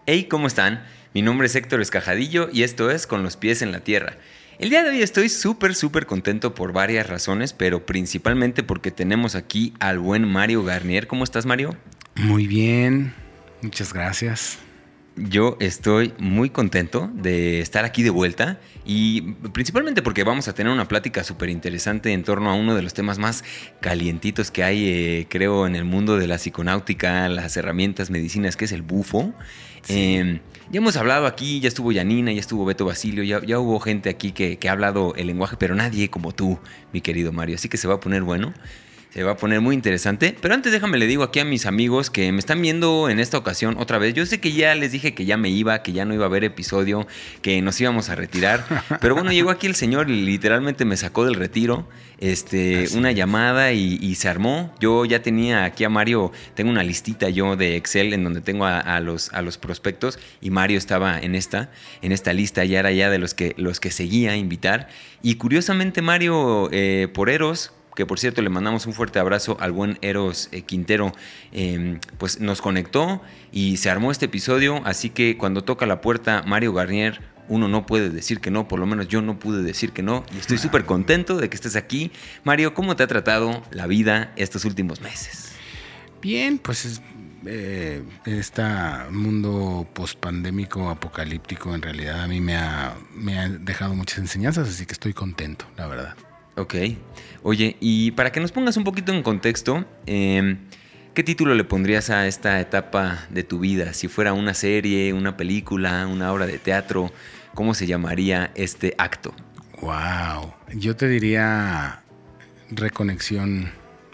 Hey, ¿cómo están? Mi nombre es Héctor Escajadillo y esto es Con los pies en la tierra. El día de hoy estoy súper contento por varias razones, pero principalmente porque tenemos aquí al buen Mario Garnier. ¿Cómo estás, Mario? Muy bien, muchas gracias. Yo estoy muy contento de estar aquí de vuelta y principalmente porque vamos a tener una plática súper interesante en torno a uno de los temas más calientitos que hay, creo, en el mundo de la psiconáutica, las herramientas, medicinas, que es el bufo. Sí. Ya hemos hablado aquí, ya estuvo Yanina, ya estuvo Beto Basilio, ya hubo gente aquí que ha hablado el lenguaje, pero nadie como tú, mi querido Mario. Así que se va a poner bueno. Se va a poner muy interesante. Pero antes déjame le digo aquí a mis amigos que me están viendo en esta ocasión otra vez. Yo sé que ya les dije que ya me iba, que ya no iba a haber episodio, que nos íbamos a retirar. Pero bueno, llegó aquí el señor y literalmente me sacó del retiro. Una llamada y se armó. Yo ya tenía aquí a Mario, tengo una listita yo de Excel en donde tengo a los prospectos y Mario estaba en esta lista, ya era ya de los que seguía a invitar. Y curiosamente Mario, por Eros, que por cierto le mandamos un fuerte abrazo al buen Eros Quintero, pues nos conectó y se armó este episodio, así que cuando toca la puerta Mario Garnier, uno no puede decir que no, por lo menos yo no pude decir que no, y estoy súper contento de que estés aquí. Mario, ¿cómo te ha tratado la vida estos últimos meses? Bien, pues este mundo pospandémico, apocalíptico, en realidad a mí me ha dejado muchas enseñanzas, así que estoy contento, la verdad. Ok. Oye, y para que nos pongas un poquito en contexto, ¿qué título le pondrías a esta etapa de tu vida? Si fuera una serie, una película, una obra de teatro, ¿cómo se llamaría este acto? Wow. Yo te diría reconexión.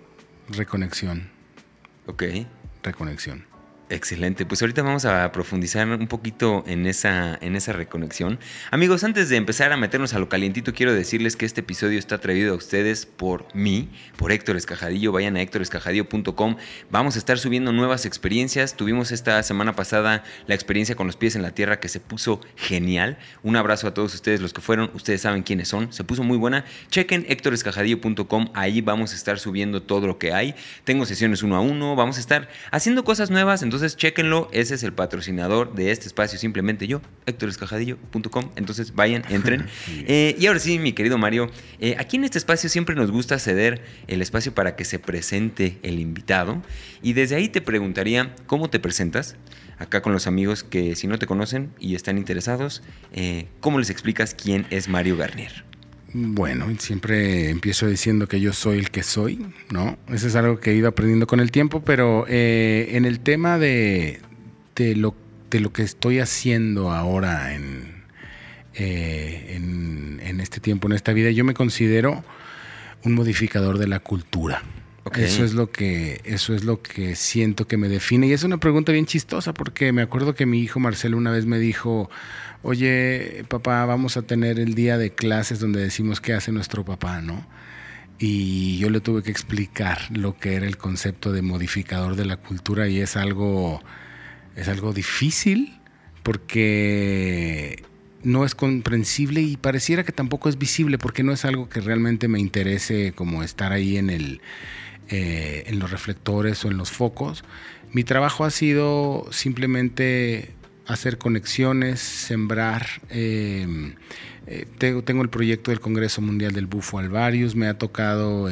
Ok. Reconexión. Excelente, pues ahorita vamos a profundizar un poquito en esa reconexión. Amigos, antes de empezar a meternos a lo calientito, quiero decirles que este episodio está traído a ustedes por mí, por Héctor Escajadillo. Vayan a héctorescajadillo.com. Vamos a estar subiendo nuevas experiencias. Tuvimos esta semana pasada la experiencia con los pies en la tierra, que se puso genial. Un abrazo a todos ustedes los que fueron. Ustedes saben quiénes son. Se puso muy buena. Chequen héctorescajadillo.com. Ahí vamos a estar subiendo todo lo que hay. Tengo sesiones 1 a 1. Vamos a estar haciendo cosas nuevas. Entonces, chéquenlo, ese es el patrocinador de este espacio, simplemente yo, héctorescajadillo.com. Entonces, vayan, entren. Y ahora sí, mi querido Mario, aquí en este espacio siempre nos gusta ceder el espacio para que se presente el invitado. Y desde ahí te preguntaría, ¿cómo te presentas? Acá con los amigos que si no te conocen y están interesados, ¿cómo les explicas quién es Mario Garnier? Bueno, siempre empiezo diciendo que yo soy el que soy, ¿no? Eso es algo que he ido aprendiendo con el tiempo, pero en el tema de lo que estoy haciendo ahora en este tiempo, en esta vida, yo me considero un modificador de la cultura. Okay. Eso es lo que siento que me define. Y es una pregunta bien chistosa porque me acuerdo que mi hijo Marcelo una vez me dijo: oye, papá, vamos a tener el día de clases donde decimos qué hace nuestro papá, ¿no? Y yo le tuve que explicar lo que era el concepto de modificador de la cultura, y es algo difícil porque no es comprensible y pareciera que tampoco es visible porque no es algo que realmente me interese como estar ahí en los reflectores o en los focos. Mi trabajo ha sido simplemente hacer conexiones, sembrar. Tengo el proyecto del Congreso Mundial del Bufo Alvarius. Me ha tocado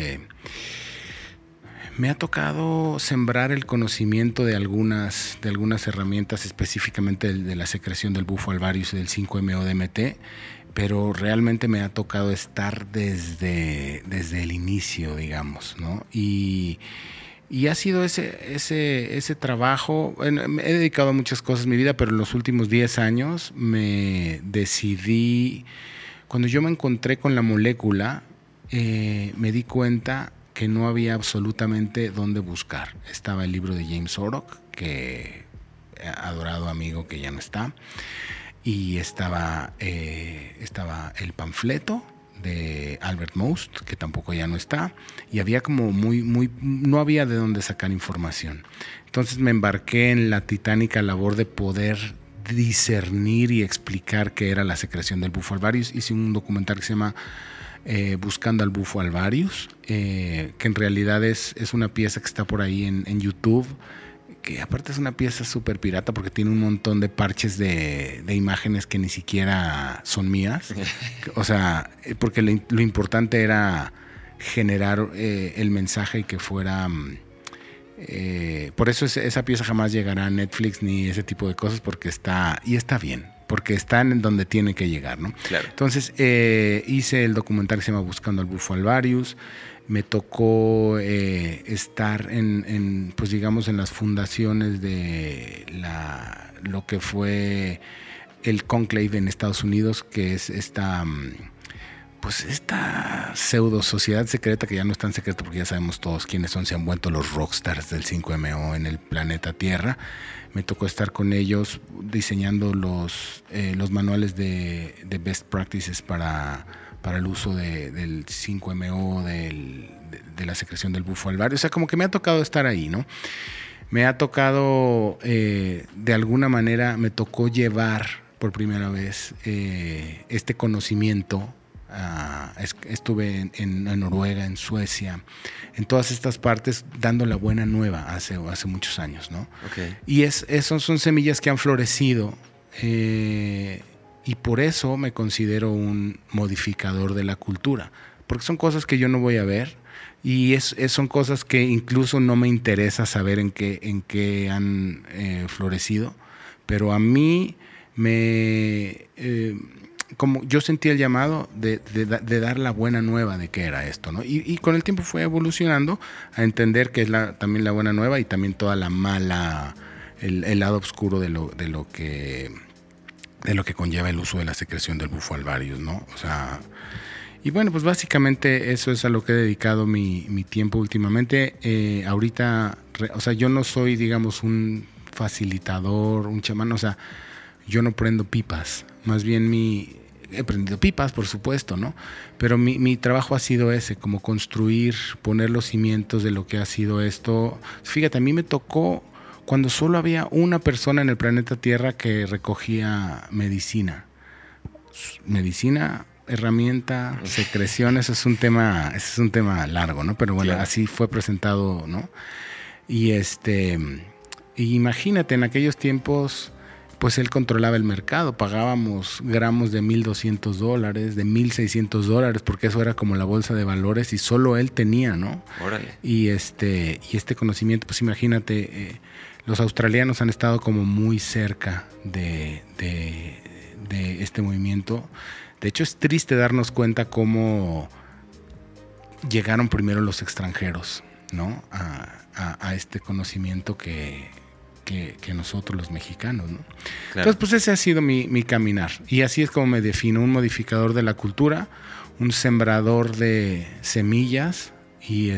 sembrar el conocimiento de algunas herramientas, específicamente de la secreción del Bufo Alvarius y del 5-MeO-DMT, pero realmente me ha tocado estar desde el inicio, digamos, ¿no? Y ha sido ese trabajo. Me he dedicado a muchas cosas en mi vida, pero en los últimos 10 años me decidí, cuando yo me encontré con la molécula, me di cuenta que no había absolutamente dónde buscar. Estaba el libro de James Orrock, que adorado amigo que ya no está, y estaba el panfleto de Albert Most, que tampoco ya no está, y había como no había de dónde sacar información. Entonces me embarqué en la titánica labor de poder discernir y explicar qué era la secreción del Bufo Alvarius. Hice un documental que se llama Buscando al Bufo Alvarius, que en realidad es una pieza que está por ahí en YouTube, porque aparte es una pieza súper pirata porque tiene un montón de parches de imágenes que ni siquiera son mías. O sea, porque lo importante era generar el mensaje y que fuera... por eso esa pieza jamás llegará a Netflix ni ese tipo de cosas, porque está bien, porque está en donde tiene que llegar, ¿no? Claro. Entonces hice el documental que se llama Buscando al Bufo Alvarius. Me tocó estar pues digamos en las fundaciones de lo que fue el Conclave en Estados Unidos, que es esta pseudo sociedad secreta, que ya no es tan secreta porque ya sabemos todos quiénes son, se han vuelto los rockstars del 5MO en el planeta Tierra. Me tocó estar con ellos diseñando los manuales de best practices para el uso del 5MO, de la secreción del bufo alvario. O sea, como que me ha tocado estar ahí, ¿no? Me ha tocado, de alguna manera, me tocó llevar por primera vez este conocimiento. Estuve en Noruega, en Suecia, en todas estas partes dando la buena nueva hace muchos años, ¿no? Okay. Y son semillas que han florecido, y por eso me considero un modificador de la cultura, porque son cosas que yo no voy a ver y son cosas que incluso no me interesa saber en qué han florecido, pero a mí como yo sentí el llamado de dar la buena nueva de qué era esto, ¿no? Y con el tiempo fue evolucionando a entender que es también la buena nueva y también toda la mala, el lado oscuro de lo que conlleva el uso de la secreción del bufo alvarius, ¿no? O sea, y bueno, pues básicamente eso es a lo que he dedicado mi tiempo últimamente. Ahorita, o sea, yo no soy, digamos, un facilitador, un chamán, o sea, yo no prendo pipas, más bien he prendido pipas, por supuesto, ¿no? Pero mi trabajo ha sido ese, como construir, poner los cimientos de lo que ha sido esto. Fíjate, a mí me tocó cuando solo había una persona en el planeta Tierra que recogía medicina, herramienta, secreción. Eso es un tema largo, ¿no? Pero bueno, claro, así fue presentado, ¿no? Y imagínate, en aquellos tiempos, pues él controlaba el mercado. Pagábamos gramos de $1,200, de $1,600, porque eso era como la bolsa de valores y solo él tenía, ¿no? Órale. Y este conocimiento, pues imagínate, los australianos han estado como muy cerca de este movimiento. De hecho, es triste darnos cuenta cómo llegaron primero los extranjeros, ¿no? A este conocimiento que nosotros los mexicanos, ¿no? Claro. Entonces, pues ese ha sido mi caminar. Y así es como me defino: un modificador de la cultura, un sembrador de semillas y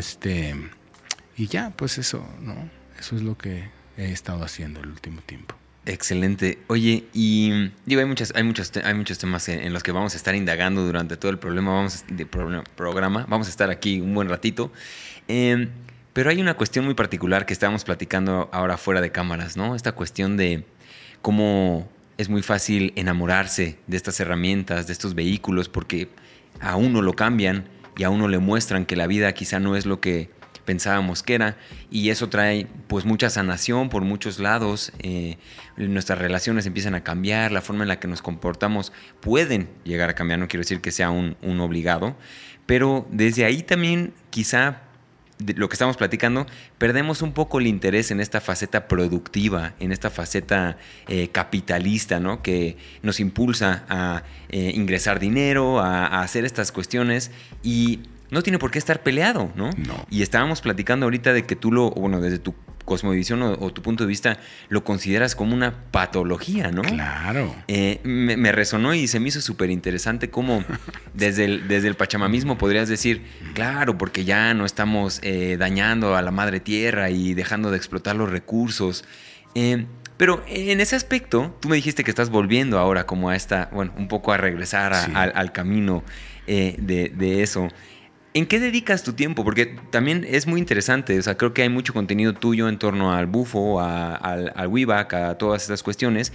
ya, pues eso, ¿no? Eso es lo que he estado haciendo el último tiempo. Excelente. Oye, y digo, hay muchos temas en los que vamos a estar indagando durante todo el programa. Vamos a estar aquí un buen ratito. Pero hay una cuestión muy particular que estábamos platicando ahora fuera de cámaras, ¿no? Esta cuestión de cómo es muy fácil enamorarse de estas herramientas, de estos vehículos, porque a uno lo cambian y a uno le muestran que la vida quizá no es lo que pensábamos que era, y eso trae pues mucha sanación por muchos lados. Nuestras relaciones empiezan a cambiar, la forma en la que nos comportamos pueden llegar a cambiar, no quiero decir que sea un obligado, pero desde ahí también quizá de lo que estamos platicando, perdemos un poco el interés en esta faceta productiva, en esta faceta capitalista, ¿no? Que nos impulsa a ingresar dinero, a hacer estas cuestiones, y no tiene por qué estar peleado, ¿no? No. Y estábamos platicando ahorita de que tú desde tu cosmovisión o tu punto de vista, lo consideras como una patología, ¿no? Claro. Me resonó y se me hizo súper interesante cómo desde el pachamamismo podrías decir, claro, porque ya no estamos dañando a la madre tierra y dejando de explotar los recursos. Pero en ese aspecto, tú me dijiste que estás volviendo ahora como a un poco a regresar sí, al camino de eso. ¿En qué dedicas tu tiempo? Porque también es muy interesante. O sea, creo que hay mucho contenido tuyo en torno al bufo, al Wibak, a todas estas cuestiones.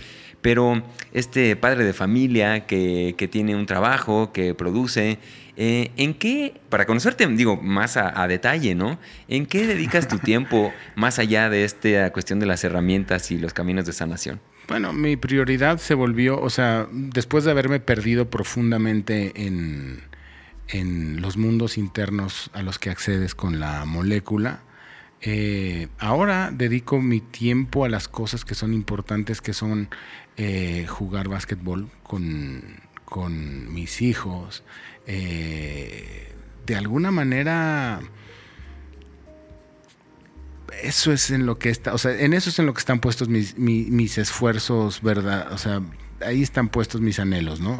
pero este padre de familia que tiene un trabajo, que produce, ¿en qué, para conocerte, digo, más a detalle, ¿no? ¿En qué dedicas tu tiempo más allá de esta cuestión de las herramientas y los caminos de sanación? Bueno, mi prioridad se volvió, o sea, después de haberme perdido profundamente en los mundos internos a los que accedes con la molécula, ahora dedico mi tiempo a las cosas que son importantes, que son jugar básquetbol con mis hijos. De alguna manera, eso es en lo que está, o sea, en eso es en lo que están puestos mis esfuerzos, ¿verdad? O sea, ahí están puestos mis anhelos, ¿no?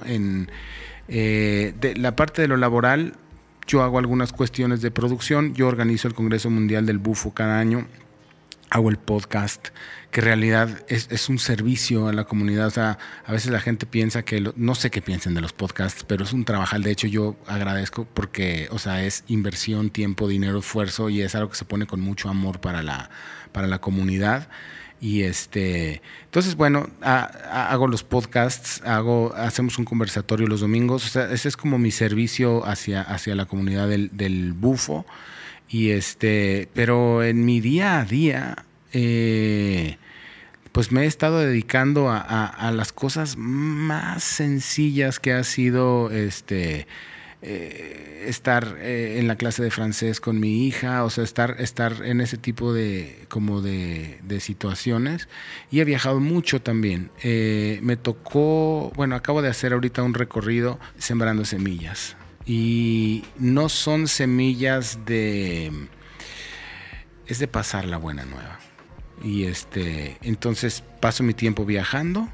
De la parte de lo laboral, yo hago algunas cuestiones de producción, yo organizo el Congreso Mundial del Bufo cada año, hago el podcast, que en realidad es un servicio a la comunidad. O sea, a veces la gente piensa que, no sé qué piensen de los podcasts, pero es un trabajal. De hecho, yo agradezco porque, o sea, es inversión, tiempo, dinero, esfuerzo, y es algo que se pone con mucho amor para la comunidad. Y entonces, bueno, hago los podcasts, hacemos un conversatorio los domingos. O sea, ese es como mi servicio hacia la comunidad del bufo. Y pero en mi día a día, pues me he estado dedicando a las cosas más sencillas, que ha sido estar en la clase de francés con mi hija, o sea, estar en ese tipo de situaciones. Y he viajado mucho también. Me tocó, bueno, acabo de hacer ahorita un recorrido sembrando semillas. Y no son semillas es de pasar la buena nueva. Y entonces paso mi tiempo viajando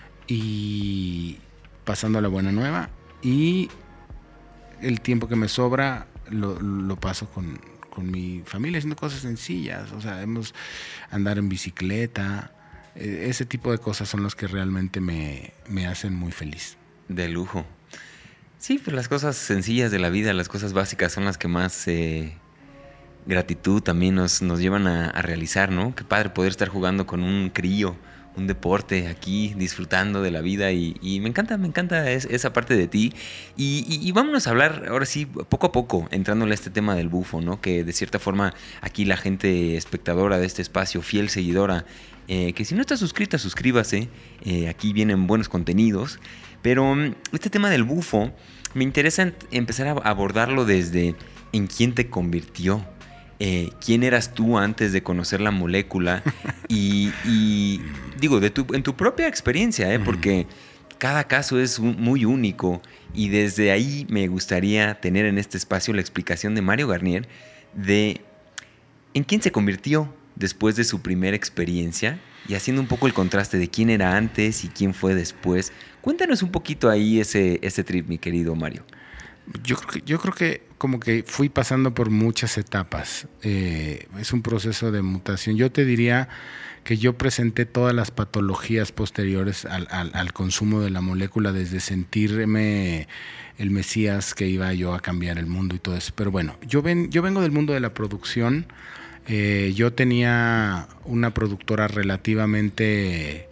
y pasando la buena nueva, y el tiempo que me sobra lo paso con mi familia haciendo cosas sencillas. O sea, andar en bicicleta, ese tipo de cosas son los que realmente me hacen muy feliz. De lujo. Sí, pues las cosas sencillas de la vida, las cosas básicas son las que más gratitud también nos llevan a realizar, ¿no? Qué padre poder estar jugando con un crío, un deporte aquí, disfrutando de la vida, y me encanta esa parte de ti. Y vámonos a hablar ahora sí, poco a poco, entrándole a este tema del bufo, ¿no? Que de cierta forma aquí la gente espectadora de este espacio, fiel seguidora, que si no está suscrita, suscríbase, aquí vienen buenos contenidos. Pero este tema del bufo, me interesa empezar a abordarlo desde en quién te convirtió, quién eras tú antes de conocer la molécula, y digo, en tu propia experiencia, porque cada caso es muy único, y desde ahí me gustaría tener en este espacio la explicación de Mario Garnier de en quién se convirtió después de su primera experiencia, y haciendo un poco el contraste de quién era antes y quién fue después. Cuéntanos un poquito ahí ese trip, mi querido Mario. Yo creo que como que fui pasando por muchas etapas. Es un proceso de mutación. Yo te diría que yo presenté todas las patologías posteriores al consumo de la molécula, desde sentirme el Mesías que iba yo a cambiar el mundo y todo eso. Pero bueno, yo vengo del mundo de la producción. Yo tenía una productora relativamente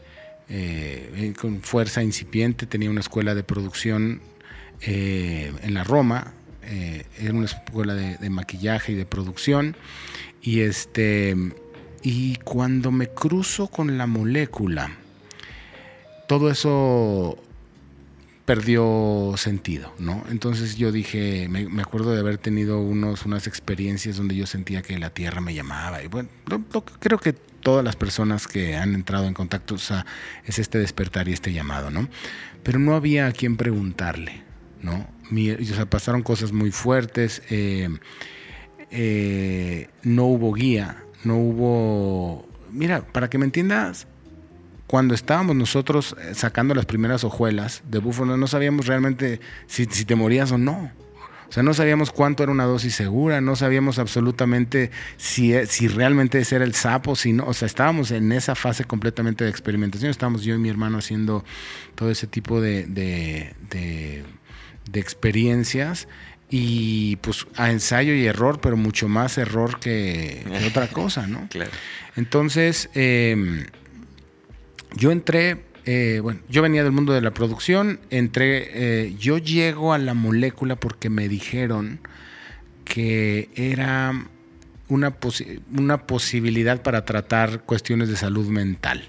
con fuerza incipiente, tenía una escuela de producción en la Roma, era una escuela de maquillaje y de producción, y cuando me cruzo con la molécula, todo eso perdió sentido, ¿no? Entonces yo dije, me acuerdo de haber tenido unas experiencias donde yo sentía que la tierra me llamaba, y bueno, creo que todas las personas que han entrado en contacto, o sea, es este despertar y este llamado, ¿no? Pero no había a quien preguntarle, ¿no? O sea, pasaron cosas muy fuertes, no hubo guía, no hubo... Mira, para que me entiendas, cuando estábamos nosotros sacando las primeras hojuelas de bufo, no sabíamos realmente si te morías o no. O sea, no sabíamos cuánto era una dosis segura, no sabíamos absolutamente si realmente ese era el sapo, si no. O sea, estábamos en esa fase completamente de experimentación. Estábamos yo y mi hermano haciendo todo ese tipo de experiencias, y pues a ensayo y error, pero mucho más error que otra cosa, ¿no? Claro. Entonces, yo entré bueno, yo venía del mundo de la producción, yo llego a la molécula porque me dijeron que era una posibilidad para tratar cuestiones de salud mental.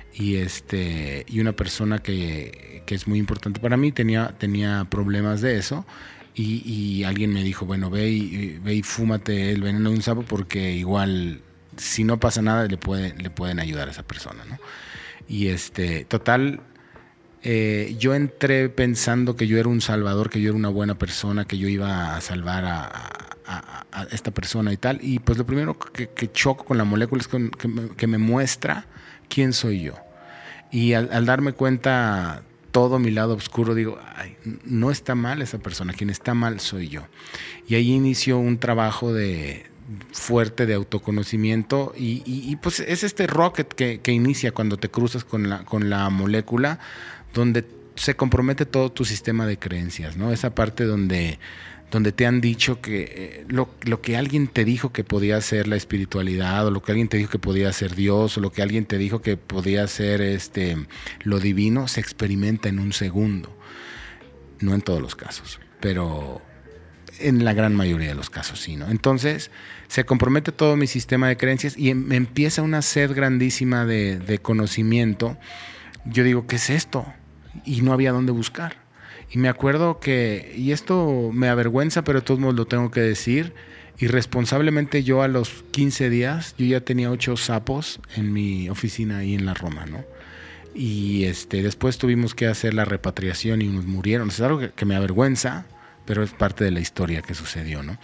Y una persona que es muy importante para mí tenía problemas de eso. Y alguien me dijo, bueno, ve y fúmate el veneno de un sapo porque igual, si no pasa nada, le pueden ayudar a esa persona, ¿no? Y total, yo entré pensando que yo era un salvador, que yo era una buena persona, que yo iba a salvar a esta persona y tal. Y pues lo primero que choco con la molécula es que me muestra quién soy yo. Y al darme cuenta todo mi lado oscuro, digo, ay, no está mal esa persona, quien está mal soy yo. Y ahí inició un trabajo fuerte de autoconocimiento y pues es este rocket que inicia cuando te cruzas con la molécula, donde se compromete todo tu sistema de creencias, ¿no? Esa parte donde te han dicho que lo que alguien te dijo que podía ser la espiritualidad, o lo que alguien te dijo que podía ser Dios, o lo que alguien te dijo que podía ser lo divino, se experimenta en un segundo. No en todos los casos, pero en la gran mayoría de los casos sí, ¿no? Entonces se compromete todo mi sistema de creencias y me empieza una sed grandísima de conocimiento. Yo digo, ¿qué es esto? Y no había dónde buscar. Y me acuerdo y esto me avergüenza, pero de todos modos lo tengo que decir, irresponsablemente yo a los 15 días, yo ya tenía 8 sapos en mi oficina ahí en la Roma, ¿no? Y después tuvimos que hacer la repatriación y unos murieron. Es algo que me avergüenza, pero es parte de la historia que sucedió, ¿no?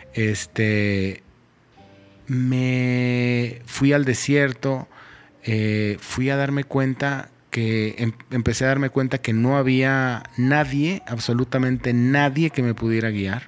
Me fui al desierto, fui a darme cuenta que empecé a darme cuenta que no había nadie, absolutamente nadie que me pudiera guiar.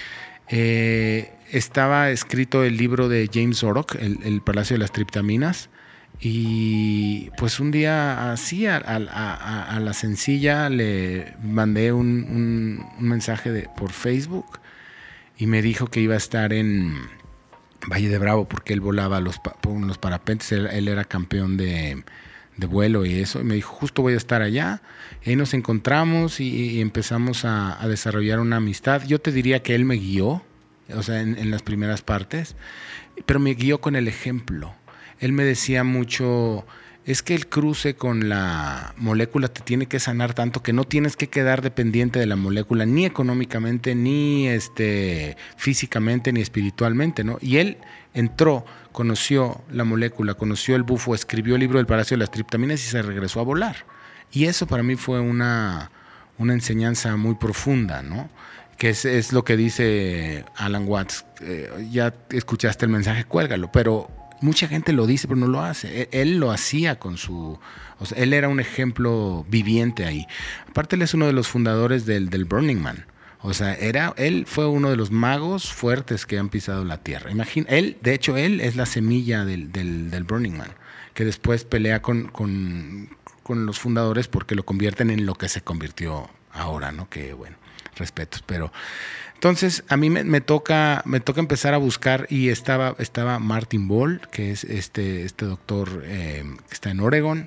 Estaba escrito el libro de James Orrock, el Palacio de las Triptaminas, y pues un día así a la sencilla le mandé un mensaje por Facebook y me dijo que iba a estar en Valle de Bravo porque él volaba por los parapentes, él era campeón de vuelo y eso, y me dijo, justo voy a estar allá. Y ahí nos encontramos y empezamos a desarrollar una amistad. Yo te diría que él me guió, o sea, en las primeras partes, pero me guió con el ejemplo. Él me decía mucho, es que el cruce con la molécula te tiene que sanar tanto que no tienes que quedar dependiente de la molécula, ni económicamente, ni físicamente, ni espiritualmente, ¿no? Y él entró, conoció la molécula, conoció el bufo, escribió el libro del Palacio de las Triptaminas y se regresó a volar. Y eso para mí fue una enseñanza muy profunda, ¿no? Que es lo que dice Alan Watts. Ya escuchaste el mensaje, cuélgalo, pero mucha gente lo dice, pero no lo hace. Él lo hacía con o sea, él era un ejemplo viviente ahí. Aparte, él es uno de los fundadores del Burning Man. O sea, él fue uno de los magos fuertes que han pisado la tierra. De hecho, él es la semilla del Burning Man, que después pelea con los fundadores porque lo convierten en lo que se convirtió ahora, ¿no? Que bueno, respetos, pero entonces a mí me toca empezar a buscar y estaba Martin Ball, que es este doctor que está en Oregon,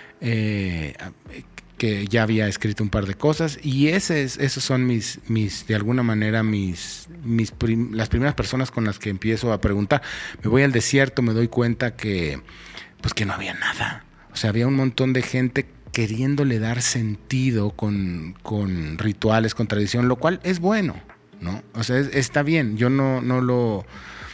que ya había escrito un par de cosas y esos son mis de alguna manera las primeras personas con las que empiezo a preguntar. Me voy al desierto, me doy cuenta que no había nada. O sea, había un montón de gente queriéndole dar sentido con rituales, con tradición, lo cual es bueno, ¿no? O sea, está bien. Yo no lo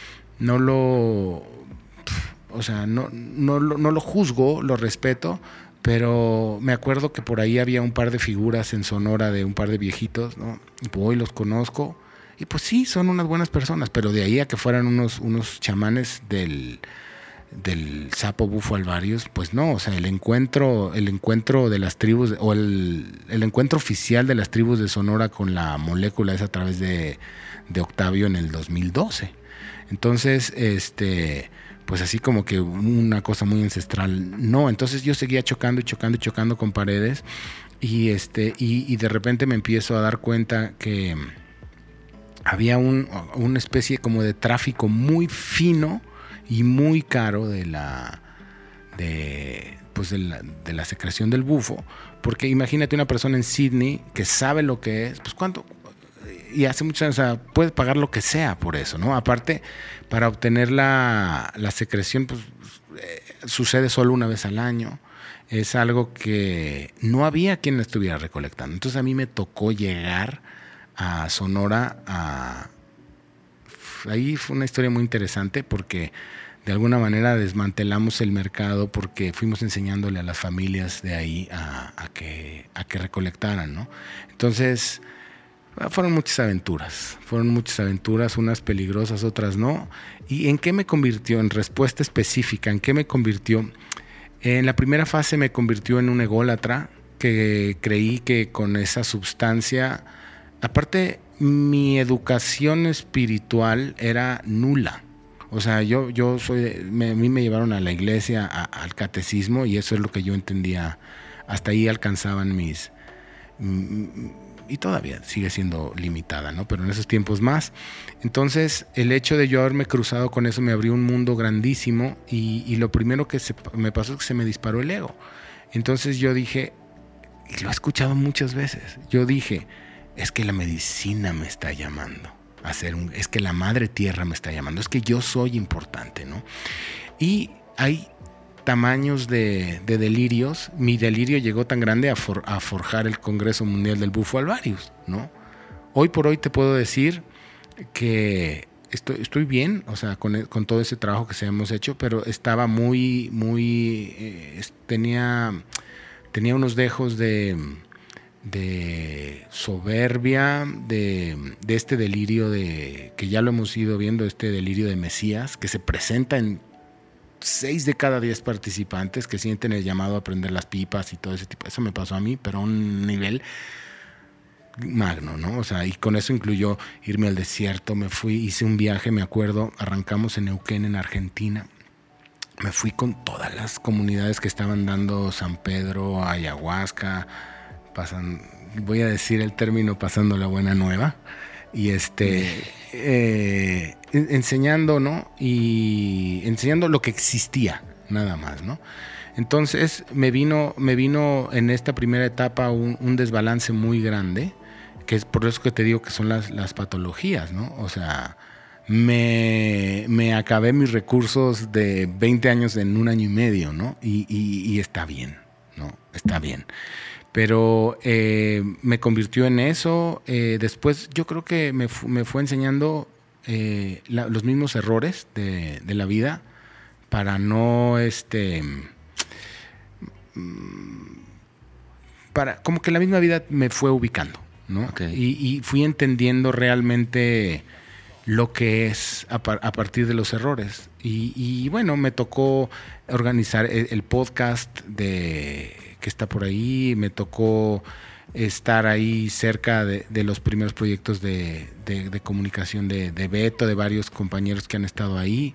juzgo, lo respeto. Pero me acuerdo que por ahí había un par de figuras en Sonora de un par de viejitos, ¿no? Voy, los conozco y pues sí, son unas buenas personas, pero de ahí a que fueran unos chamanes del sapo bufo alvarius, pues no. O sea, el encuentro de las tribus, o el encuentro oficial de las tribus de Sonora con la molécula es a través de Octavio en el 2012. Entonces, pues así como que una cosa muy ancestral, no. Entonces yo seguía chocando con paredes y de repente me empiezo a dar cuenta que había una especie como de tráfico muy fino y muy caro de pues de la secreción del bufo, porque imagínate una persona en Sydney que sabe lo que es, pues cuánto, y hace muchos años, o sea, puede pagar lo que sea por eso, ¿no? Aparte, para obtener la secreción, pues sucede solo una vez al año. Es algo que no había quien la estuviera recolectando. Entonces a mí me tocó llegar a Sonora. Ahí fue una historia muy interesante porque de alguna manera desmantelamos el mercado porque fuimos enseñándole a las familias de ahí a que recolectaran, ¿no? Entonces fueron muchas aventuras, unas peligrosas, otras no. ¿Y en qué me convirtió? En respuesta específica, ¿en qué me convirtió? En la primera fase me convirtió en un ególatra que creí que con esa sustancia, aparte mi educación espiritual era nula. O sea, yo soy, a mí me llevaron a la iglesia, al catecismo, y eso es lo que yo entendía. Hasta ahí alcanzaban mis... y todavía sigue siendo limitada, ¿no? Pero en esos tiempos más. Entonces, el hecho de yo haberme cruzado con eso me abrió un mundo grandísimo y lo primero que me pasó es que se me disparó el ego. Entonces yo dije, y lo he escuchado muchas veces, yo dije, es que la medicina me está llamando a hacer es que la madre tierra me está llamando, es que yo soy importante, ¿no? Y hay tamaños de delirios. Mi delirio llegó tan grande a forjar el Congreso Mundial del Bufo alvarius, ¿no? Hoy por hoy te puedo decir que estoy bien, o sea, con todo ese trabajo que se hemos hecho, pero estaba tenía unos dejos de soberbia, de este delirio que ya lo hemos ido viendo, este delirio de Mesías, que se presenta en 6 de cada 10 participantes que sienten el llamado a prender las pipas y todo ese tipo. Eso me pasó a mí, pero a un nivel magno, ¿no? O sea, y con eso incluyó irme al desierto. Me fui, hice un viaje, me acuerdo, arrancamos en Neuquén, en Argentina. Me fui con todas las comunidades que estaban dando San Pedro, ayahuasca, voy a decir el término, pasando la buena nueva. Y enseñando, ¿no? Y enseñando lo que existía, nada más, ¿no? Entonces me vino en esta primera etapa un desbalance muy grande, que es por eso que te digo que son las patologías, ¿no? O sea, me acabé mis recursos de 20 años en 1 año y medio, ¿no? Y está bien, ¿no? Está bien. Pero me convirtió en eso. Después yo creo que me fue enseñando los mismos errores de la vida para no como que la misma vida me fue ubicando, ¿no? Okay. Y fui entendiendo realmente lo que es a partir de los errores. Y bueno, me tocó organizar el podcast que está por ahí, me tocó estar ahí cerca de los primeros proyectos de comunicación de Beto, de varios compañeros que han estado ahí.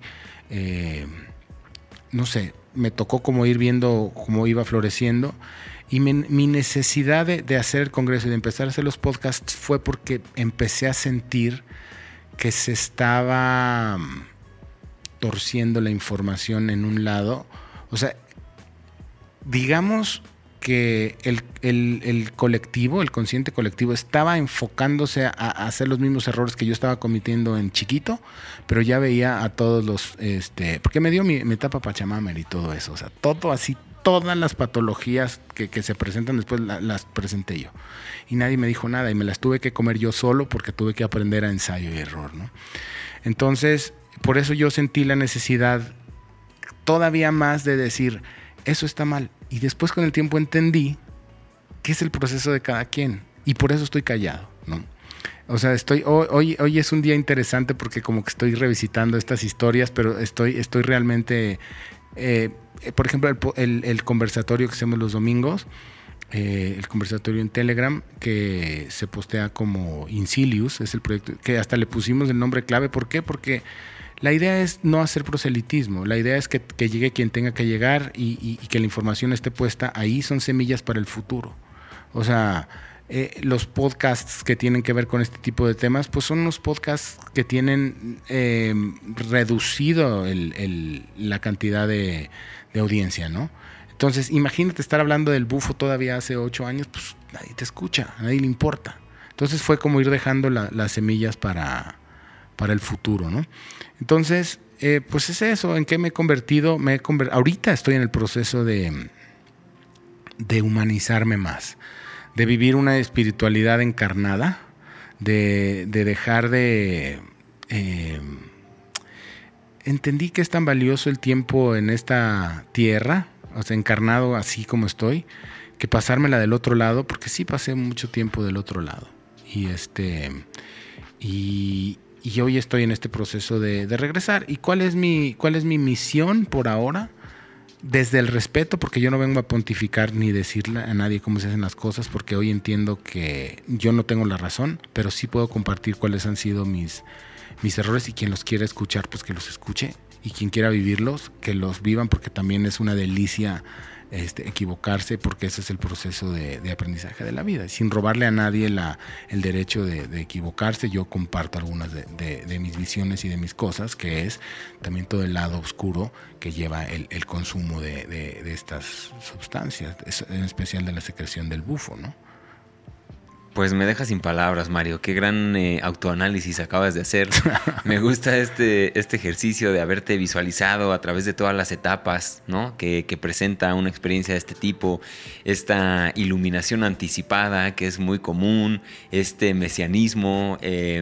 No sé, me tocó como ir viendo cómo iba floreciendo. Y mi necesidad de hacer el congreso y de empezar a hacer los podcasts fue porque empecé a sentir que se estaba torciendo la información en un lado. O sea, digamos que el colectivo, el consciente colectivo, estaba enfocándose a hacer los mismos errores que yo estaba cometiendo en chiquito, pero ya veía a todos los... porque me dio mi etapa Pachamamer y todo eso. O sea, todo así, todas las patologías que se presentan después las presenté yo. Y nadie me dijo nada y me las tuve que comer yo solo porque tuve que aprender a ensayo y error, ¿no? Entonces, por eso yo sentí la necesidad todavía más de decir, eso está mal. Y después con el tiempo entendí que es el proceso de cada quien. Y por eso estoy callado, ¿no? O sea, hoy es un día interesante porque como que estoy revisitando estas historias, pero estoy realmente... por ejemplo, el conversatorio que hacemos los domingos, el conversatorio en Telegram, que se postea como Incilius, es el proyecto que hasta le pusimos el nombre clave. ¿Por qué? Porque la idea es no hacer proselitismo, la idea es que llegue quien tenga que llegar y que la información esté puesta ahí. Son semillas para el futuro. O sea, Los podcasts que tienen que ver con este tipo de temas, pues son unos podcasts que tienen reducido la cantidad de audiencia, ¿no? Entonces, imagínate estar hablando del bufo todavía hace 8 años, pues nadie te escucha, a nadie le importa. Entonces fue como ir dejando las semillas para el futuro, ¿no? Entonces, pues es eso, ¿en qué me he convertido? Ahorita estoy en el proceso de humanizarme más, de vivir una espiritualidad encarnada, de dejar de... entendí que es tan valioso el tiempo en esta tierra, o sea, encarnado así como estoy, que pasármela del otro lado, porque sí pasé mucho tiempo del otro lado. Y hoy estoy en este proceso de regresar. ¿Y cuál es mi misión por ahora? Desde el respeto, porque yo no vengo a pontificar ni decirle a nadie cómo se hacen las cosas, porque hoy entiendo que yo no tengo la razón, pero sí puedo compartir cuáles han sido mis errores, y quien los quiera escuchar, pues que los escuche, y quien quiera vivirlos, que los vivan, porque también es una delicia equivocarse, porque ese es el proceso de aprendizaje de la vida. Sin robarle a nadie el derecho de equivocarse, yo comparto algunas de mis visiones y de mis cosas, que es también todo el lado oscuro que lleva el consumo de estas sustancias, en especial de la secreción del bufo, ¿no? Pues me dejas sin palabras, Mario. Qué gran autoanálisis acabas de hacer. Me gusta este ejercicio de haberte visualizado a través de todas las etapas, ¿no? que presenta una experiencia de este tipo. Esta iluminación anticipada que es muy común, este mesianismo,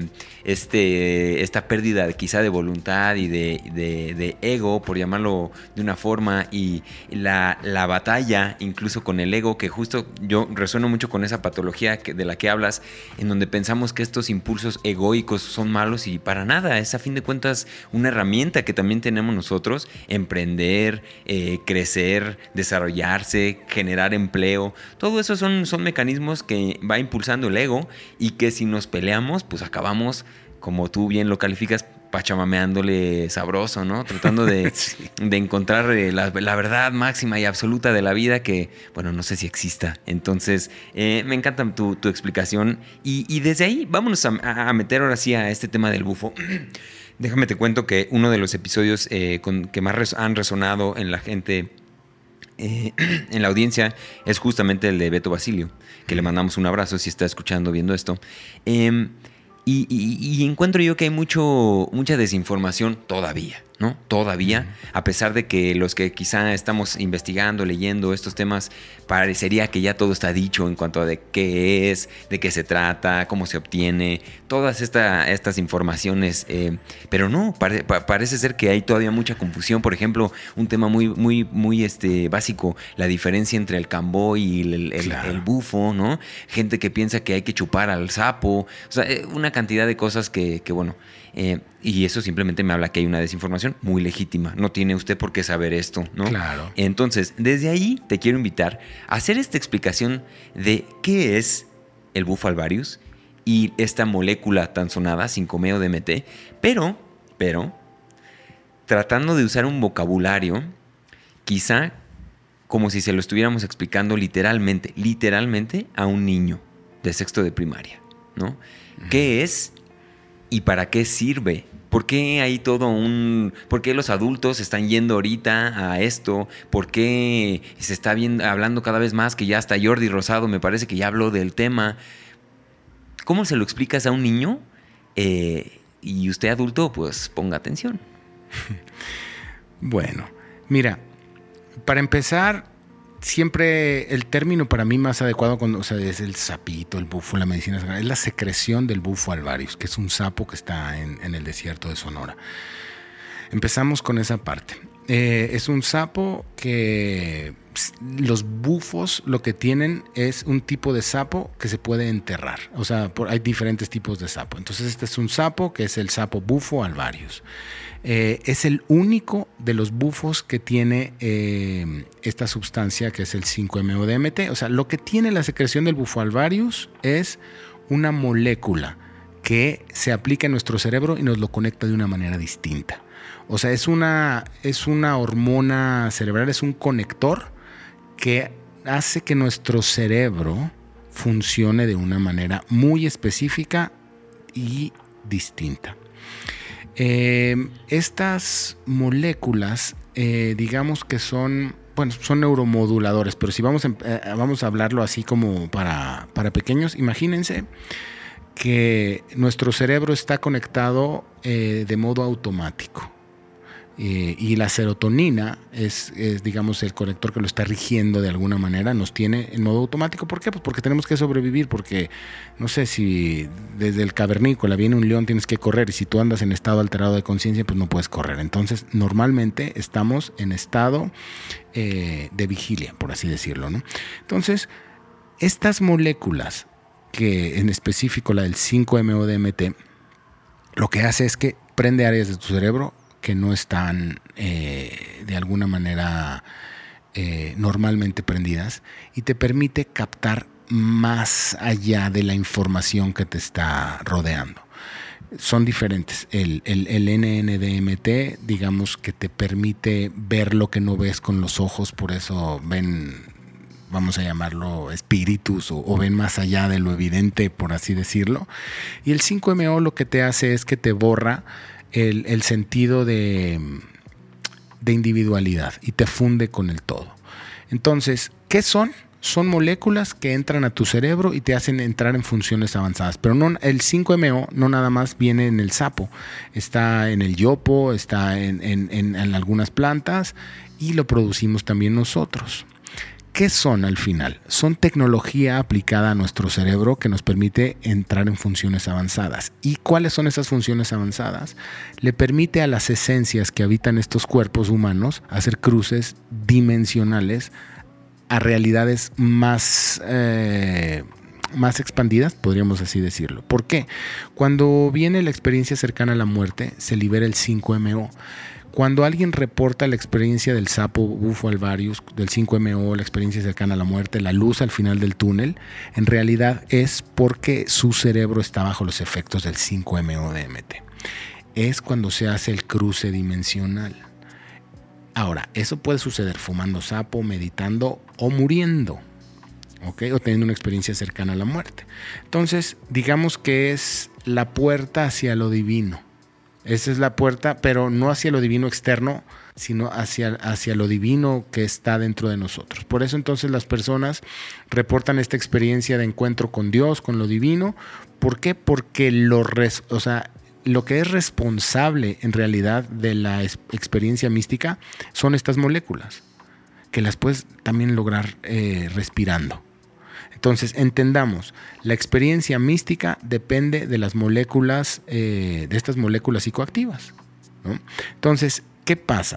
esta pérdida quizá de voluntad y de ego, por llamarlo de una forma, y la batalla incluso con el ego, que justo yo resueno mucho con esa patología de la que hablas, en donde pensamos que estos impulsos egoicos son malos, y para nada. Es a fin de cuentas una herramienta que también tenemos nosotros: emprender, crecer, desarrollarse, generar empleo. Todo eso son mecanismos que va impulsando el ego, y que si nos peleamos, pues acabamos, como tú bien lo calificas, pachamameándole sabroso, ¿no? Tratando de encontrar la verdad máxima y absoluta de la vida, que, bueno, no sé si exista. Entonces, me encanta tu explicación. Y desde ahí, vámonos a meter ahora sí a este tema del bufo. Déjame te cuento que uno de los episodios que más han resonado en la gente, en la audiencia, es justamente el de Beto Basilio, que le mandamos un abrazo si está escuchando, viendo esto. Y encuentro yo que hay mucha desinformación todavía, ¿no? Todavía, a pesar de que los que quizá estamos investigando, leyendo estos temas, parecería que ya todo está dicho en cuanto a de qué es, de qué se trata, cómo se obtiene, todas estas informaciones, pero no, parece ser que hay todavía mucha confusión. Por ejemplo, un tema muy básico, la diferencia entre el cambó y el bufo, ¿no? Gente que piensa que hay que chupar al sapo, o sea, una cantidad de cosas que bueno, y eso simplemente me habla que hay una desinformación muy legítima. No tiene usted por qué saber esto, ¿no? Claro. Entonces, desde ahí te quiero invitar a hacer esta explicación de qué es el bufo alvarius y esta molécula tan sonada, 5-MeO-DMT, pero tratando de usar un vocabulario quizá como si se lo estuviéramos explicando literalmente a un niño de sexto de primaria, ¿no? ¿Qué es y para qué sirve? ¿Por qué hay por qué los adultos están yendo ahorita a esto? ¿Por qué se está hablando cada vez más, que ya hasta Jordi Rosado me parece que ya habló del tema? ¿Cómo se lo explicas a un niño? Y usted, adulto, pues ponga atención. Bueno, mira, para empezar, siempre el término para mí más adecuado, es el sapito, el bufo, la medicina sagrada, es la secreción del bufo alvarius, que es un sapo que está en el desierto de Sonora. Empezamos con esa parte. Es un sapo que los bufos lo que tienen es un tipo de sapo que se puede enterrar. O sea, hay diferentes tipos de sapo. Entonces este es un sapo que es el sapo bufo alvarius. Es el único de los bufos que tiene esta sustancia que es el 5-MeO-DMT. O sea, lo que tiene la secreción del bufo alvarius es una molécula que se aplica en nuestro cerebro y nos lo conecta de una manera distinta. O sea, es una hormona cerebral, es un conector que hace que nuestro cerebro funcione de una manera muy específica y distinta. Estas moléculas, digamos que son neuromoduladores, pero si vamos a hablarlo así como para pequeños, imagínense que nuestro cerebro está conectado de modo automático. Y la serotonina es, digamos, el conector que lo está rigiendo de alguna manera, nos tiene en modo automático. ¿Por qué? Pues porque tenemos que sobrevivir, porque no sé, si desde el cavernícola viene un león tienes que correr, y si tú andas en estado alterado de conciencia pues no puedes correr. Entonces normalmente estamos en estado de vigilia, por así decirlo, ¿no? Entonces estas moléculas, que en específico la del 5-MeO-DMT, lo que hace es que prende áreas de tu cerebro que no están de alguna manera normalmente prendidas, y te permite captar más allá de la información que te está rodeando. Son diferentes. El NN-DMT, digamos que te permite ver lo que no ves con los ojos, por eso ven, vamos a llamarlo espíritus, o ven más allá de lo evidente, por así decirlo. Y el 5-MeO lo que te hace es que te borra el sentido de individualidad y te funde con el todo. Entonces, ¿qué son? Son moléculas que entran a tu cerebro y te hacen entrar en funciones avanzadas. Pero no, el 5-MeO no nada más viene en el sapo, está en el yopo, está en algunas plantas, y lo producimos también nosotros. ¿Qué son al final? Son tecnología aplicada a nuestro cerebro que nos permite entrar en funciones avanzadas. ¿Y cuáles son esas funciones avanzadas? Le permite a las esencias que habitan estos cuerpos humanos hacer cruces dimensionales a realidades más expandidas, podríamos así decirlo. ¿Por qué? Cuando viene la experiencia cercana a la muerte, se libera el 5-MeO. Cuando alguien reporta la experiencia del sapo bufo alvarius, del 5-MeO, la experiencia cercana a la muerte, la luz al final del túnel, en realidad es porque su cerebro está bajo los efectos del 5-MeO-DMT. Es cuando se hace el cruce dimensional. Ahora, eso puede suceder fumando sapo, meditando o muriendo, ¿ok? O teniendo una experiencia cercana a la muerte. Entonces, digamos que es la puerta hacia lo divino. Esa es la puerta, pero no hacia lo divino externo, sino hacia lo divino que está dentro de nosotros. Por eso entonces las personas reportan esta experiencia de encuentro con Dios, con lo divino. ¿Por qué? Porque lo que es responsable en realidad de la experiencia mística son estas moléculas, que las puedes también lograr respirando. Entonces, entendamos, la experiencia mística depende de las moléculas, de estas moléculas psicoactivas, ¿no? Entonces, ¿qué pasa?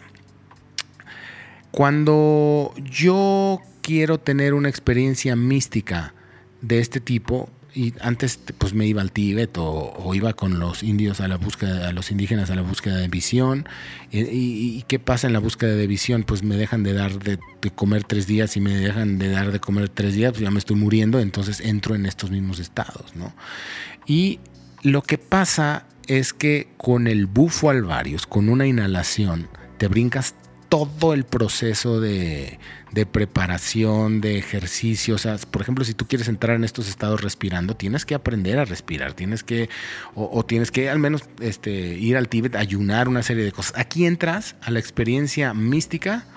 Cuando yo quiero tener una experiencia mística de este tipo, y antes pues me iba al Tíbet o iba con los indios a los indígenas a la búsqueda de visión. ¿Y qué pasa en la búsqueda de visión? Pues me dejan de dar de comer 3 días, y me dejan de dar de comer 3 días, pues ya me estoy muriendo, entonces entro en estos mismos estados, ¿no? Y lo que pasa es que con el bufo alvarius, con una inhalación, te brincas todo el proceso de preparación, de ejercicio. O sea, por ejemplo, si tú quieres entrar en estos estados respirando, tienes que aprender a respirar, tienes que al menos ir al Tíbet, ayunar, una serie de cosas. Aquí entras a la experiencia mística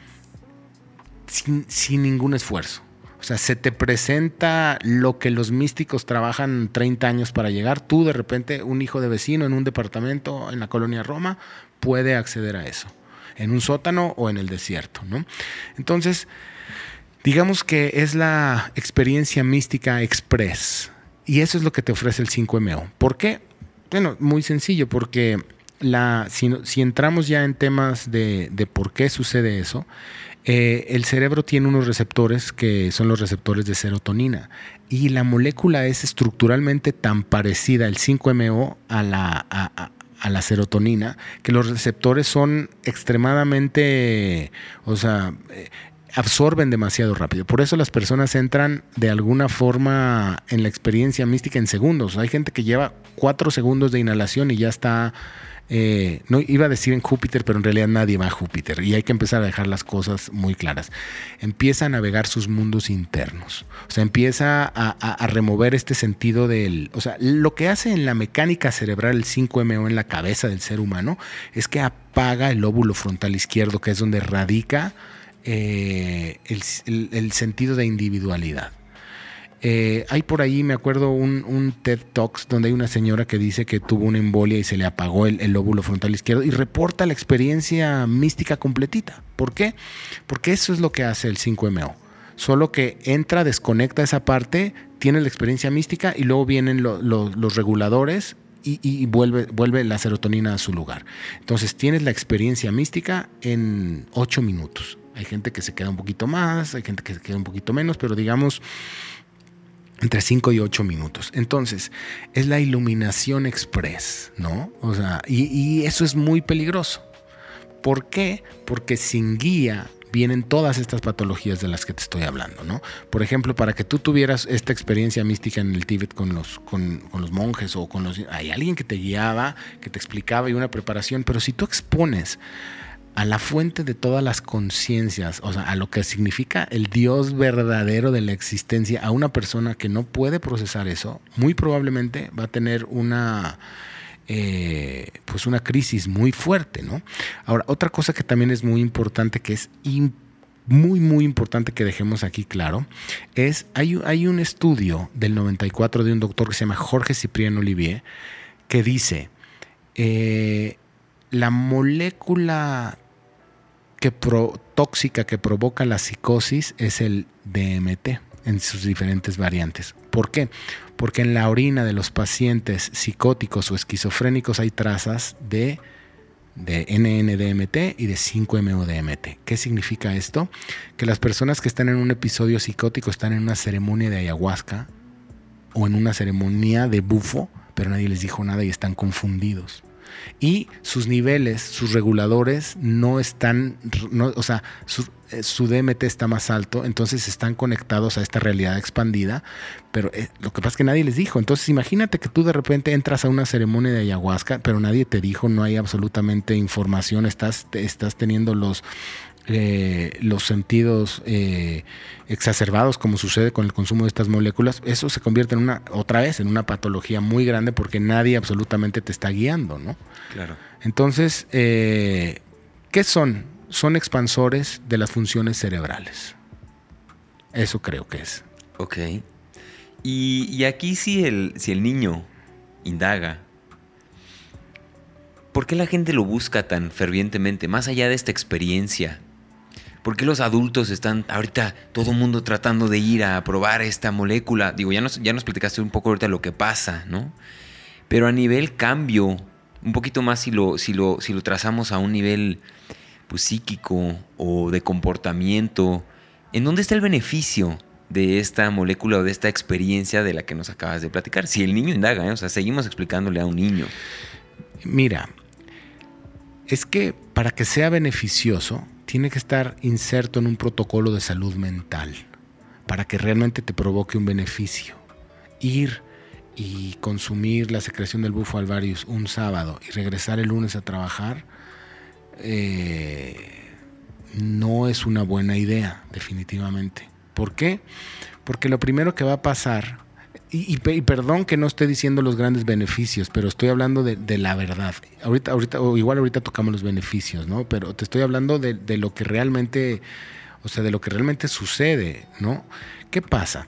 sin ningún esfuerzo. O sea, se te presenta lo que los místicos trabajan 30 años para llegar. Tú, de repente, un hijo de vecino en un departamento en la colonia Roma, puede acceder a eso, en un sótano o en el desierto, ¿no? Entonces, digamos que es la experiencia mística express, y eso es lo que te ofrece el 5-MeO. ¿Por qué? Bueno, muy sencillo, porque si entramos ya en temas de por qué sucede eso, el cerebro tiene unos receptores que son los receptores de serotonina, y la molécula es estructuralmente tan parecida, el 5-MeO, a la serotonina, que los receptores son extremadamente, absorben demasiado rápido. Por eso las personas entran de alguna forma en la experiencia mística en segundos. Hay gente que lleva 4 segundos de inhalación y ya está No iba a decir en Júpiter, pero en realidad nadie va a Júpiter y hay que empezar a dejar las cosas muy claras. Empieza a navegar sus mundos internos, o sea, empieza a remover este sentido o sea, lo que hace en la mecánica cerebral el 5MO en la cabeza del ser humano es que apaga el lóbulo frontal izquierdo, que es donde radica el sentido de individualidad. Hay por ahí, me acuerdo, un TED Talks donde hay una señora que dice que tuvo una embolia y se le apagó el lóbulo frontal izquierdo y reporta la experiencia mística completita. ¿Por qué? Porque eso es lo que hace el 5MO. Solo que entra, desconecta esa parte, tiene la experiencia mística y luego vienen los reguladores y vuelve la serotonina a su lugar. Entonces tienes la experiencia mística en 8 minutos. Hay gente que se queda un poquito más, hay gente que se queda un poquito menos, pero digamos entre 5 y 8 minutos. Entonces, es la iluminación express, ¿no? O sea, y eso es muy peligroso. ¿Por qué? Porque sin guía vienen todas estas patologías de las que te estoy hablando, ¿no? Por ejemplo, para que tú tuvieras esta experiencia mística en el Tíbet con los monjes o hay alguien que te guiaba, que te explicaba y una preparación, pero si tú expones a la fuente de todas las conciencias, o sea, a lo que significa el Dios verdadero de la existencia, a una persona que no puede procesar eso, muy probablemente va a tener una crisis muy fuerte, ¿no? Ahora, otra cosa que también es muy importante, que es muy, muy importante que dejemos aquí claro, es, hay un estudio del 94 de un doctor que se llama Jorge Cipriano Olivier, que dice, la molécula tóxica que provoca la psicosis es el DMT en sus diferentes variantes. ¿Por qué? Porque en la orina de los pacientes psicóticos o esquizofrénicos hay trazas de NN-DMT y de 5-MeO-DMT. ¿Qué significa esto? Que las personas que están en un episodio psicótico están en una ceremonia de ayahuasca o en una ceremonia de bufo, pero nadie les dijo nada y están confundidos. Y sus niveles, sus reguladores no están, o sea, su DMT está más alto, entonces están conectados a esta realidad expandida, pero lo que pasa es que nadie les dijo. Entonces imagínate que tú de repente entras a una ceremonia de ayahuasca, pero nadie te dijo, no hay absolutamente información, estás teniendo los sentidos exacerbados, como sucede con el consumo de estas moléculas. Eso se convierte en una patología muy grande porque nadie absolutamente te está guiando, ¿no? Claro. Entonces, ¿qué son? Son expansores de las funciones cerebrales. Eso creo que es. Ok. Y aquí si el niño indaga, ¿por qué la gente lo busca tan fervientemente, más allá de esta experiencia? ¿Por qué los adultos están ahorita todo el mundo tratando de ir a probar esta molécula? Digo, ya nos platicaste un poco ahorita lo que pasa, ¿no? Pero a nivel cambio, un poquito más si lo trazamos a un nivel pues, psíquico o de comportamiento, ¿en dónde está el beneficio de esta molécula o de esta experiencia de la que nos acabas de platicar? Si el niño indaga, o sea, seguimos explicándole a un niño. Mira, es que para que sea beneficioso, tiene que estar inserto en un protocolo de salud mental para que realmente te provoque un beneficio. Ir y consumir la secreción del bufo alvarius un sábado y regresar el lunes a trabajar no es una buena idea, definitivamente. ¿Por qué? Porque lo primero que va a pasar, y perdón que no esté diciendo los grandes beneficios, pero estoy hablando de la verdad. Ahorita tocamos los beneficios, ¿no? Pero te estoy hablando de lo que realmente, o sea, de lo que realmente sucede, ¿no? ¿Qué pasa?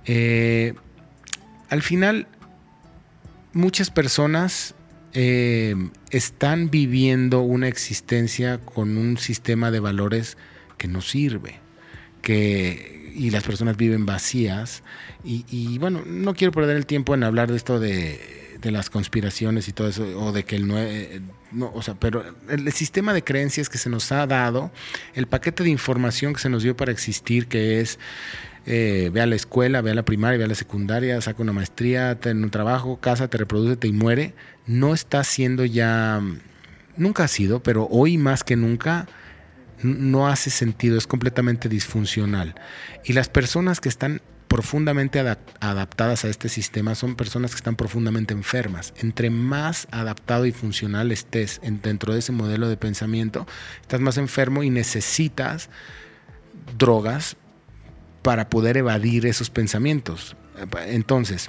Al final, muchas personas están viviendo una existencia con un sistema de valores que no sirve, y las personas viven vacías y bueno, no quiero perder el tiempo en hablar de esto de las conspiraciones y todo eso, o de que pero el sistema de creencias que se nos ha dado, el paquete de información que se nos dio para existir, que es ve a la escuela, ve a la primaria, ve a la secundaria, saca una maestría, ten un trabajo, cásate, reprodúcete y muere, no está siendo ya, nunca ha sido, pero hoy más que nunca no hace sentido, es completamente disfuncional. Y las personas que están profundamente adaptadas a este sistema son personas que están profundamente enfermas. Entre más adaptado y funcional estés dentro de ese modelo de pensamiento, estás más enfermo y necesitas drogas para poder evadir esos pensamientos. Entonces,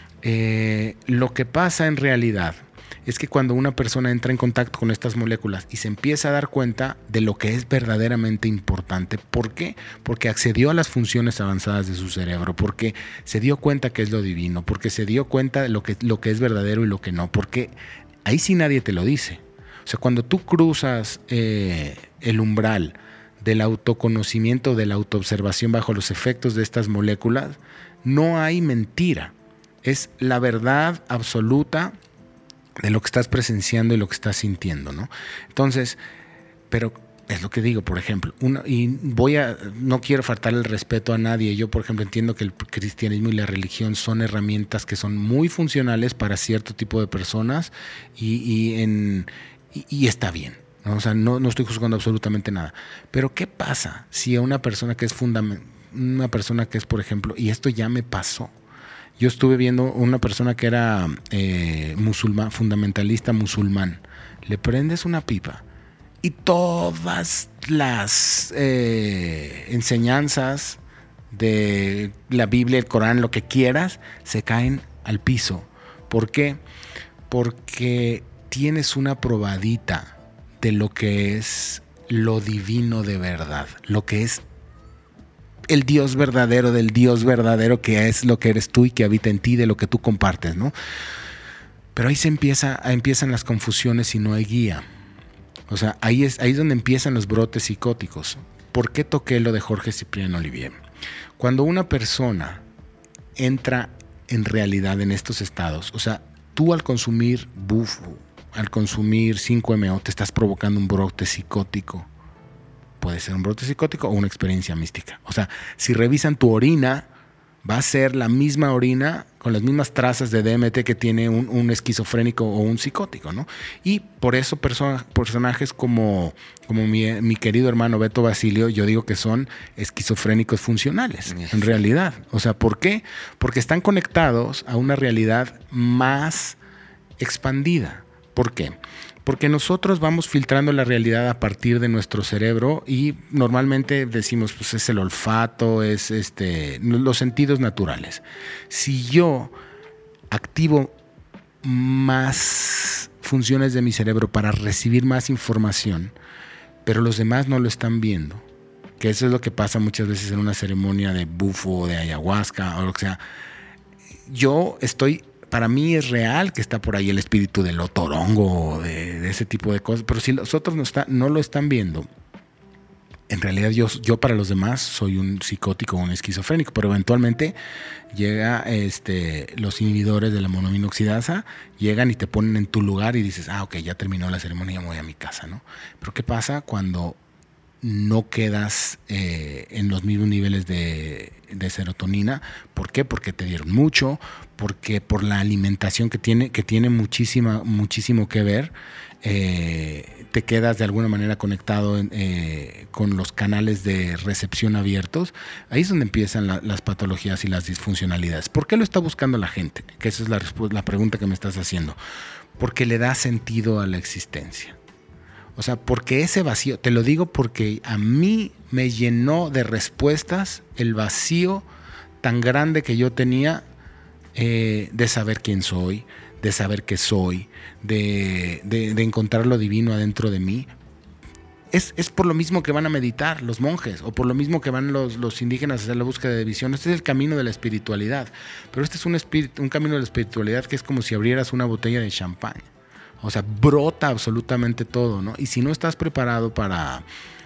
lo que pasa en realidad es que cuando una persona entra en contacto con estas moléculas y se empieza a dar cuenta de lo que es verdaderamente importante, ¿por qué? Porque accedió a las funciones avanzadas de su cerebro, porque se dio cuenta que es lo divino, porque se dio cuenta de lo que es verdadero y lo que no, porque ahí sí nadie te lo dice. O sea, cuando tú cruzas el umbral del autoconocimiento, de la autoobservación bajo los efectos de estas moléculas, no hay mentira. Es la verdad absoluta de lo que estás presenciando y lo que estás sintiendo, ¿no? Entonces, pero es lo que digo, por ejemplo, no quiero faltar el respeto a nadie. Yo, por ejemplo, entiendo que el cristianismo y la religión son herramientas que son muy funcionales para cierto tipo de personas y está bien, ¿no? O sea, no estoy juzgando absolutamente nada. Pero ¿qué pasa si a una persona que es por ejemplo, y esto ya me pasó? Yo estuve viendo una persona que era musulmán, fundamentalista musulmán. Le prendes una pipa y todas las enseñanzas de la Biblia, el Corán, lo que quieras, se caen al piso. ¿Por qué? Porque tienes una probadita de lo que es lo divino de verdad, lo que es el Dios verdadero del Dios verdadero, que es lo que eres tú y que habita en ti, de lo que tú compartes, ¿no? Pero ahí empiezan las confusiones y no hay guía. O sea, ahí es donde empiezan los brotes psicóticos. ¿Por qué toqué lo de Jorge Cipriano Olivier? Cuando una persona entra en realidad en estos estados, o sea, tú al consumir bufo, al consumir 5-MeO, te estás provocando un brote psicótico. Puede ser un brote psicótico o una experiencia mística. O sea, si revisan tu orina, va a ser la misma orina con las mismas trazas de DMT que tiene un esquizofrénico o un psicótico, ¿no? Y por eso personajes como mi querido hermano Beto Basilio, yo digo que son esquizofrénicos funcionales, en realidad. O sea, ¿por qué? Porque están conectados a una realidad más expandida. ¿Por qué? Porque nosotros vamos filtrando la realidad a partir de nuestro cerebro y normalmente decimos, pues es el olfato, es los sentidos naturales. Si yo activo más funciones de mi cerebro para recibir más información, pero los demás no lo están viendo, que eso es lo que pasa muchas veces en una ceremonia de bufo o de ayahuasca o lo que sea, para mí es real que está por ahí el espíritu del otorongo, de ese tipo de cosas, pero si los otros no lo están viendo, en realidad yo para los demás soy un psicótico o un esquizofrénico, pero eventualmente llega los inhibidores de la monoamina oxidasa, llegan y te ponen en tu lugar y dices, ok, ya terminó la ceremonia, me voy a mi casa, ¿no? Pero ¿qué pasa cuando no quedas en los mismos niveles de serotonina? ¿Por qué? Porque te dieron mucho, porque por la alimentación que tiene muchísimo que ver, te quedas de alguna manera conectado con los canales de recepción abiertos. Ahí es donde empiezan las patologías y las disfuncionalidades. ¿Por qué lo está buscando la gente? Que esa es la pregunta que me estás haciendo. Porque le da sentido a la existencia. O sea, porque ese vacío, te lo digo porque a mí me llenó de respuestas el vacío tan grande que yo tenía de saber quién soy, de saber qué soy, de encontrar lo divino adentro de mí. Es por lo mismo que van a meditar los monjes, o por lo mismo que van los indígenas a hacer la búsqueda de visión. Este es el camino de la espiritualidad, pero este es un camino de la espiritualidad que es como si abrieras una botella de champán. O sea, brota absolutamente todo, ¿no? Y si no estás preparado para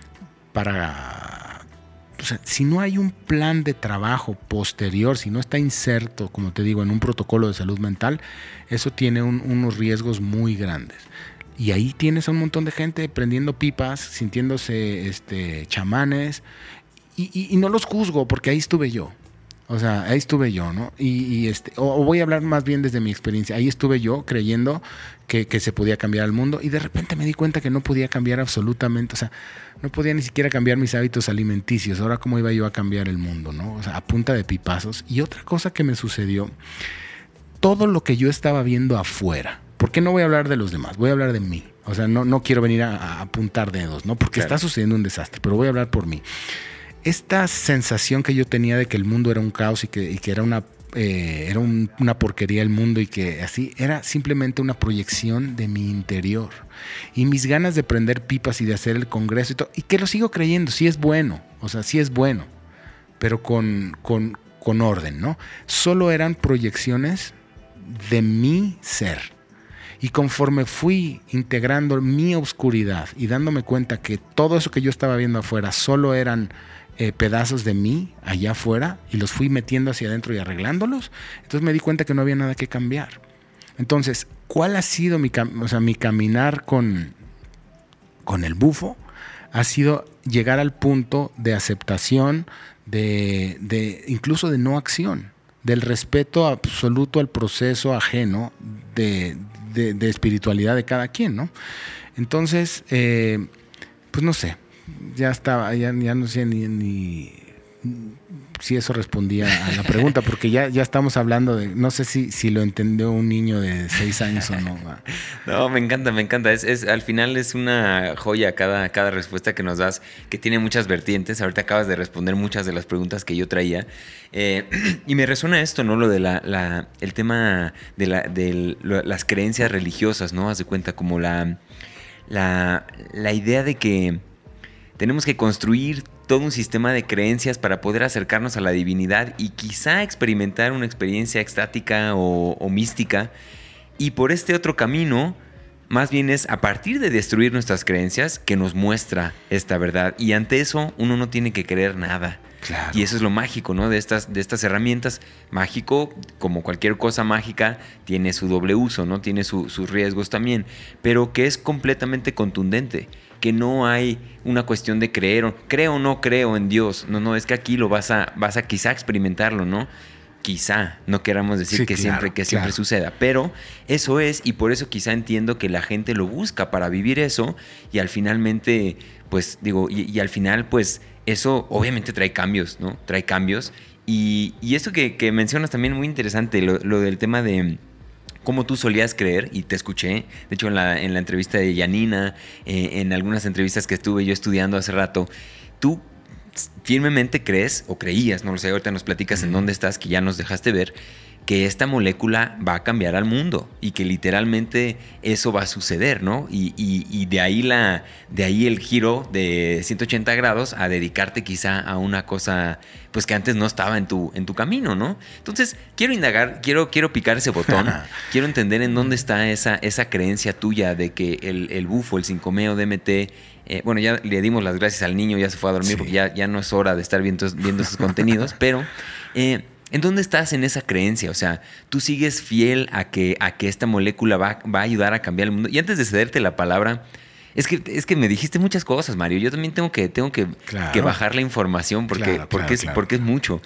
o sea, si no hay un plan de trabajo posterior, si no está inserto, como te digo, en un protocolo de salud mental, eso tiene unos riesgos muy grandes. Y ahí tienes a un montón de gente prendiendo pipas, sintiéndose chamanes, y no los juzgo porque ahí estuve yo. O sea, ahí estuve yo, ¿no? O voy a hablar más bien desde mi experiencia. Ahí estuve yo creyendo que se podía cambiar el mundo y de repente me di cuenta que no podía cambiar absolutamente. O sea, no podía ni siquiera cambiar mis hábitos alimenticios. Ahora, ¿cómo iba yo a cambiar el mundo, no? O sea, a punta de pipazos. Y otra cosa que me sucedió, todo lo que yo estaba viendo afuera, porque no voy a hablar de los demás, voy a hablar de mí. O sea, no quiero venir a apuntar dedos, ¿no? Porque está sucediendo un desastre, pero voy a hablar por mí. Esta sensación que yo tenía de que el mundo era un caos y que era una porquería el mundo y que así, era simplemente una proyección de mi interior. Y mis ganas de prender pipas y de hacer el congreso y todo, y que lo sigo creyendo, sí es bueno, o sea, sí es bueno, pero con orden, ¿no? Solo eran proyecciones de mi ser. Y conforme fui integrando mi oscuridad y dándome cuenta que todo eso que yo estaba viendo afuera solo eran pedazos de mí allá afuera y los fui metiendo hacia adentro y arreglándolos, entonces me di cuenta que no había nada que cambiar. Entonces, ¿cuál ha sido mi caminar con el bufo? Ha sido llegar al punto de aceptación, incluso de no acción, del respeto absoluto al proceso ajeno de espiritualidad de cada quien, ¿no? Entonces, pues no sé, ya estaba, ya no sé ni si eso respondía a la pregunta, porque ya estamos hablando de, no sé si lo entendió un niño de 6 años o no. No, me encanta. Al final es una joya cada respuesta que nos das, que tiene muchas vertientes. Ahorita acabas de responder muchas de las preguntas que yo traía. Y me resuena esto, ¿no? Lo de el tema de las creencias religiosas, ¿no? Haz de cuenta como la idea de que tenemos que construir todo un sistema de creencias para poder acercarnos a la divinidad y quizá experimentar una experiencia extática o mística. Y por este otro camino, más bien es a partir de destruir nuestras creencias que nos muestra esta verdad. Y ante eso uno no tiene que creer nada. Claro. Y eso es lo mágico, ¿no? De estas herramientas. Mágico, como cualquier cosa mágica, tiene su doble uso, ¿no? Tiene sus riesgos también. Pero que es completamente contundente. Que no hay una cuestión de creo o no creo en Dios. No, es que aquí lo vas a quizá experimentarlo, ¿no? Quizá, no queramos decir sí, que siempre suceda, pero eso es, y por eso quizá entiendo que la gente lo busca para vivir eso, y al finalmente, pues digo, y al final, pues eso obviamente trae cambios, ¿no? Trae cambios, y esto que mencionas también muy interesante, lo del tema de cómo tú solías creer, y te escuché, de hecho en la entrevista de Yanina, en algunas entrevistas que estuve yo estudiando hace rato, tú firmemente crees, o creías, no lo sé, ahorita nos platicas en dónde estás, que ya nos dejaste ver, que esta molécula va a cambiar al mundo y que literalmente eso va a suceder, ¿no? Y de ahí el giro de 180 grados a dedicarte quizá a una cosa pues que antes no estaba en tu camino, ¿no? Entonces, quiero indagar, quiero picar ese botón, quiero entender en dónde está esa creencia tuya de que el bufo, el 5-meo DMT, bueno, ya le dimos las gracias al niño, ya se fue a dormir, sí, porque ya no es hora de estar viendo esos contenidos, pero ¿en dónde estás en esa creencia? O sea, ¿tú sigues fiel a que esta molécula va a ayudar a cambiar el mundo? Y antes de cederte la palabra, es que me dijiste muchas cosas, Mario. Yo también tengo que bajar la información porque es mucho.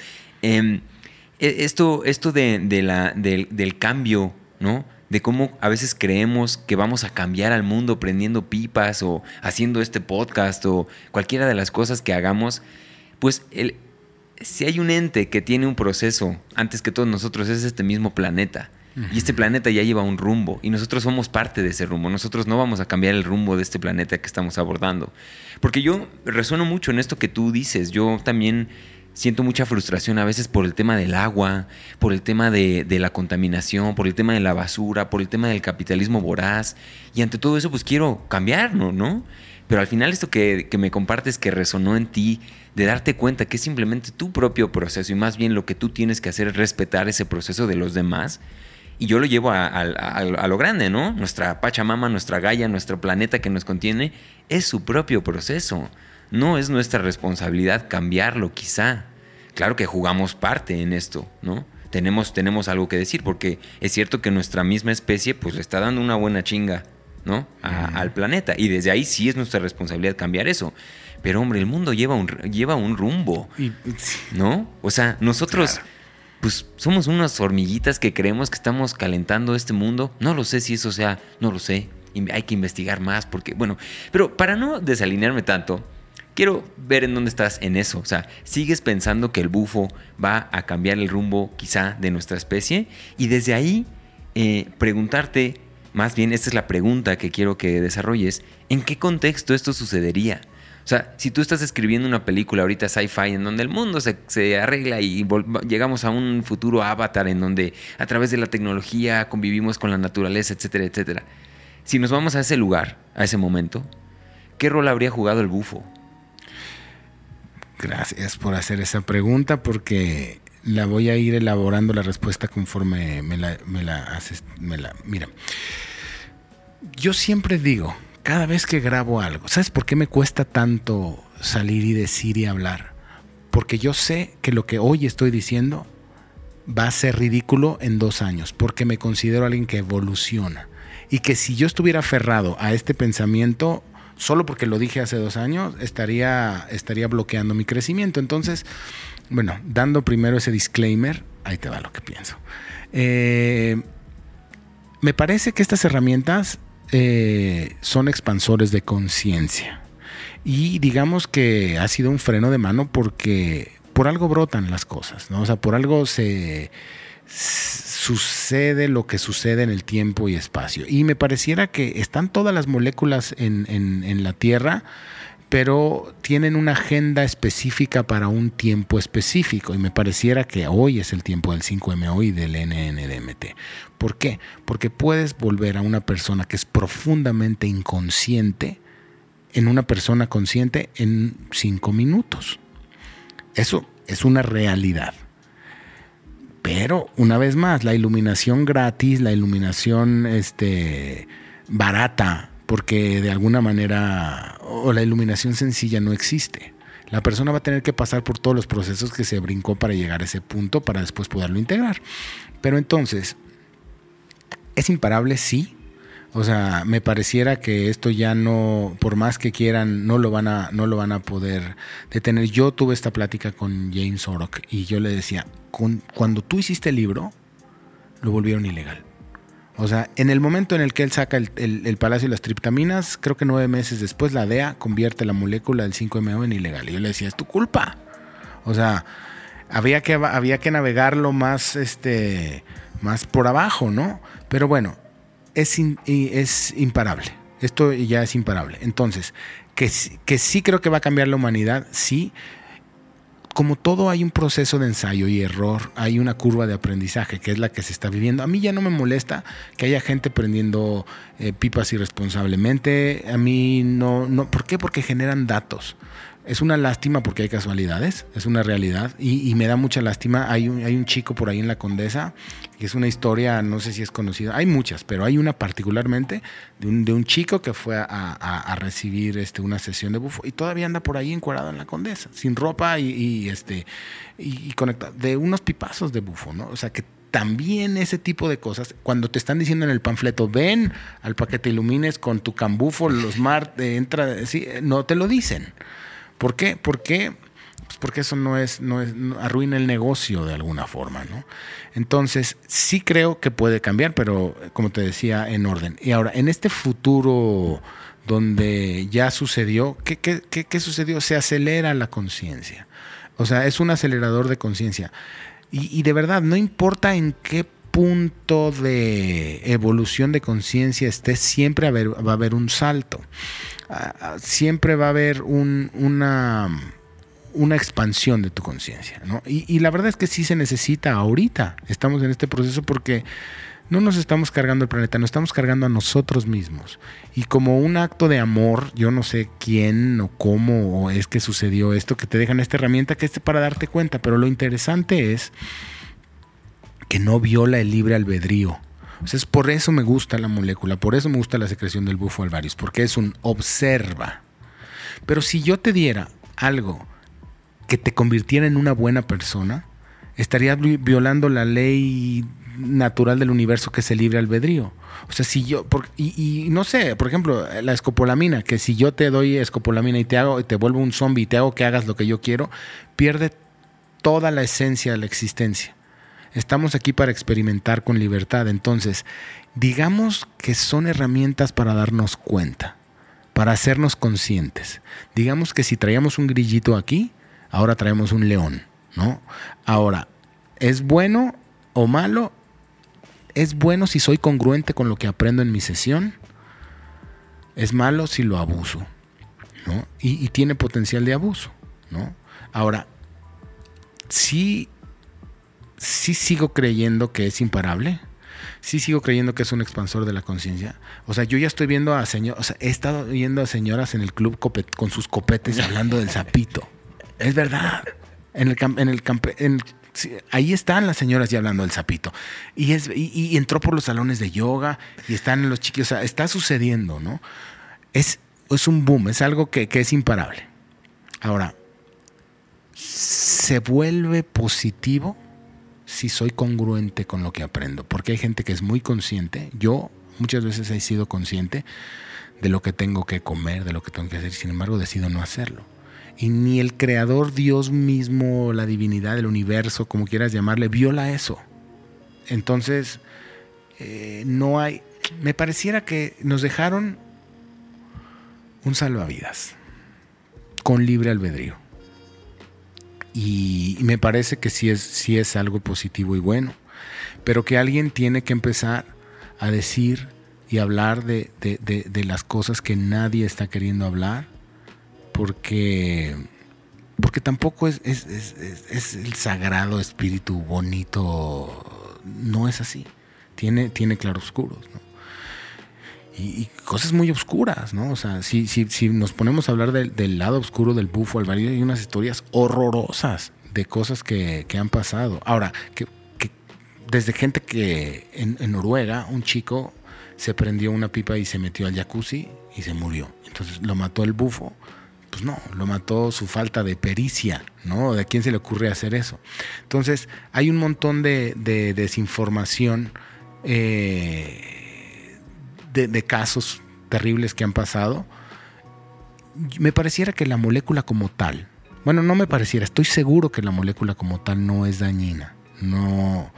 Esto del cambio, ¿no? De cómo a veces creemos que vamos a cambiar al mundo prendiendo pipas o haciendo este podcast o cualquiera de las cosas que hagamos, pues si hay un ente que tiene un proceso antes que todos nosotros, es este mismo planeta. Uh-huh. Y este planeta ya lleva un rumbo y nosotros somos parte de ese rumbo. Nosotros no vamos a cambiar el rumbo de este planeta que estamos abordando. Porque yo resueno mucho en esto que tú dices. Yo también siento mucha frustración a veces por el tema del agua, por el tema de la contaminación, por el tema de la basura, por el tema del capitalismo voraz. Y ante todo eso, pues quiero cambiarlo, ¿no? Pero al final esto que me compartes que resonó en ti, de darte cuenta que es simplemente tu propio proceso y más bien lo que tú tienes que hacer es respetar ese proceso de los demás. Y yo lo llevo a lo grande, ¿no? Nuestra Pachamama, nuestra Gaia, nuestro planeta que nos contiene, es su propio proceso. No es nuestra responsabilidad cambiarlo, quizá. Claro que jugamos parte en esto, ¿no? Tenemos algo que decir, porque es cierto que nuestra misma especie pues le está dando una buena chinga, ¿no? Al planeta. Y desde ahí sí es nuestra responsabilidad cambiar eso. Pero hombre, el mundo lleva un rumbo, ¿no? O sea, nosotros... Claro. Pues somos unas hormiguitas que creemos que estamos calentando este mundo. No lo sé si eso sea, no lo sé. Hay que investigar más porque, bueno, pero para no desalinearme tanto, quiero ver en dónde estás en eso. O sea, ¿sigues pensando que el bufo va a cambiar el rumbo quizá de nuestra especie? Y desde ahí preguntarte, más bien esta es la pregunta que quiero que desarrolles, ¿en qué contexto esto sucedería? O sea, si tú estás escribiendo una película ahorita sci-fi en donde el mundo se arregla y llegamos a un futuro avatar en donde a través de la tecnología convivimos con la naturaleza, etcétera, etcétera. Si nos vamos a ese lugar, a ese momento, ¿qué rol habría jugado el bufo? Gracias por hacer esa pregunta porque la voy a ir elaborando la respuesta conforme me la haces. Mira, yo siempre digo... Cada vez que grabo algo, ¿sabes por qué me cuesta tanto salir y decir y hablar? Porque yo sé que lo que hoy estoy diciendo va a ser ridículo en 2 años, porque me considero alguien que evoluciona. Y que si yo estuviera aferrado a este pensamiento, solo porque lo dije hace 2 años, estaría bloqueando mi crecimiento. Entonces, bueno, dando primero ese disclaimer, ahí te va lo que pienso. Me parece que estas herramientas... son expansores de conciencia y digamos que ha sido un freno de mano porque por algo brotan las cosas, ¿no? O sea, por algo sucede lo que sucede en el tiempo y espacio y me pareciera que están todas las moléculas en la Tierra, pero tienen una agenda específica para un tiempo específico y me pareciera que hoy es el tiempo del 5MO y del NN-DMT. ¿Por qué? Porque puedes volver a una persona que es profundamente inconsciente en una persona consciente en 5 minutos. Eso es una realidad. Pero, una vez más, la iluminación gratis, la iluminación barata, porque de alguna manera, o la iluminación sencilla no existe. La persona va a tener que pasar por todos los procesos que se brincó para llegar a ese punto para después poderlo integrar. Pero entonces, ¿es imparable? Sí. O sea, me pareciera que esto ya no, por más que quieran, no lo van a poder detener. Yo tuve esta plática con James Orok y yo le decía, cuando tú hiciste el libro, lo volvieron ilegal. O sea, en el momento en el que él saca el Palacio de las Triptaminas, creo que 9 meses después la DEA convierte la molécula del 5MO en ilegal. Y yo le decía, es tu culpa. O sea, había que navegarlo más por abajo, ¿no? Pero bueno, es imparable. Esto ya es imparable. Entonces, que sí creo que va a cambiar la humanidad, sí. Como todo hay un proceso de ensayo y error, hay una curva de aprendizaje que es la que se está viviendo. A mí ya no me molesta que haya gente prendiendo pipas irresponsablemente. A mí no. ¿Por qué? Porque generan datos. Es una lástima porque hay casualidades, es una realidad y me da mucha lástima. Hay un chico por ahí en la Condesa, que es una historia, no sé si es conocida, hay muchas, pero hay una particularmente de un chico que fue a recibir una sesión de bufo y todavía anda por ahí encuadrado en la Condesa, sin ropa y conectado, de unos pipazos de bufo, ¿no? O sea que también ese tipo de cosas, cuando te están diciendo en el panfleto, ven al para que te ilumines con tu cambufo, los entra, sí, no te lo dicen. ¿Por qué? Pues porque eso no arruina el negocio de alguna forma, ¿no? Entonces, sí creo que puede cambiar, pero como te decía, en orden. Y ahora, en este futuro donde ya sucedió, ¿qué sucedió? Se acelera la conciencia. O sea, es un acelerador de conciencia. Y de verdad, no importa en qué punto de evolución de conciencia estés, siempre va a haber un salto. Siempre va a haber una expansión de tu conciencia, ¿no? Y la verdad es que sí se necesita ahorita. Estamos en este proceso porque no nos estamos cargando el planeta, nos estamos cargando a nosotros mismos. Y como un acto de amor, yo no sé quién o cómo o es que sucedió esto, que te dejan esta herramienta que es para darte cuenta. Pero lo interesante es que no viola el libre albedrío. O sea, es por eso me gusta la molécula, por eso me gusta la secreción del bufo alvarius, porque es un observa. Pero si yo te diera algo que te convirtiera en una buena persona, estarías violando la ley natural del universo, que es el libre albedrío. O sea, si yo, y no sé, por ejemplo, la escopolamina, que si yo te doy escopolamina y te vuelvo un zombie y te hago que hagas lo que yo quiero, pierde toda la esencia de la existencia. Estamos aquí para experimentar con libertad. Entonces, digamos que son herramientas para darnos cuenta, para hacernos conscientes. Digamos que si traíamos un grillito aquí, ahora traemos un león, ¿no? Ahora, ¿es bueno o malo? Es bueno si soy congruente con lo que aprendo en mi sesión. Es malo si lo abuso, ¿no? Y tiene potencial de abuso, ¿no? Ahora, sí sigo creyendo que es imparable. Sí sigo creyendo que es un expansor de la conciencia. O sea, yo ya estoy viendo a señoras, o sea, he estado viendo a señoras en el club con sus copetes hablando del sapito. Es verdad. Ahí están las señoras ya hablando del sapito. Y entró por los salones de yoga y están los chiquillos. O sea, está sucediendo, ¿no? Es un boom, es algo que es imparable. Ahora, se vuelve positivo si soy congruente con lo que aprendo. Porque hay gente que es muy consciente. Yo muchas veces he sido consciente de lo que tengo que comer, de lo que tengo que hacer. Sin embargo, decido no hacerlo. Y ni el creador, Dios mismo, la divinidad, el universo, como quieras llamarle, viola eso. Entonces, no hay... Me pareciera que nos dejaron un salvavidas con libre albedrío. Y me parece que sí es algo positivo y bueno. Pero que alguien tiene que empezar a decir y hablar de las cosas que nadie está queriendo hablar. Porque tampoco es el sagrado espíritu bonito, no es así. Tiene claroscuros, ¿no? Y cosas muy oscuras, ¿no? O sea, si nos ponemos a hablar del lado oscuro del bufo Alvario, hay unas historias horrorosas de cosas que han pasado. Ahora, que desde gente que en Noruega, un chico se prendió una pipa y se metió al jacuzzi y se murió. Entonces lo mató el bufo. Pues no, lo mató su falta de pericia, ¿no? ¿De quién se le ocurre hacer eso? Entonces, hay un montón de desinformación, de casos terribles que han pasado. Me pareciera que la molécula como tal, bueno, no me pareciera, estoy seguro que la molécula como tal no es dañina. No,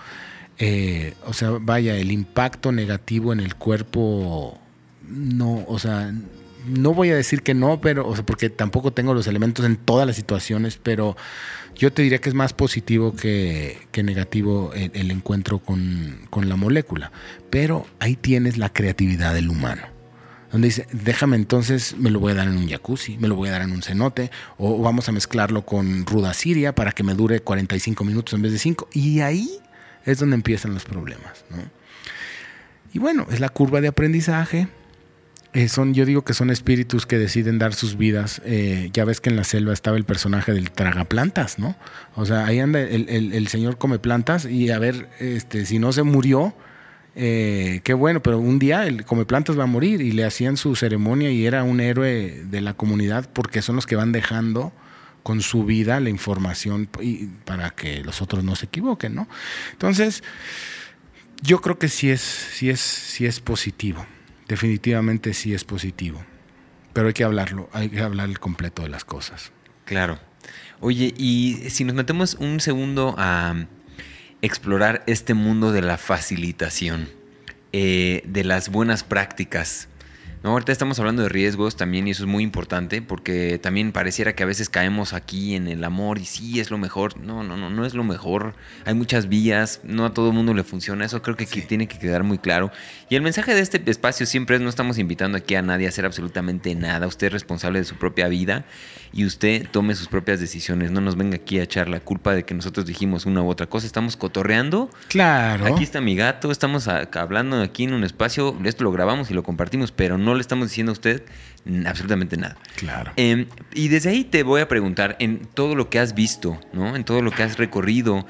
o sea, vaya, el impacto negativo en el cuerpo, no, o sea... No voy a decir que no, pero, o sea, porque tampoco tengo los elementos en todas las situaciones, pero yo te diría que es más positivo que negativo el encuentro con la molécula. Pero ahí tienes la creatividad del humano, donde dice, déjame entonces, me lo voy a dar en un jacuzzi, me lo voy a dar en un cenote, o vamos a mezclarlo con ruda siria para que me dure 45 minutos en vez de 5. Y ahí es donde empiezan los problemas, ¿no? Y bueno, es la curva de aprendizaje. Yo digo que son espíritus que deciden dar sus vidas. Ya ves que en la selva estaba el personaje del tragaplantas, ¿no? O sea, ahí anda el señor come plantas y a ver, si no se murió, qué bueno, pero un día el come plantas va a morir, y le hacían su ceremonia y era un héroe de la comunidad porque son los que van dejando con su vida la información para que los otros no se equivoquen, ¿no? Entonces, yo creo que sí es positivo. Definitivamente sí es positivo, pero hay que hablarlo, hay que hablar el completo de las cosas. Claro. Oye, y si nos metemos un segundo a explorar este mundo de la facilitación, de las buenas prácticas, ¿no? Ahorita estamos hablando de riesgos también, y eso es muy importante, porque también pareciera que a veces caemos aquí en el amor y sí es lo mejor. No es lo mejor. Hay muchas vías, no a todo el mundo le funciona. Eso creo que sí tiene que quedar muy claro. Y el mensaje de este espacio siempre es: no estamos invitando aquí a nadie a hacer absolutamente nada. Usted es responsable de su propia vida y usted tome sus propias decisiones. No nos venga aquí a echar la culpa de que nosotros dijimos una u otra cosa. Estamos cotorreando. Claro. Aquí está mi gato, estamos hablando aquí en un espacio. Esto lo grabamos y lo compartimos, pero no le estamos diciendo a usted absolutamente nada. Claro. Y desde ahí te voy a preguntar, en todo lo que has visto, ¿no? En todo lo que has recorrido,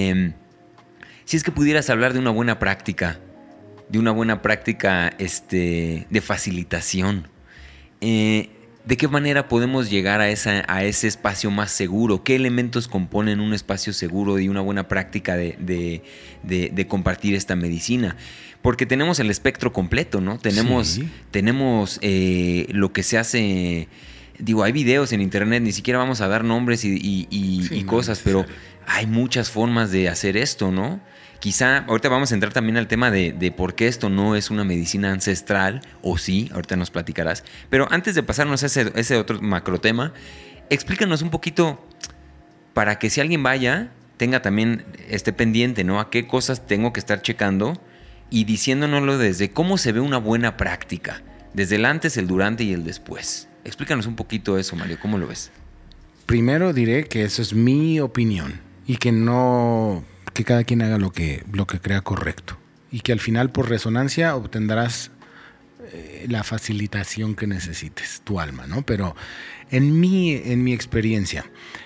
si es que pudieras hablar de una buena práctica, de facilitación, ¿De qué manera podemos llegar a ese espacio más seguro? ¿Qué elementos componen un espacio seguro y una buena práctica de compartir esta medicina? Porque tenemos el espectro completo, ¿no? Tenemos lo que se hace... Digo, hay videos en internet, ni siquiera vamos a dar nombres y cosas, pero hay muchas formas de hacer esto, ¿no? Quizá, ahorita vamos a entrar también al tema de por qué esto no es una medicina ancestral, o sí, ahorita nos platicarás. Pero antes de pasarnos a ese otro macro tema, explícanos un poquito para que si alguien vaya, esté pendiente, ¿no? A qué cosas tengo que estar checando y diciéndonoslo desde cómo se ve una buena práctica, desde el antes, el durante y el después. Explícanos un poquito eso, Mario, ¿cómo lo ves? Primero diré que eso es mi opinión y que cada quien haga lo que crea correcto y que al final por resonancia obtendrás la facilitación que necesites, tu alma, ¿no? Pero en mi experiencia,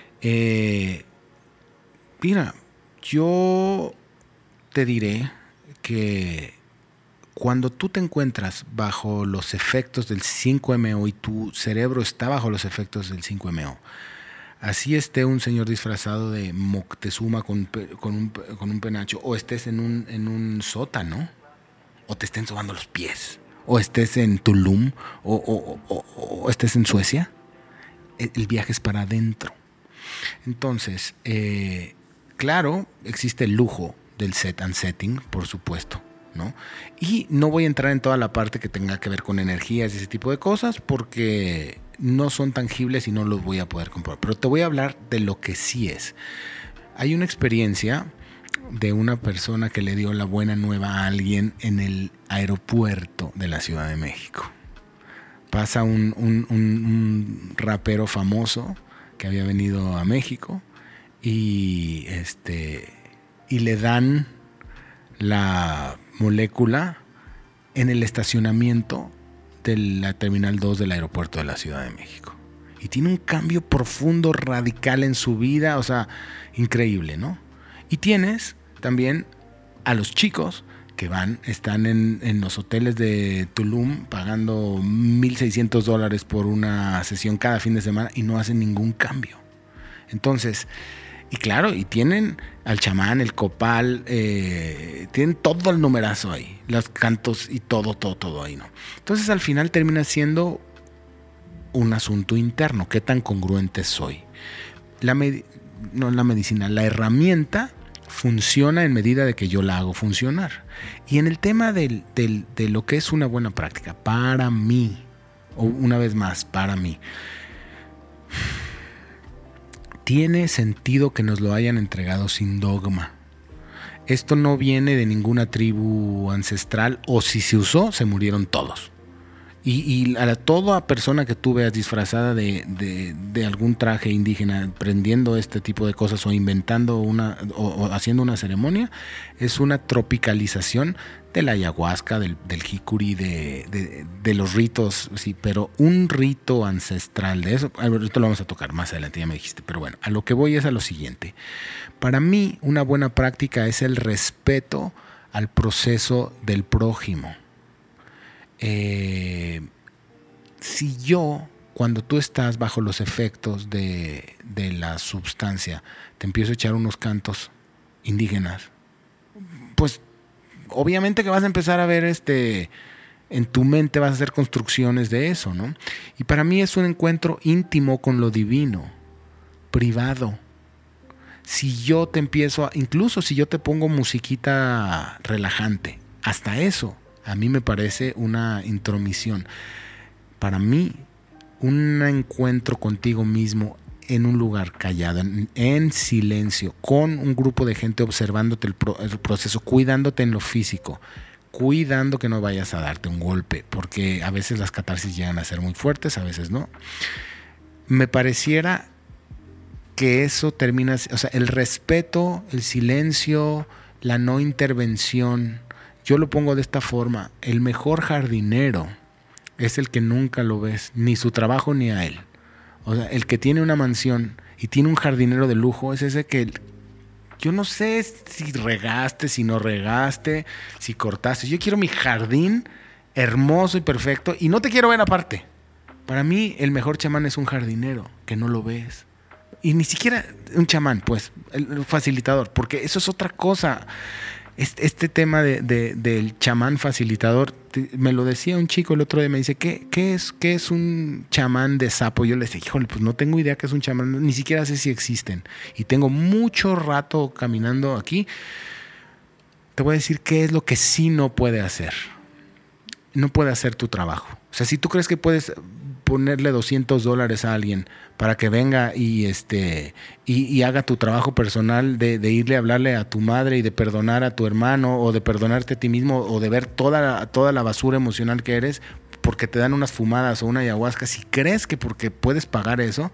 mira, yo te diré que cuando tú te encuentras bajo los efectos del 5-MeO y tu cerebro está bajo los efectos del 5-MeO, así esté un señor disfrazado de Moctezuma con un penacho, o estés en un sótano, o te estén sobando los pies, o estés en Tulum, o estés en Suecia, el viaje es para adentro. Entonces, claro, existe el lujo del set and setting, por supuesto, ¿no? Y no voy a entrar en toda la parte que tenga que ver con energías y ese tipo de cosas porque no son tangibles y no los voy a poder comprobar. Pero te voy a hablar de lo que sí es. Hay una experiencia de una persona que le dio la buena nueva a alguien en el aeropuerto de la Ciudad de México. Pasa un rapero famoso que había venido a México y le dan la molécula en el estacionamiento de la Terminal 2 del aeropuerto de la Ciudad de México. Y tiene un cambio profundo, radical en su vida, o sea, increíble, ¿no? Y tienes también a los chicos que están en los hoteles de Tulum pagando $1,600 por una sesión cada fin de semana y no hacen ningún cambio. Entonces, y claro, y tienen al chamán, el copal, tienen todo el numerazo ahí, los cantos y todo ahí, ¿no? Entonces al final termina siendo un asunto interno, qué tan congruente soy. La herramienta funciona en medida de que yo la hago funcionar. Y en el tema de lo que es una buena práctica, para mí, o una vez más, para mí, tiene sentido que nos lo hayan entregado sin dogma. Esto no viene de ninguna tribu ancestral, o si se usó, se murieron todos. Y a toda persona que tú veas disfrazada de algún traje indígena, prendiendo este tipo de cosas o inventando o haciendo una ceremonia, es una tropicalización de la ayahuasca, del jicuri, de los ritos, sí, pero un rito ancestral de eso, ahorita lo vamos a tocar más adelante, ya me dijiste, pero bueno, a lo que voy es a lo siguiente. Para mí, una buena práctica es el respeto al proceso del prójimo. Si yo, cuando tú estás bajo los efectos de la sustancia, te empiezo a echar unos cantos indígenas, pues obviamente que vas a empezar a ver en tu mente vas a hacer construcciones de eso, ¿no? Y para mí es un encuentro íntimo con lo divino, privado. Si yo te incluso si yo te pongo musiquita relajante, hasta eso a mí me parece una intromisión. Para mí, un encuentro contigo mismo en un lugar callado, en silencio, con un grupo de gente observándote el proceso, cuidándote en lo físico, cuidando que no vayas a darte un golpe, porque a veces las catarsis llegan a ser muy fuertes, a veces no. Me pareciera que eso termina, o sea, el respeto, el silencio, la no intervención. Yo lo pongo de esta forma: el mejor jardinero es el que nunca lo ves, ni su trabajo ni a él. O sea, el que tiene una mansión y tiene un jardinero de lujo es ese que yo no sé si regaste, si no regaste, si cortaste. Yo quiero mi jardín hermoso y perfecto y no te quiero ver aparte. Para mí, el mejor chamán es un jardinero, que no lo ves. Y ni siquiera un chamán, pues, el facilitador, porque eso es otra cosa. Este tema del chamán facilitador, me lo decía un chico el otro día, me dice, ¿qué es un chamán de sapo? Yo le decía, híjole, pues no tengo idea qué es un chamán, ni siquiera sé si existen. Y tengo mucho rato caminando aquí. Te voy a decir qué es lo que sí no puede hacer. No puede hacer tu trabajo. O sea, si tú crees que puedes ponerle $200 a alguien para que venga y haga tu trabajo personal de irle a hablarle a tu madre y de perdonar a tu hermano o de perdonarte a ti mismo o de ver toda la basura emocional que eres porque te dan unas fumadas o una ayahuasca, si crees que porque puedes pagar eso,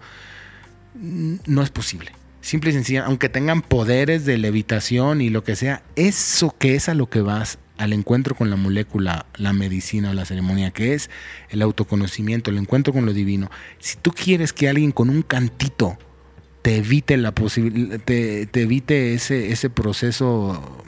no es posible. Simple y sencilla, aunque tengan poderes de levitación y lo que sea, eso que es a lo que vas, al encuentro con la molécula, la medicina o la ceremonia, que es el autoconocimiento, el encuentro con lo divino. Si tú quieres que alguien con un cantito te evite te evite ese proceso,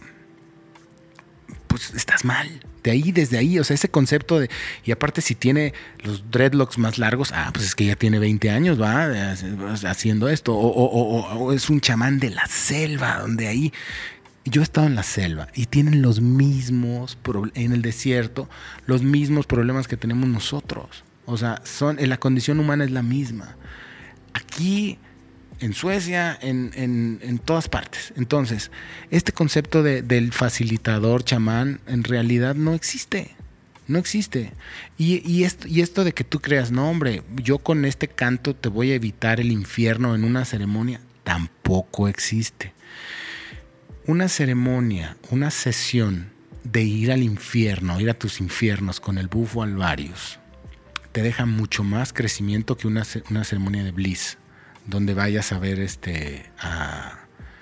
pues estás mal. Desde ahí, o sea, ese concepto de... Y aparte si tiene los dreadlocks más largos, pues es que ya tiene 20 años, va haciendo esto. O es un chamán de la selva, donde ahí... Yo he estado en la selva y tienen los mismos, en el desierto, los mismos problemas que tenemos nosotros. O sea, la condición humana es la misma. Aquí, en Suecia, en todas partes. Entonces, este concepto del facilitador chamán en realidad no existe. No existe. Y esto de que tú creas, no hombre, yo con este canto te voy a evitar el infierno en una ceremonia, tampoco existe. Una ceremonia, una sesión de ir al infierno, ir a tus infiernos con el bufo alvarius, te deja mucho más crecimiento que una ceremonia de bliss, donde vayas a ver a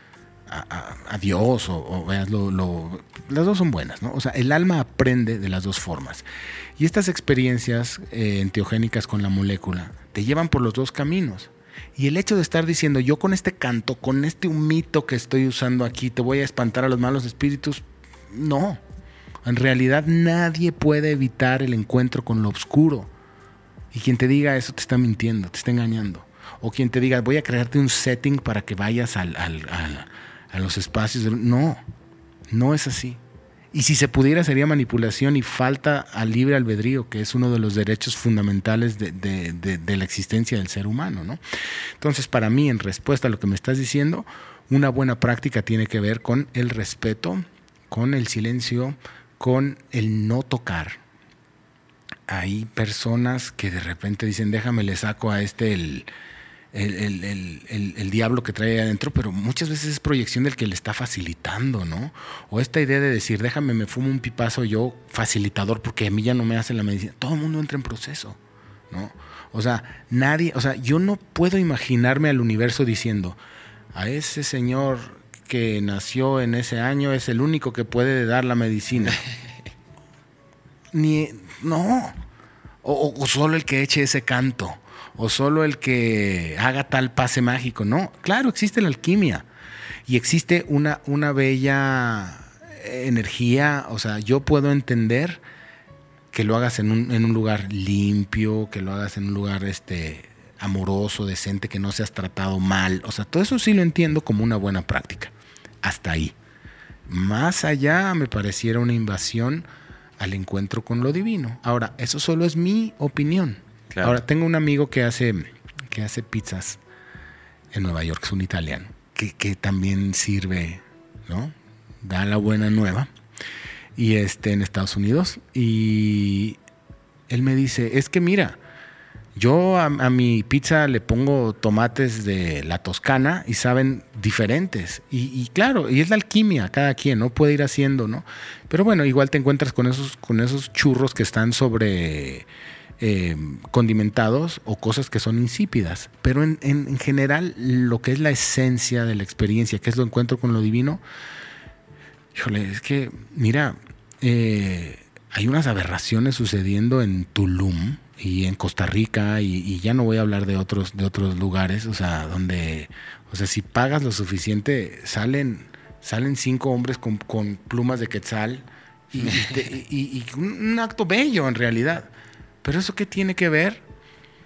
Dios o veas las dos son buenas, ¿no? O sea, el alma aprende de las dos formas. Y estas experiencias enteogénicas con la molécula te llevan por los dos caminos. Y el hecho de estar diciendo, yo con este canto, con este humito que estoy usando aquí, te voy a espantar a los malos espíritus, no. En realidad nadie puede evitar el encuentro con lo oscuro. Y quien te diga eso te está mintiendo, te está engañando. O quien te diga, voy a crearte un setting para que vayas a los espacios. No es así. Y si se pudiera sería manipulación y falta al libre albedrío, que es uno de los derechos fundamentales de la existencia del ser humano, ¿no? Entonces, para mí, en respuesta a lo que me estás diciendo, una buena práctica tiene que ver con el respeto, con el silencio, con el no tocar. Hay personas que de repente dicen, déjame le saco a el diablo que trae adentro, pero muchas veces es proyección del que le está facilitando, ¿no? O esta idea de decir, déjame, me fumo un pipazo yo facilitador porque a mí ya no me hace la medicina. Todo el mundo entra en proceso, ¿no? O sea, yo no puedo imaginarme al universo diciendo, a ese señor que nació en ese año es el único que puede dar la medicina. No. O solo el que eche ese canto. O solo el que haga tal pase mágico. No, claro, existe la alquimia. Y existe una bella energía. O sea, yo puedo entender que lo hagas en un lugar limpio, que lo hagas en un lugar amoroso, decente, que no seas tratado mal. O sea, todo eso sí lo entiendo como una buena práctica. Hasta ahí. Más allá me pareciera una invasión al encuentro con lo divino. Ahora, eso solo es mi opinión. Claro. Ahora, tengo un amigo que hace pizzas en Nueva York, es un italiano, que también sirve, ¿no? Da la buena nueva. Y en Estados Unidos. Y él me dice, es que mira, yo a mi pizza le pongo tomates de la Toscana y saben diferentes. Y claro, y es la alquimia, cada quien, ¿no? Puede ir haciendo, ¿no? Pero bueno, igual te encuentras con esos churros que están sobre condimentados o cosas que son insípidas. Pero en general, lo que es la esencia de la experiencia, que es lo encuentro con lo divino, híjole, es que, mira, hay unas aberraciones sucediendo en Tulum y en Costa Rica y ya no voy a hablar de otros lugares, o sea, donde, o sea, si pagas lo suficiente, salen 5 hombres con plumas de quetzal y un acto bello en realidad. Pero ¿eso qué tiene que ver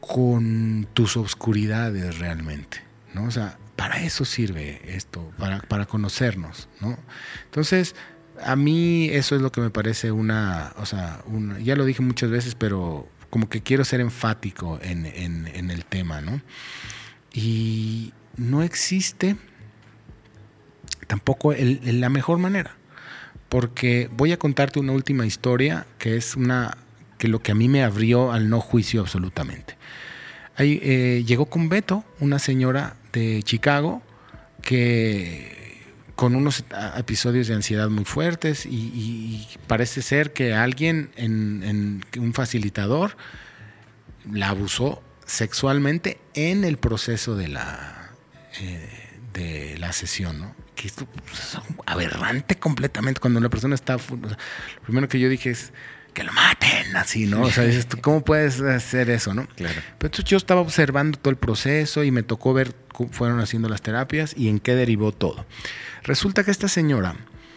con tus obscuridades realmente, ¿no? O sea, para eso sirve esto, para conocernos, ¿no? Entonces, a mí eso es lo que me parece ya lo dije muchas veces, pero como que quiero ser enfático en el tema, ¿no? Y no existe tampoco la mejor manera, porque voy a contarte una última historia que lo que a mí me abrió al no juicio absolutamente. Ahí, llegó con Beto, una señora de Chicago que con unos episodios de ansiedad muy fuertes y parece ser que alguien, un facilitador, la abusó sexualmente en el proceso de la sesión, ¿no? Que esto es aberrante completamente cuando una persona está... lo primero que yo dije es que lo maten, así, ¿no? O sea, dices, ¿cómo puedes hacer eso, no? Claro. Pero entonces yo estaba observando todo el proceso y me tocó ver cómo fueron haciendo las terapias y en qué derivó todo. Resulta que esta señora,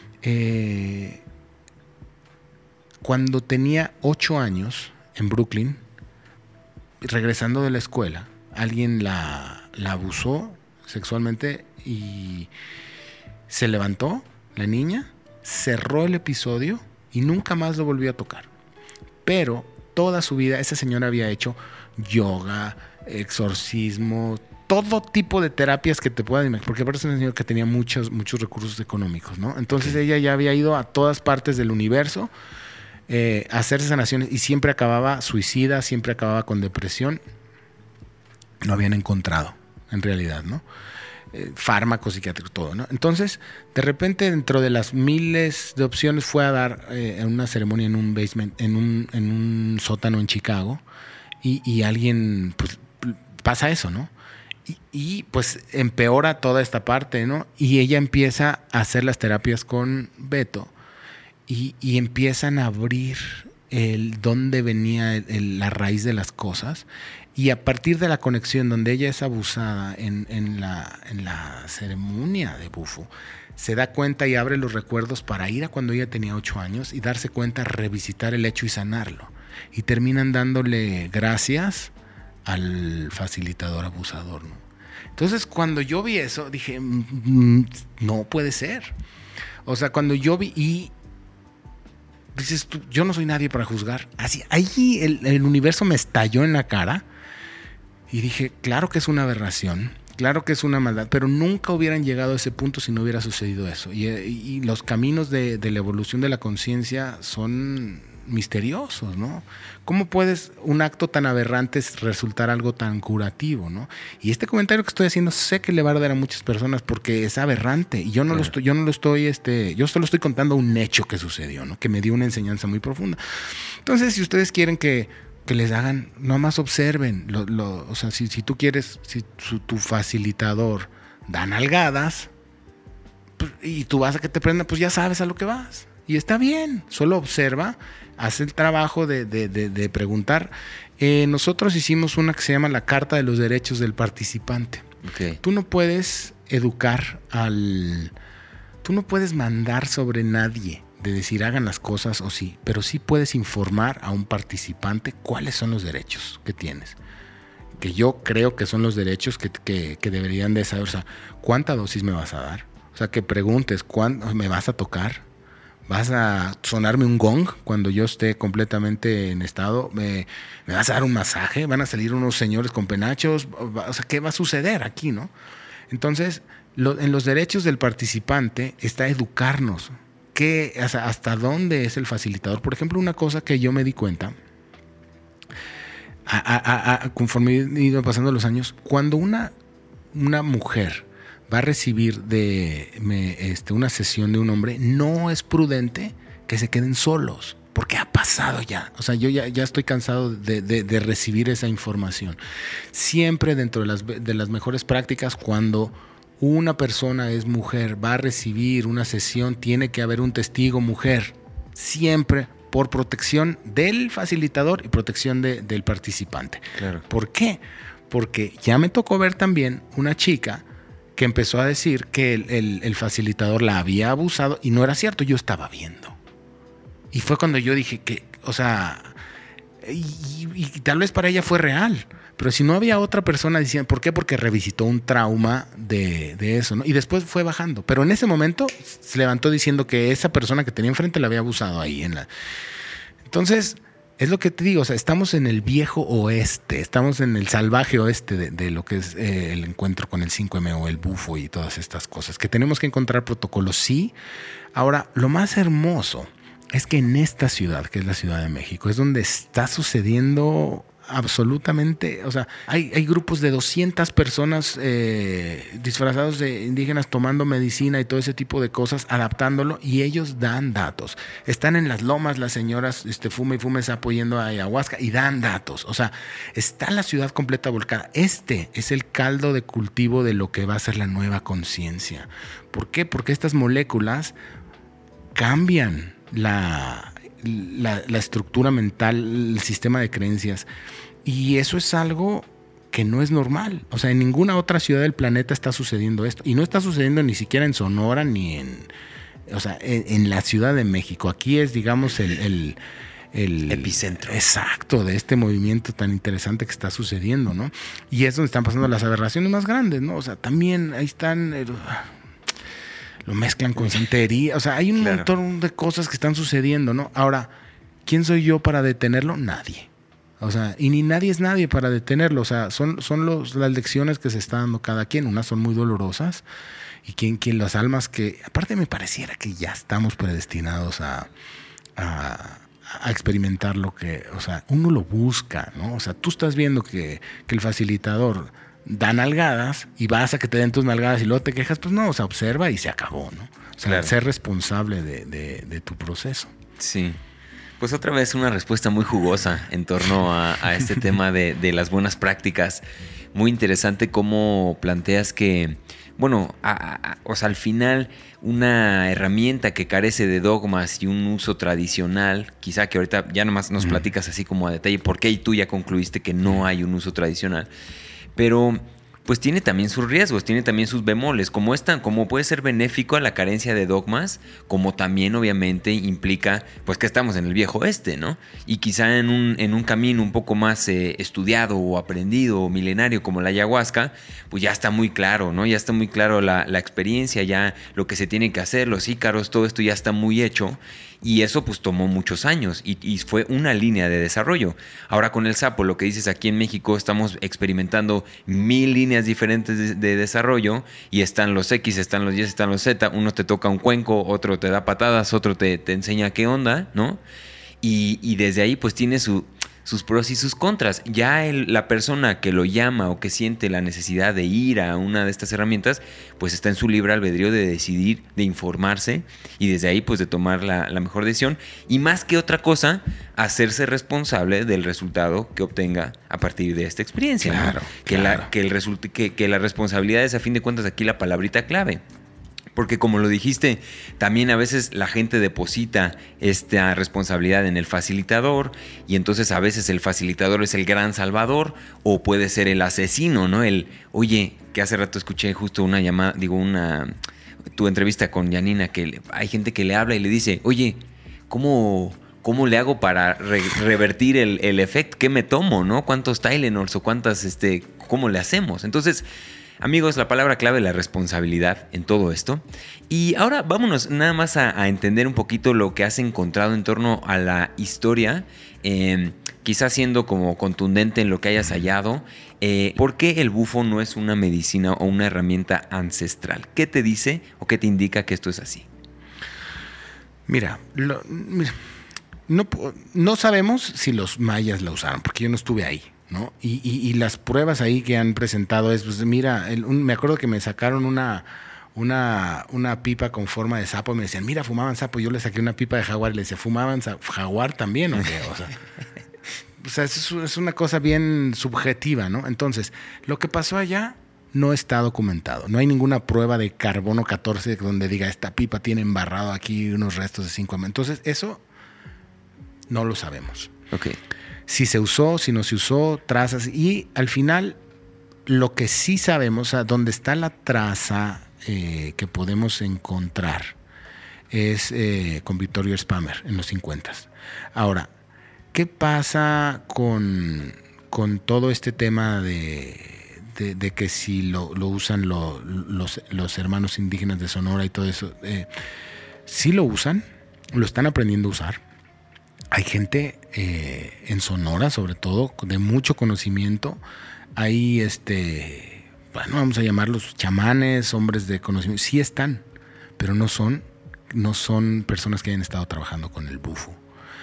cuando tenía 8 años en Brooklyn, regresando de la escuela, alguien la abusó sexualmente y se levantó la niña, cerró el episodio y nunca más lo volvió a tocar. Pero toda su vida esa señora había hecho yoga, exorcismo, todo tipo de terapias que te puedan imaginar, porque aparte es una señora que tenía muchos recursos económicos, ¿no? Entonces ella ya había ido a todas partes del universo a hacerse sanaciones y siempre acababa suicida, siempre acababa con depresión. No habían encontrado, en realidad, ¿no? Fármacos psiquiátricos, todo, ¿no? Entonces, de repente, dentro de las miles de opciones, fue a dar una ceremonia en un basement, en un sótano en Chicago, y alguien, pues, pasa eso, ¿no? Y pues empeora toda esta parte, ¿no? Y ella empieza a hacer las terapias con Beto y empiezan a abrir dónde venía la raíz de las cosas. Y a partir de la conexión donde ella es abusada en la ceremonia de bufo, se da cuenta y abre los recuerdos para ir a cuando ella tenía 8 años y darse cuenta, revisitar el hecho y sanarlo. Y terminan dándole gracias al facilitador abusador, ¿no? Entonces, cuando yo vi eso, dije, no puede ser. O sea, cuando yo vi y dices tú, yo no soy nadie para juzgar. Así, ahí el universo me estalló en la cara. Y dije, claro que es una aberración, claro que es una maldad, pero nunca hubieran llegado a ese punto si no hubiera sucedido eso. Y los caminos de la evolución de la conciencia son misteriosos, ¿no? ¿Cómo puedes un acto tan aberrante resultar algo tan curativo, ¿no? Y este comentario que estoy haciendo sé que le va a dar a muchas personas porque es aberrante y yo no lo estoy, yo solo estoy contando un hecho que sucedió, ¿no? Que me dio una enseñanza muy profunda. Entonces, si ustedes quieren que les hagan, nomás observen, o sea, si tú quieres, si tu facilitador da nalgadas, pues, y tú vas a que te prenda, pues ya sabes a lo que vas. Y está bien, solo observa, haz el trabajo de preguntar. Nosotros hicimos una que se llama la Carta de los Derechos del Participante. Okay. Tú no puedes educar tú no puedes mandar sobre nadie de decir hagan las cosas o sí, pero sí puedes informar a un participante cuáles son los derechos que tienes. Que yo creo que son los derechos que deberían de saber. O sea, ¿cuánta dosis me vas a dar? O sea, que preguntes, ¿cuándo me vas a tocar? ¿Vas a sonarme un gong cuando yo esté completamente en estado? ¿Me vas a dar un masaje? ¿Van a salir unos señores con penachos? O sea, ¿qué va a suceder aquí, no? Entonces, en los derechos del participante está educarnos. ¿Hasta dónde es el facilitador? Por ejemplo, una cosa que yo me di cuenta, conforme he ido pasando los años, cuando una mujer va a recibir una sesión de un hombre, no es prudente que se queden solos, porque ha pasado ya. O sea, yo ya estoy cansado de recibir esa información. Siempre dentro de las mejores prácticas, cuando una persona es mujer, va a recibir una sesión, tiene que haber un testigo mujer, siempre por protección del facilitador y protección del participante. Claro. ¿Por qué? Porque ya me tocó ver también una chica que empezó a decir que el facilitador la había abusado y no era cierto, yo estaba viendo. Y fue cuando yo dije que, o sea, Y tal vez para ella fue real. Pero si no había otra persona diciendo, ¿por qué? Porque revisitó un trauma de eso, ¿no? Y después fue bajando. Pero en ese momento se levantó diciendo que esa persona que tenía enfrente la había abusado ahí. Entonces, es lo que te digo, o sea, estamos en el viejo oeste, estamos en el salvaje oeste de lo que es el encuentro con el 5M o el bufo y todas estas cosas, que tenemos que encontrar protocolos, sí. Ahora, lo más hermoso es que en esta ciudad, que es la Ciudad de México, es donde está sucediendo absolutamente, o sea, hay grupos de 200 personas disfrazados de indígenas tomando medicina y todo ese tipo de cosas, adaptándolo, y ellos dan datos. Están en las lomas las señoras fuma y fume sapo yendo a ayahuasca y dan datos. O sea, está la ciudad completa volcada. Este es el caldo de cultivo de lo que va a ser la nueva conciencia. ¿Por qué? Porque estas moléculas cambian la estructura mental, el sistema de creencias. Y eso es algo que no es normal. O sea, en ninguna otra ciudad del planeta está sucediendo esto. Y no está sucediendo ni siquiera en Sonora ni en la Ciudad de México. Aquí es, digamos, el epicentro. Exacto, de este movimiento tan interesante que está sucediendo, ¿no? Y es donde están pasando las aberraciones más grandes, ¿no? O sea, también ahí están... lo mezclan con santería. O sea, hay un montón de cosas que están sucediendo, ¿no? Ahora, ¿quién soy yo para detenerlo? Nadie. O sea, y ni nadie es nadie para detenerlo. O sea, son las lecciones que se está dando cada quien. Unas son muy dolorosas. Y quien las almas que... Aparte me pareciera que ya estamos predestinados a experimentar lo que... O sea, uno lo busca, ¿no? O sea, tú estás viendo que el facilitador da nalgadas y vas a que te den tus nalgadas y luego te quejas. Pues no, o sea, observa y se acabó, ¿no? O sea, ser responsable de tu proceso. Sí. Pues otra vez una respuesta muy jugosa en torno a este tema de las buenas prácticas. Muy interesante cómo planteas que, bueno, o sea, al final una herramienta que carece de dogmas y un uso tradicional, quizá que ahorita ya nomás nos platicas así como a detalle por qué y tú ya concluiste que no hay un uso tradicional, pero... pues tiene también sus riesgos, tiene también sus bemoles, como puede ser benéfico a la carencia de dogmas, como también obviamente implica pues que estamos en el viejo oeste, ¿no? Y quizá en un camino un poco más estudiado o aprendido o milenario como la ayahuasca, pues ya está muy claro, ¿no? Ya está muy claro la experiencia, ya lo que se tiene que hacer, los ícaros, todo esto ya está muy hecho. Y eso pues tomó muchos años y fue una línea de desarrollo. Ahora con el sapo, lo que dices, aquí en México estamos experimentando 1000 líneas diferentes de desarrollo y están los X, están los Y, están los Z. Uno te toca un cuenco, otro te da patadas, otro te enseña qué onda, ¿no? Y desde ahí pues tiene sus pros y sus contras. Ya la persona que lo llama o que siente la necesidad de ir a una de estas herramientas, pues está en su libre albedrío de decidir, de informarse y desde ahí pues de tomar la mejor decisión y más que otra cosa, hacerse responsable del resultado que obtenga a partir de esta experiencia. Claro, ¿no? claro. Que la responsabilidad es a fin de cuentas aquí la palabrita clave. Porque como lo dijiste, también a veces la gente deposita esta responsabilidad en el facilitador y entonces a veces el facilitador es el gran salvador o puede ser el asesino, ¿no? Oye, que hace rato escuché justo una llamada, tu entrevista con Janina, que hay gente que le habla y le dice, oye, ¿cómo le hago para revertir el efecto? ¿Qué me tomo, no? ¿Cuántos Tylenols o cuántas, cómo le hacemos? Entonces... amigos, la palabra clave es la responsabilidad en todo esto. Y ahora vámonos nada más a entender un poquito lo que has encontrado en torno a la historia, quizás siendo como contundente en lo que hayas hallado. ¿Por qué el bufo no es una medicina o una herramienta ancestral? ¿Qué te dice o qué te indica que esto es así? Mira, no sabemos si los mayas la usaron, porque yo no estuve ahí, ¿no? Y las pruebas ahí que han presentado es, pues mira, me acuerdo que me sacaron una pipa con forma de sapo y me decían, mira, fumaban sapo. Yo le saqué una pipa de jaguar y le decía, ¿fumaban jaguar también o qué? O sea, es una cosa bien subjetiva, ¿no? Entonces, lo que pasó allá no está documentado. No hay ninguna prueba de carbono 14 donde diga, esta pipa tiene embarrado aquí unos restos de 5M. Entonces, eso no lo sabemos. Ok. Si se usó, si no se usó, trazas. Y al final, lo que sí sabemos, o sea, donde está la traza que podemos encontrar es con Vittorio Spamer en los 50. Ahora, ¿Qué pasa con todo este tema de que si lo usan los hermanos indígenas de Sonora y todo eso? Sí lo usan, lo están aprendiendo a usar. Hay gente en Sonora, sobre todo, de mucho conocimiento. Hay, bueno, vamos a llamarlos chamanes, hombres de conocimiento. Sí están, pero no son personas que hayan estado trabajando con el bufo.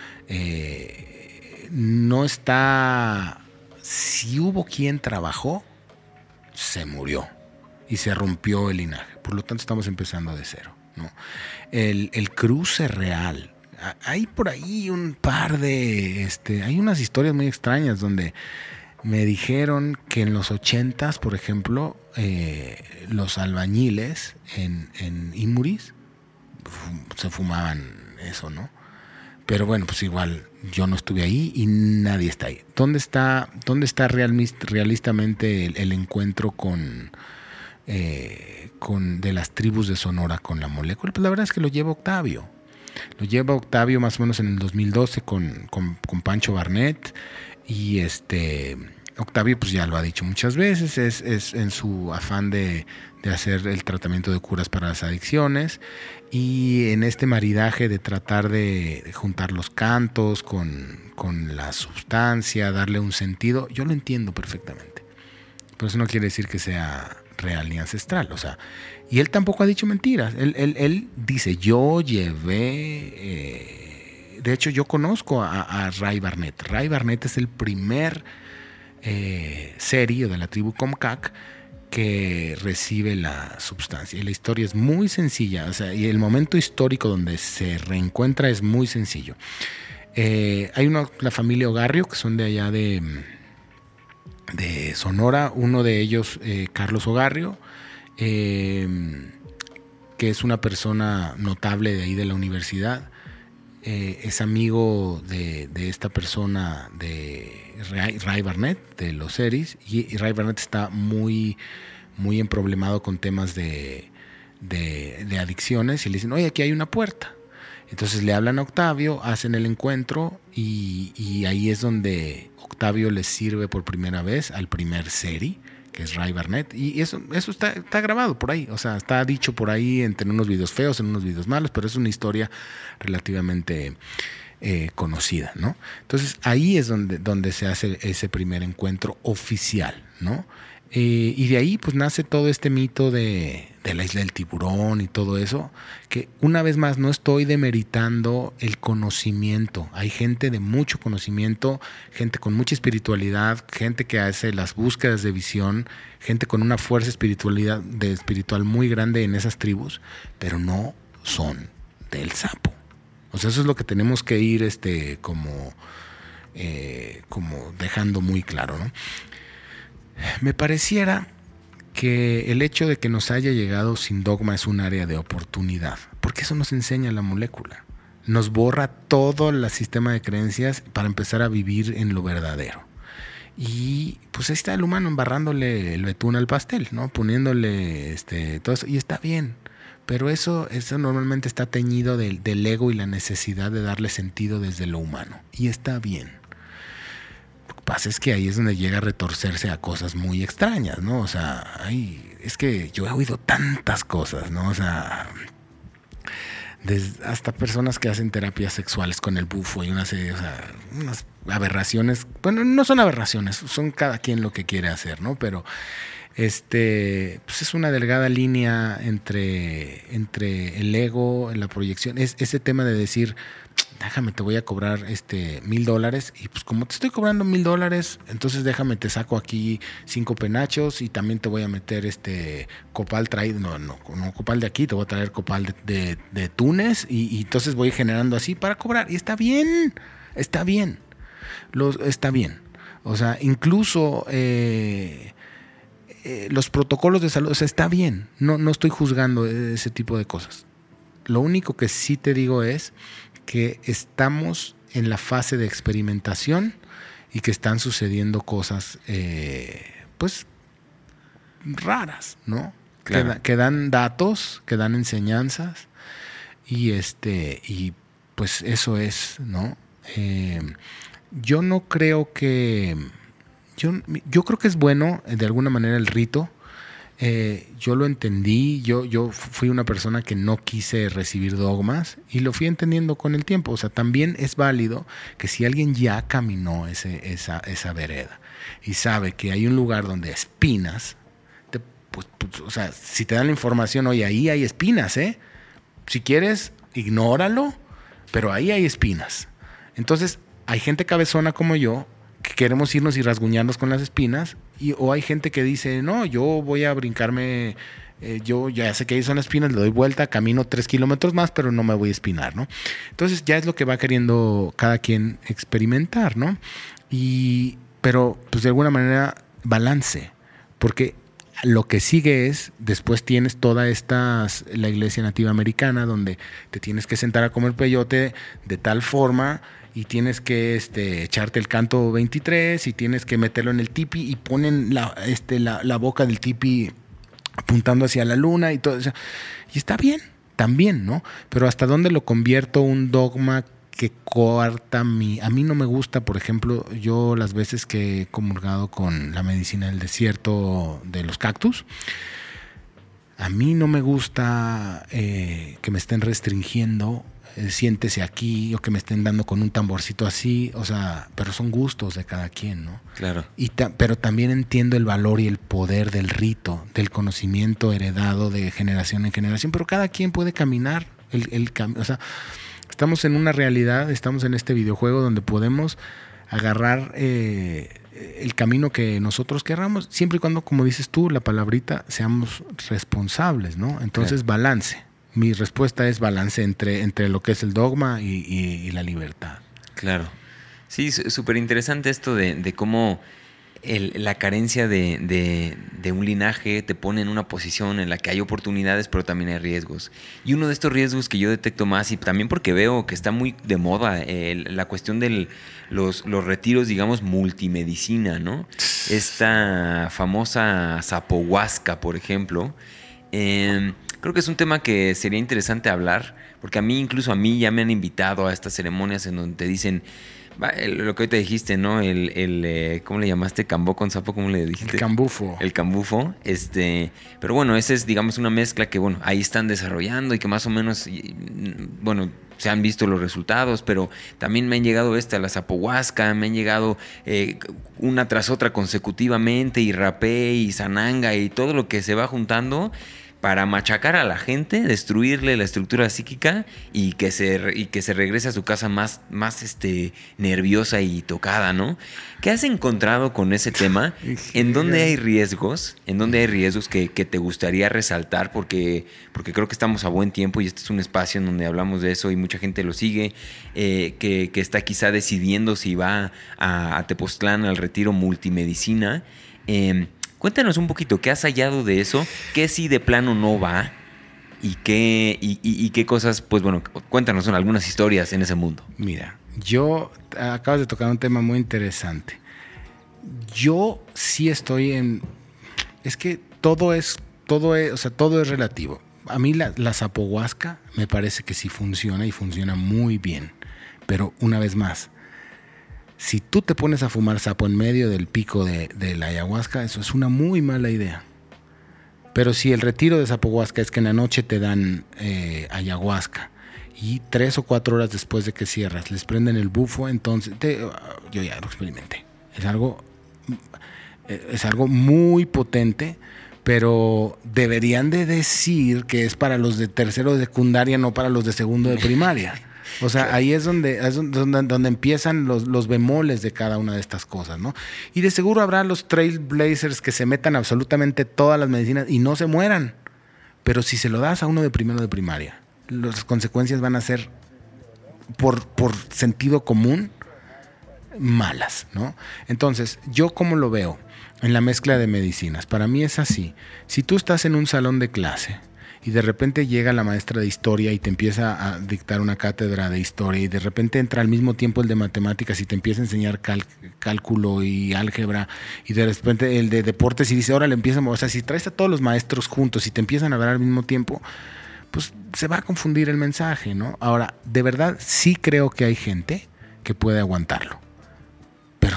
No está... Si hubo quien trabajó, se murió y se rompió el linaje. Por lo tanto, estamos empezando de cero, ¿no? El cruce real. Hay por ahí un par de... hay unas historias muy extrañas donde me dijeron que en los 80s, por ejemplo, los albañiles en Imuris se fumaban eso, ¿no? Pero bueno, pues igual yo no estuve ahí y nadie está ahí. ¿Dónde está realistamente el encuentro de las tribus de Sonora con la molécula? Pues la verdad es que lo lleva Octavio. Lo lleva Octavio más o menos en el 2012 con Pancho Barnett. Y Octavio pues ya lo ha dicho muchas veces, es en su afán de hacer el tratamiento de curas para las adicciones, y en este maridaje de tratar de juntar los cantos con la sustancia, darle un sentido. Yo lo entiendo perfectamente, pero eso no quiere decir que sea real ni ancestral, o sea, y él tampoco ha dicho mentiras. Él dice, yo llevé, de hecho yo conozco a Ray Barnett. Ray Barnett es el primer serio de la tribu Comcac que recibe la sustancia, y la historia es muy sencilla, o sea, y el momento histórico donde se reencuentra es muy sencillo. Hay la familia Ogarrio, que son de allá de Sonora. Uno de ellos, Carlos Ogarrio, que es una persona notable de ahí de la universidad, es amigo de esta persona, de Ray Barnett, de los Seris, y Ray Barnett está muy, muy emproblemado con temas de adicciones, y le dicen, oye, aquí hay una puerta. Entonces le hablan a Octavio, hacen el encuentro, y ahí es donde Octavio les sirve por primera vez al primer Seri, que es Ray Barnett, y eso está grabado por ahí, o sea, está dicho por ahí entre unos videos feos, en unos videos malos, pero es una historia relativamente conocida, ¿no? Entonces ahí es donde se hace ese primer encuentro oficial, ¿no? Y de ahí pues nace todo este mito de la isla del tiburón y todo eso, que una vez más no estoy demeritando el conocimiento. Hay gente de mucho conocimiento, gente con mucha espiritualidad, gente que hace las búsquedas de visión, gente con una fuerza espiritual muy grande en esas tribus, pero no son del sapo. O sea, eso es lo que tenemos que ir como dejando muy claro, ¿no? Me pareciera que el hecho de que nos haya llegado sin dogma es un área de oportunidad, porque eso nos enseña la molécula. Nos borra todo el sistema de creencias para empezar a vivir en lo verdadero. Y pues ahí está el humano embarrándole el betún al pastel, ¿no? Poniéndole todo eso, y está bien. Pero eso normalmente está teñido del ego y la necesidad de darle sentido desde lo humano. Y está bien. Lo que pasa es que ahí es donde llega a retorcerse a cosas muy extrañas, ¿no? O sea, es que yo he oído tantas cosas, ¿no? O sea, hasta personas que hacen terapias sexuales con el bufo y unas aberraciones. Bueno, no son aberraciones, son cada quien lo que quiere hacer, ¿no? Pero pues es una delgada línea entre el ego, la proyección. Es ese tema de decir, déjame, te voy a cobrar $1,000, y pues como te estoy cobrando $1,000, entonces déjame, te saco aquí 5 penachos y también te voy a meter copal traído, no copal de aquí, te voy a traer copal de Túnez, y entonces voy generando así para cobrar, y está bien. Está bien. O sea, incluso los protocolos de salud, o sea, está bien. No estoy juzgando ese tipo de cosas. Lo único que sí te digo es que estamos en la fase de experimentación y que están sucediendo cosas pues raras, ¿no? Claro. Que dan datos, que dan enseñanzas, y pues eso es, ¿no? Yo no creo que... Yo creo que es bueno, de alguna manera, el rito. Yo lo entendí, yo fui una persona que no quise recibir dogmas y lo fui entendiendo con el tiempo. O sea, también es válido que si alguien ya caminó esa vereda y sabe que hay un lugar donde hay espinas, pues, o sea, si te dan la información, oye, ahí hay espinas, si quieres, ignóralo, pero ahí hay espinas. Entonces, hay gente cabezona como yo que queremos irnos y rasguñarnos con las espinas, o hay gente que dice, no, yo voy a brincarme, yo ya sé que ahí son las espinas, le doy vuelta, camino 3 kilómetros más, pero no me voy a espinar, ¿no? Entonces ya es lo que va queriendo cada quien experimentar, ¿no? Pero pues de alguna manera balance, porque lo que sigue es, después tienes la iglesia nativa americana, donde te tienes que sentar a comer peyote de tal forma y tienes que echarte el canto 23 y tienes que meterlo en el tipi y ponen la boca del tipi apuntando hacia la luna y todo eso. Y está bien, también, ¿no? Pero ¿hasta dónde lo convierto un dogma que coarta a mí no me gusta? Por ejemplo, yo las veces que he comulgado con la medicina del desierto de los cactus, a mí no me gusta que me estén restringiendo, siéntese aquí, o que me estén dando con un tamborcito así, o sea, pero son gustos de cada quien, ¿no? Claro. Pero también entiendo el valor y el poder del rito, del conocimiento heredado de generación en generación, pero cada quien puede caminar o sea, estamos en una realidad, estamos en este videojuego donde podemos agarrar el camino que nosotros querramos, siempre y cuando, como dices tú, la palabrita, seamos responsables, ¿no? Entonces, claro. Balance. Mi respuesta es balance entre lo que es el dogma y la libertad. Claro. Sí, súper interesante esto de cómo la carencia de un linaje te pone en una posición en la que hay oportunidades, pero también hay riesgos. Y uno de estos riesgos que yo detecto más, y también porque veo que está muy de moda, la cuestión de los retiros, digamos, multimedicina, ¿no? Esta famosa sapohuasca, por ejemplo. Creo que es un tema que sería interesante hablar, porque incluso a mí ya me han invitado a estas ceremonias en donde te dicen... Lo que hoy te dijiste, ¿no? ¿Cómo le llamaste? ¿Cambó con sapo? ¿Cómo le dijiste? El cambufo. El cambufo. Pero bueno, esa es, digamos, una mezcla que, bueno, ahí están desarrollando y que más o menos, bueno, se han visto los resultados, pero también me han llegado la sapohuasca, me han llegado una tras otra consecutivamente, y rapé y sananga y todo lo que se va juntando para machacar a la gente, destruirle la estructura psíquica y que se regrese a su casa más nerviosa y tocada, ¿no? ¿Qué has encontrado con ese tema? ¿En dónde hay riesgos? ¿En dónde hay riesgos que te gustaría resaltar? Porque creo que estamos a buen tiempo y este es un espacio en donde hablamos de eso y mucha gente lo sigue, que está quizá decidiendo si va a Tepoztlán al retiro multimedicina. Cuéntanos un poquito, ¿qué has hallado de eso? ¿Qué si de plano no va? ¿Y qué cosas? Pues bueno, cuéntanos algunas historias en ese mundo. Mira, acabas de tocar un tema muy interesante. Yo sí estoy es que todo es relativo. A mí la sapohuasca me parece que sí funciona y funciona muy bien. Pero una vez más, si tú te pones a fumar sapo en medio del pico de la ayahuasca, eso es una muy mala idea. Pero si el retiro de sapohuasca es que en la noche te dan ayahuasca y 3 o 4 horas después de que cierras les prenden el bufo, entonces yo ya lo experimenté. Es algo muy potente, pero deberían de decir que es para los de tercero de secundaria, no para los de segundo de primaria. O sea, ahí es donde empiezan los bemoles de cada una de estas cosas, ¿no? Y de seguro habrá los trailblazers que se metan absolutamente todas las medicinas y no se mueran. Pero si se lo das a uno de primero de primaria, las consecuencias van a ser, por sentido común, malas, ¿no? Entonces, ¿yo cómo lo veo en la mezcla de medicinas? Para mí es así. Si tú estás en un salón de clase y de repente llega la maestra de historia y te empieza a dictar una cátedra de historia, y de repente entra al mismo tiempo el de matemáticas y te empieza a enseñar cálculo y álgebra, y de repente el de deportes y dice, órale, o sea, si traes a todos los maestros juntos y te empiezan a hablar al mismo tiempo, pues se va a confundir el mensaje, ¿no? Ahora, de verdad sí creo que hay gente que puede aguantarlo.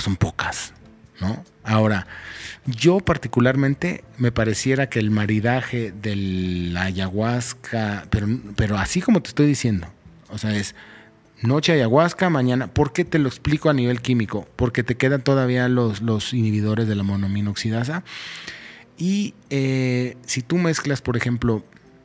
son pocas, ¿no? Ahora, yo particularmente me pareciera que el maridaje de la ayahuasca, pero así como te estoy diciendo, o sea, es noche ayahuasca, mañana. ¿Por qué te lo explico a nivel químico? Porque te quedan todavía los inhibidores de la monoamina oxidasa. Y si tú mezclas, por ejemplo,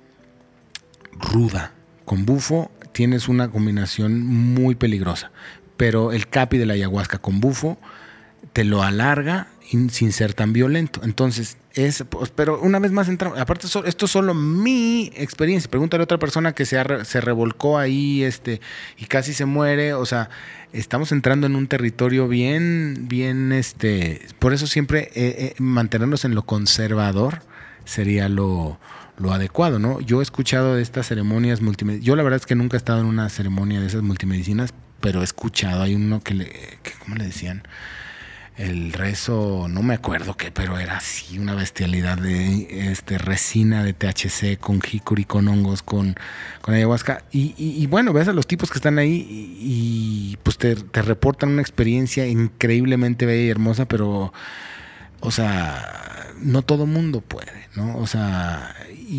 ruda con bufo, tienes una combinación muy peligrosa. Pero el capi de la ayahuasca con bufo te lo alarga sin ser tan violento. Entonces, pero una vez más entramos. Aparte, esto es solo mi experiencia. Pregúntale a otra persona que se revolcó ahí y casi se muere. O sea, estamos entrando en un territorio bien, por eso siempre mantenernos en lo conservador sería lo adecuado, ¿no? Yo he escuchado de estas ceremonias multimedicinales. Yo la verdad es que nunca he estado en una ceremonia de esas multimedicinas, pero he escuchado. Hay uno ¿cómo le decían? El rezo, no me acuerdo qué, pero era así una bestialidad de resina de THC con jicuri, con hongos, con ayahuasca. Y bueno, ves a los tipos que están ahí y pues te reportan una experiencia increíblemente bella y hermosa, pero, o sea, no todo mundo puede, ¿no? O sea,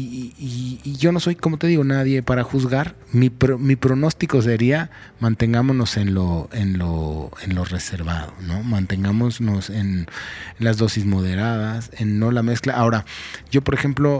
y yo no soy, como te digo, nadie para juzgar. Mi pronóstico sería mantengámonos en lo reservado, ¿no? Mantengámonos en las dosis moderadas, en no la mezcla. Ahora, yo por ejemplo,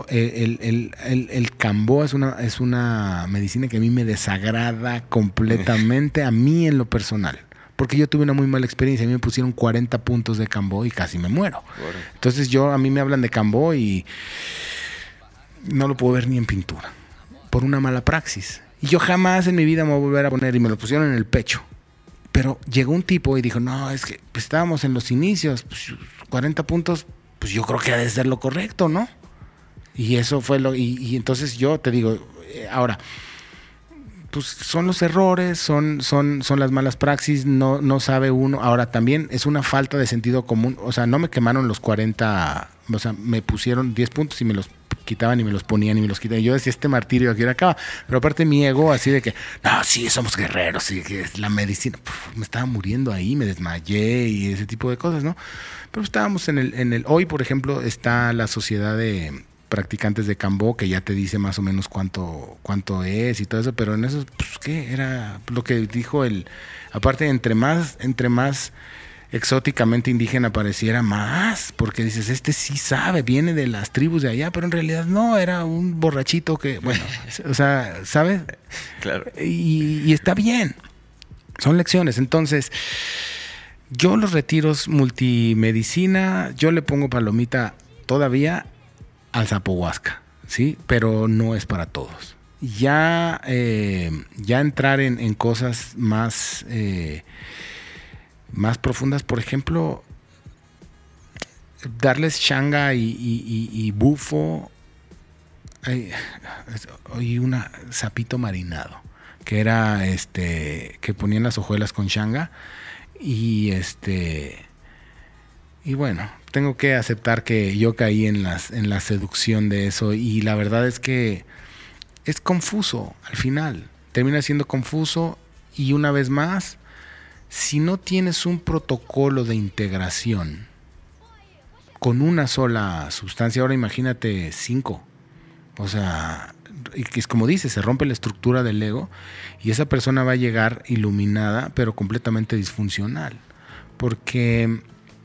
el cambó es una medicina que a mí me desagrada completamente, a mí en lo personal. Porque yo tuve una muy mala experiencia. A mí me pusieron 40 puntos de Cambó y casi me muero. Bueno. Entonces a mí me hablan de Cambó y no lo puedo ver ni en pintura. Por una mala praxis. Y yo jamás en mi vida me voy a volver a poner, y me lo pusieron en el pecho. Pero llegó un tipo y dijo, no, es que pues, estábamos en los inicios, pues, 40 puntos, pues yo creo que ha de ser lo correcto, ¿no? Y eso fue y entonces yo te digo, ahora, pues son los errores, son las malas praxis, no sabe uno. Ahora también es una falta de sentido común. O sea, no me quemaron los 40, o sea, me pusieron 10 puntos y me los quitaban y me los ponían y me los quitaban. Yo decía, este martirio aquí acaba. Pero aparte mi ego así de que, no, sí, somos guerreros, sí, que es la medicina. Me estaba muriendo ahí, me desmayé y ese tipo de cosas, ¿no? Pero estábamos en el hoy, por ejemplo, está la sociedad de practicantes de Cambó, que ya te dice más o menos cuánto es y todo eso, pero en eso, pues, ¿qué? Era lo que dijo aparte, entre más exóticamente indígena pareciera, más, porque dices, sí sabe, viene de las tribus de allá, pero en realidad no, era un borrachito que, bueno, o sea, ¿sabes? Claro. Y está bien, son lecciones. Entonces, yo los retiros multimedicina, yo le pongo palomita todavía al zapohuasca, ¿sí? Pero no es para todos. Ya entrar en cosas más profundas, por ejemplo, darles changa y bufo, y una sapito marinado, que era que ponían las hojuelas con changa y bueno, tengo que aceptar que yo caí en la seducción de eso, y la verdad es que es confuso al final, termina siendo confuso. Y una vez más, si no tienes un protocolo de integración con una sola sustancia, ahora imagínate 5, o sea, y que es como dices, se rompe la estructura del ego y esa persona va a llegar iluminada pero completamente disfuncional, porque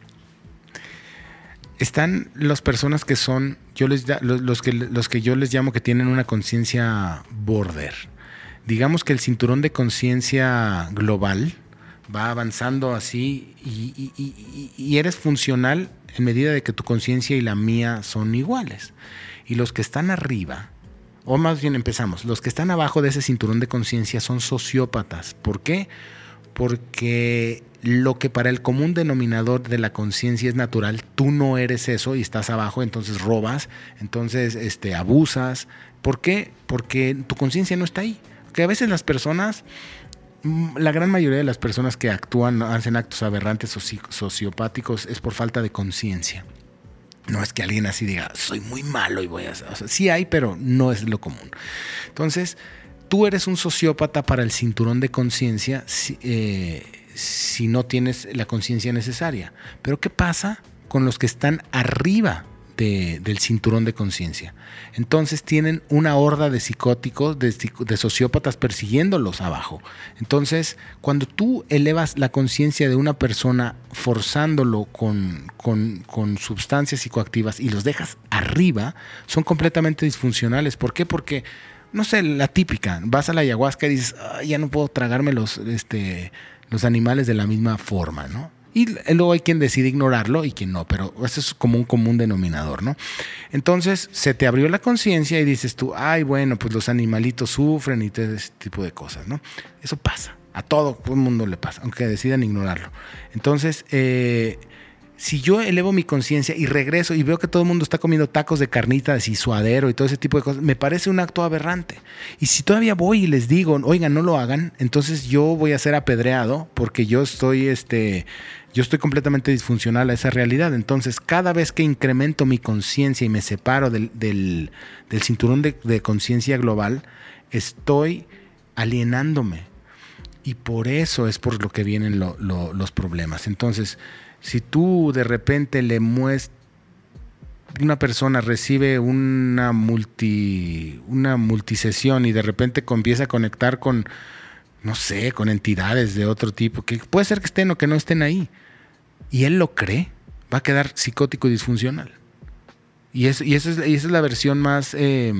están las personas que son, los que yo les llamo que tienen una conciencia border. Digamos que el cinturón de conciencia global va avanzando así y eres funcional en medida de que tu conciencia y la mía son iguales. Y los que están arriba, o más bien empezamos, los que están abajo de ese cinturón de conciencia son sociópatas. ¿Por qué? Porque lo que para el común denominador de la conciencia es natural, tú no eres eso y estás abajo, entonces robas, entonces abusas. ¿Por qué? Porque tu conciencia no está ahí. Que a veces las personas, la gran mayoría de las personas que hacen actos aberrantes o sociopáticos es por falta de conciencia. No es que alguien así diga, soy muy malo y voy a... O sea, sí hay, pero no es lo común. Entonces, tú eres un sociópata para el cinturón de conciencia si no tienes la conciencia necesaria. Pero ¿qué pasa con los que están arriba del cinturón de conciencia? Entonces tienen una horda de psicóticos, de sociópatas persiguiéndolos abajo. Entonces, cuando tú elevas la conciencia de una persona forzándolo con sustancias psicoactivas y los dejas arriba, son completamente disfuncionales. ¿Por qué? Porque, no sé, la típica, vas a la ayahuasca y dices, ya no puedo tragarme los animales de la misma forma, ¿no? Y luego hay quien decide ignorarlo y quien no, pero eso es como un común denominador, ¿no? Entonces se te abrió la conciencia y dices tú, ay, bueno, pues los animalitos sufren y todo ese tipo de cosas, ¿no? Eso pasa, a todo el mundo le pasa, aunque decidan ignorarlo. Entonces, si yo elevo mi conciencia y regreso y veo que todo el mundo está comiendo tacos de carnitas y suadero y todo ese tipo de cosas, me parece un acto aberrante. Y si todavía voy y les digo, oigan, no lo hagan, entonces yo voy a ser apedreado porque yo estoy completamente disfuncional a esa realidad. Entonces, cada vez que incremento mi conciencia y me separo del cinturón de conciencia global, estoy alienándome. Y por eso es por lo que vienen los problemas. Entonces, si tú de repente una persona recibe una multisesión y de repente empieza a conectar con, no sé, con entidades de otro tipo, que puede ser que estén o que no estén ahí, y él lo cree, va a quedar psicótico y disfuncional. Y esa es la versión más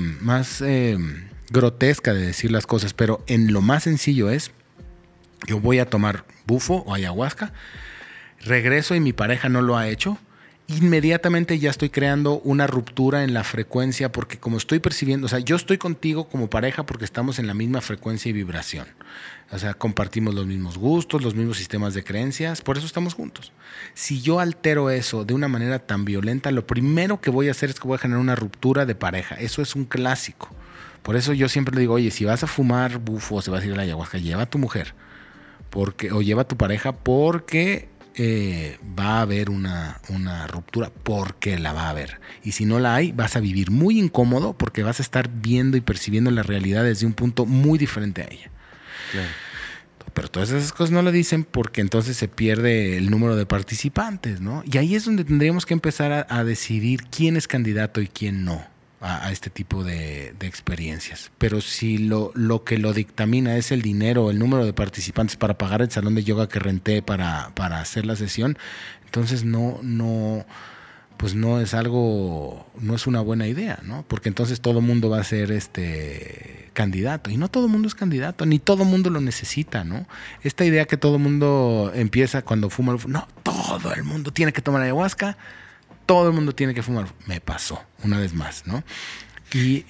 grotesca de decir las cosas, pero en lo más sencillo es, yo voy a tomar bufo o ayahuasca, regreso y mi pareja no lo ha hecho, inmediatamente ya estoy creando una ruptura en la frecuencia, porque como estoy percibiendo, o sea, yo estoy contigo como pareja porque estamos en la misma frecuencia y vibración. O sea, compartimos los mismos gustos, los mismos sistemas de creencias, por eso estamos juntos. Si yo altero eso de una manera tan violenta, lo primero que voy a hacer es que voy a generar una ruptura de pareja. Eso es un clásico. Por eso yo siempre le digo, oye, si vas a fumar bufo o se vas a ir a la ayahuasca, lleva a tu mujer o lleva a tu pareja, porque va a haber una ruptura, porque la va a haber. Y si no la hay, vas a vivir muy incómodo porque vas a estar viendo y percibiendo la realidad desde un punto muy diferente a ella. Claro. Pero todas esas cosas no lo dicen porque entonces se pierde el número de participantes, ¿no? Y ahí es donde tendríamos que empezar a decidir quién es candidato y quién no a este tipo de experiencias. Pero si lo que lo dictamina es el dinero, el número de participantes para pagar el salón de yoga que renté para hacer la sesión, entonces no es una buena idea, ¿no? Porque entonces todo mundo va a ser candidato, y no todo mundo es candidato, ni todo mundo lo necesita, ¿no? Esta idea que todo mundo empieza cuando fuma, no, todo el mundo tiene que tomar ayahuasca, todo el mundo tiene que fumar. Me pasó una vez más, ¿no? Y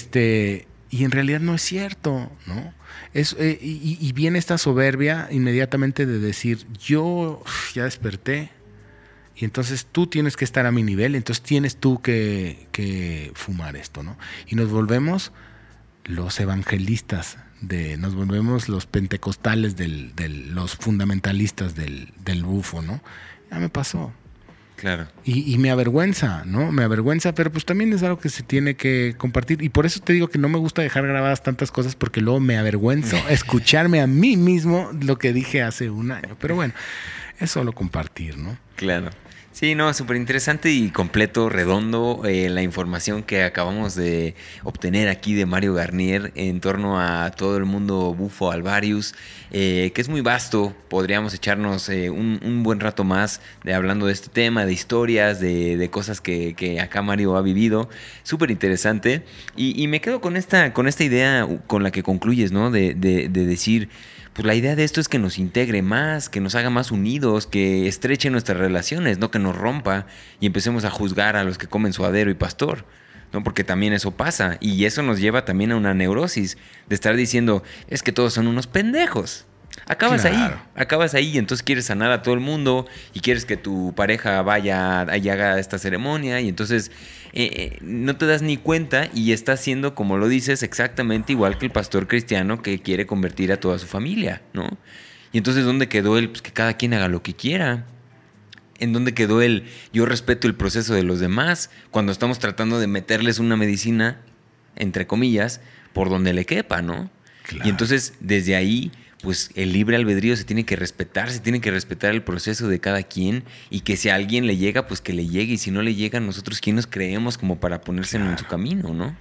en realidad no es cierto, ¿no? Y viene esta soberbia inmediatamente de decir, yo ya desperté y entonces tú tienes que estar a mi nivel, entonces tienes tú que fumar esto, ¿no? Y nos volvemos los evangelistas, nos volvemos los pentecostales, los fundamentalistas del bufo, ¿no? Ya me pasó. Claro. Y me avergüenza, ¿no? Me avergüenza, pero pues también es algo que se tiene que compartir. Y por eso te digo que no me gusta dejar grabadas tantas cosas, porque luego me avergüenzo escucharme a mí mismo lo que dije hace un año. Pero bueno, es solo compartir, ¿no? Claro. Sí, no, súper interesante y completo, redondo la información que acabamos de obtener aquí de Mario Garnier en torno a todo el mundo bufo alvarius, que es muy vasto. Podríamos echarnos un buen rato más hablando de este tema, de historias, de cosas que acá Mario ha vivido. Súper interesante. Y me quedo con esta idea con la que concluyes, ¿no? De decir, pues la idea de esto es que nos integre más, que nos haga más unidos, que estreche nuestras relaciones, no que nos rompa y empecemos a juzgar a los que comen suadero y pastor, ¿no? Porque también eso pasa y eso nos lleva también a una neurosis de estar diciendo, es que todos son unos pendejos. Acabas ahí y entonces quieres sanar a todo el mundo y quieres que tu pareja vaya y haga esta ceremonia y entonces no te das ni cuenta y estás siendo, como lo dices, exactamente igual que el pastor cristiano que quiere convertir a toda su familia, ¿no? Y entonces, ¿dónde quedó pues que cada quien haga lo que quiera? ¿En dónde quedó yo respeto el proceso de los demás cuando estamos tratando de meterles una medicina, entre comillas, por donde le quepa, ¿no? Claro. Y entonces, desde ahí, pues el libre albedrío se tiene que respetar, se tiene que respetar el proceso de cada quien y que si a alguien le llega, pues que le llegue y si no le llega, nosotros quién nos creemos como para ponerse en su camino, ¿no?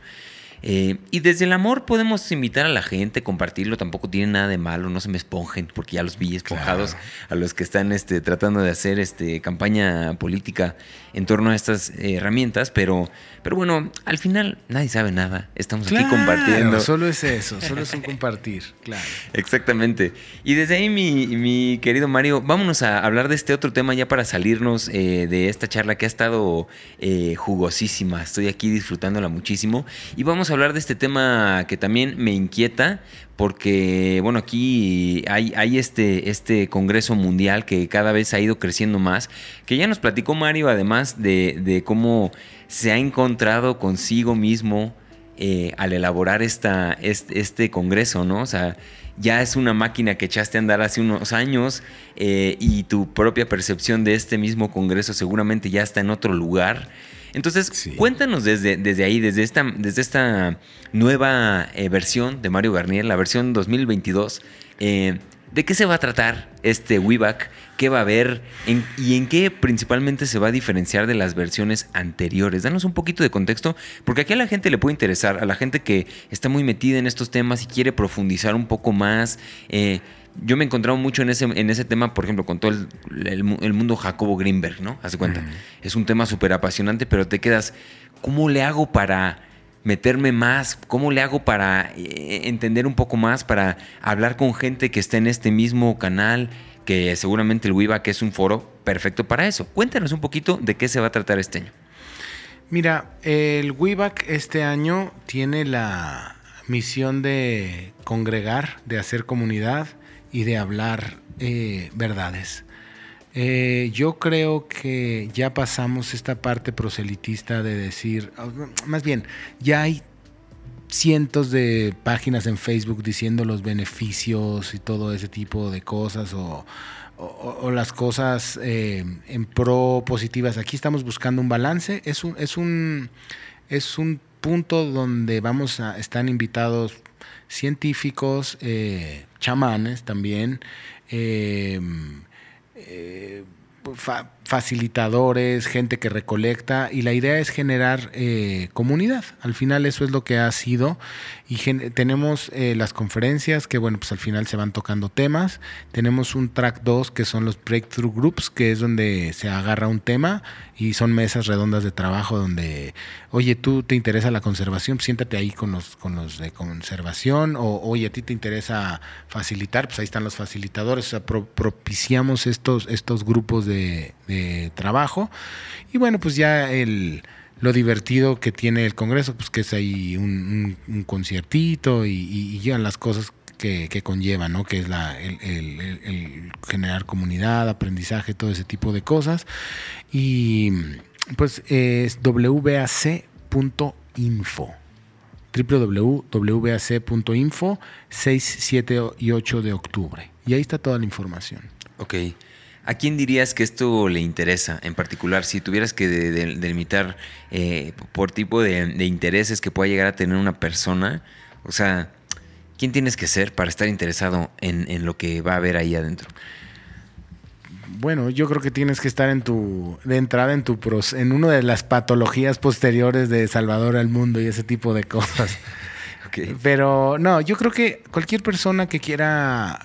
Y desde el amor podemos invitar a la gente, compartirlo, tampoco tiene nada de malo, no se me esponjen, porque ya los vi esponjados a los que están tratando de hacer campaña política en torno a estas herramientas, pero bueno, al final nadie sabe nada, estamos aquí compartiendo. Solo es eso, solo es un compartir, claro. Exactamente. Y desde ahí, mi querido Mario, vámonos a hablar de este otro tema ya para salirnos de esta charla que ha estado jugosísima, estoy aquí disfrutándola muchísimo, y vamos a hablar de este tema que también me inquieta porque, bueno, aquí hay este Congreso Mundial que cada vez ha ido creciendo más, que ya nos platicó Mario, además de cómo se ha encontrado consigo mismo al elaborar este Congreso, ¿no? O sea, ya es una máquina que echaste a andar hace unos años y tu propia percepción de este mismo Congreso seguramente ya está en otro lugar. Entonces, cuéntanos desde ahí, desde esta nueva versión de Mario Garnier, la versión 2022, ¿de qué se va a tratar este WIVAC? ¿Qué va a haber? ¿Y en qué principalmente se va a diferenciar de las versiones anteriores? Danos un poquito de contexto, porque aquí a la gente le puede interesar, a la gente que está muy metida en estos temas y quiere profundizar un poco más. Yo me he encontrado mucho en ese tema, por ejemplo, con todo el mundo Jacobo Greenberg, ¿no? Haz de cuenta. Es un tema súper apasionante, pero te quedas, ¿cómo le hago para meterme más? ¿Cómo le hago para entender un poco más? Para hablar con gente que está en este mismo canal, que seguramente el WIVAC es un foro perfecto para eso. Cuéntanos un poquito de qué se va a tratar este año. Mira, el WIVAC este año tiene la misión de congregar, de hacer comunidad y de hablar verdades. Yo creo que ya pasamos esta parte proselitista de decir, más bien, ya hay cientos de páginas en Facebook diciendo los beneficios y todo ese tipo de cosas o las cosas en pro positivas. Aquí estamos buscando un balance. Es un punto donde están invitados científicos, chamanes también, facilitadores, gente que recolecta, y la idea es generar comunidad. Al final eso es lo que ha sido, y tenemos las conferencias que, bueno, pues al final se van tocando temas. Tenemos un track 2 que son los breakthrough groups, que es donde se agarra un tema y son mesas redondas de trabajo donde, oye, tú te interesa la conservación, pues siéntate ahí con los de conservación, o oye, a ti te interesa facilitar, pues ahí están los facilitadores. O sea, propiciamos estos grupos de trabajo. Y bueno, pues ya lo divertido que tiene el Congreso, pues que es ahí un conciertito y llegan las cosas que conlleva, ¿no? Que es el generar comunidad, aprendizaje, todo ese tipo de cosas. Y pues es wac.info, www.wac.info, 6, 7 y 8 de octubre. Y ahí está toda la información. Ok. ¿A quién dirías que esto le interesa en particular? Si tuvieras que delimitar por tipo de intereses que pueda llegar a tener una persona, o sea, ¿quién tienes que ser para estar interesado en lo que va a haber ahí adentro? Bueno, yo creo que tienes que estar en una de las patologías posteriores de Salvador al mundo y ese tipo de cosas. Okay. Pero no, yo creo que cualquier persona que quiera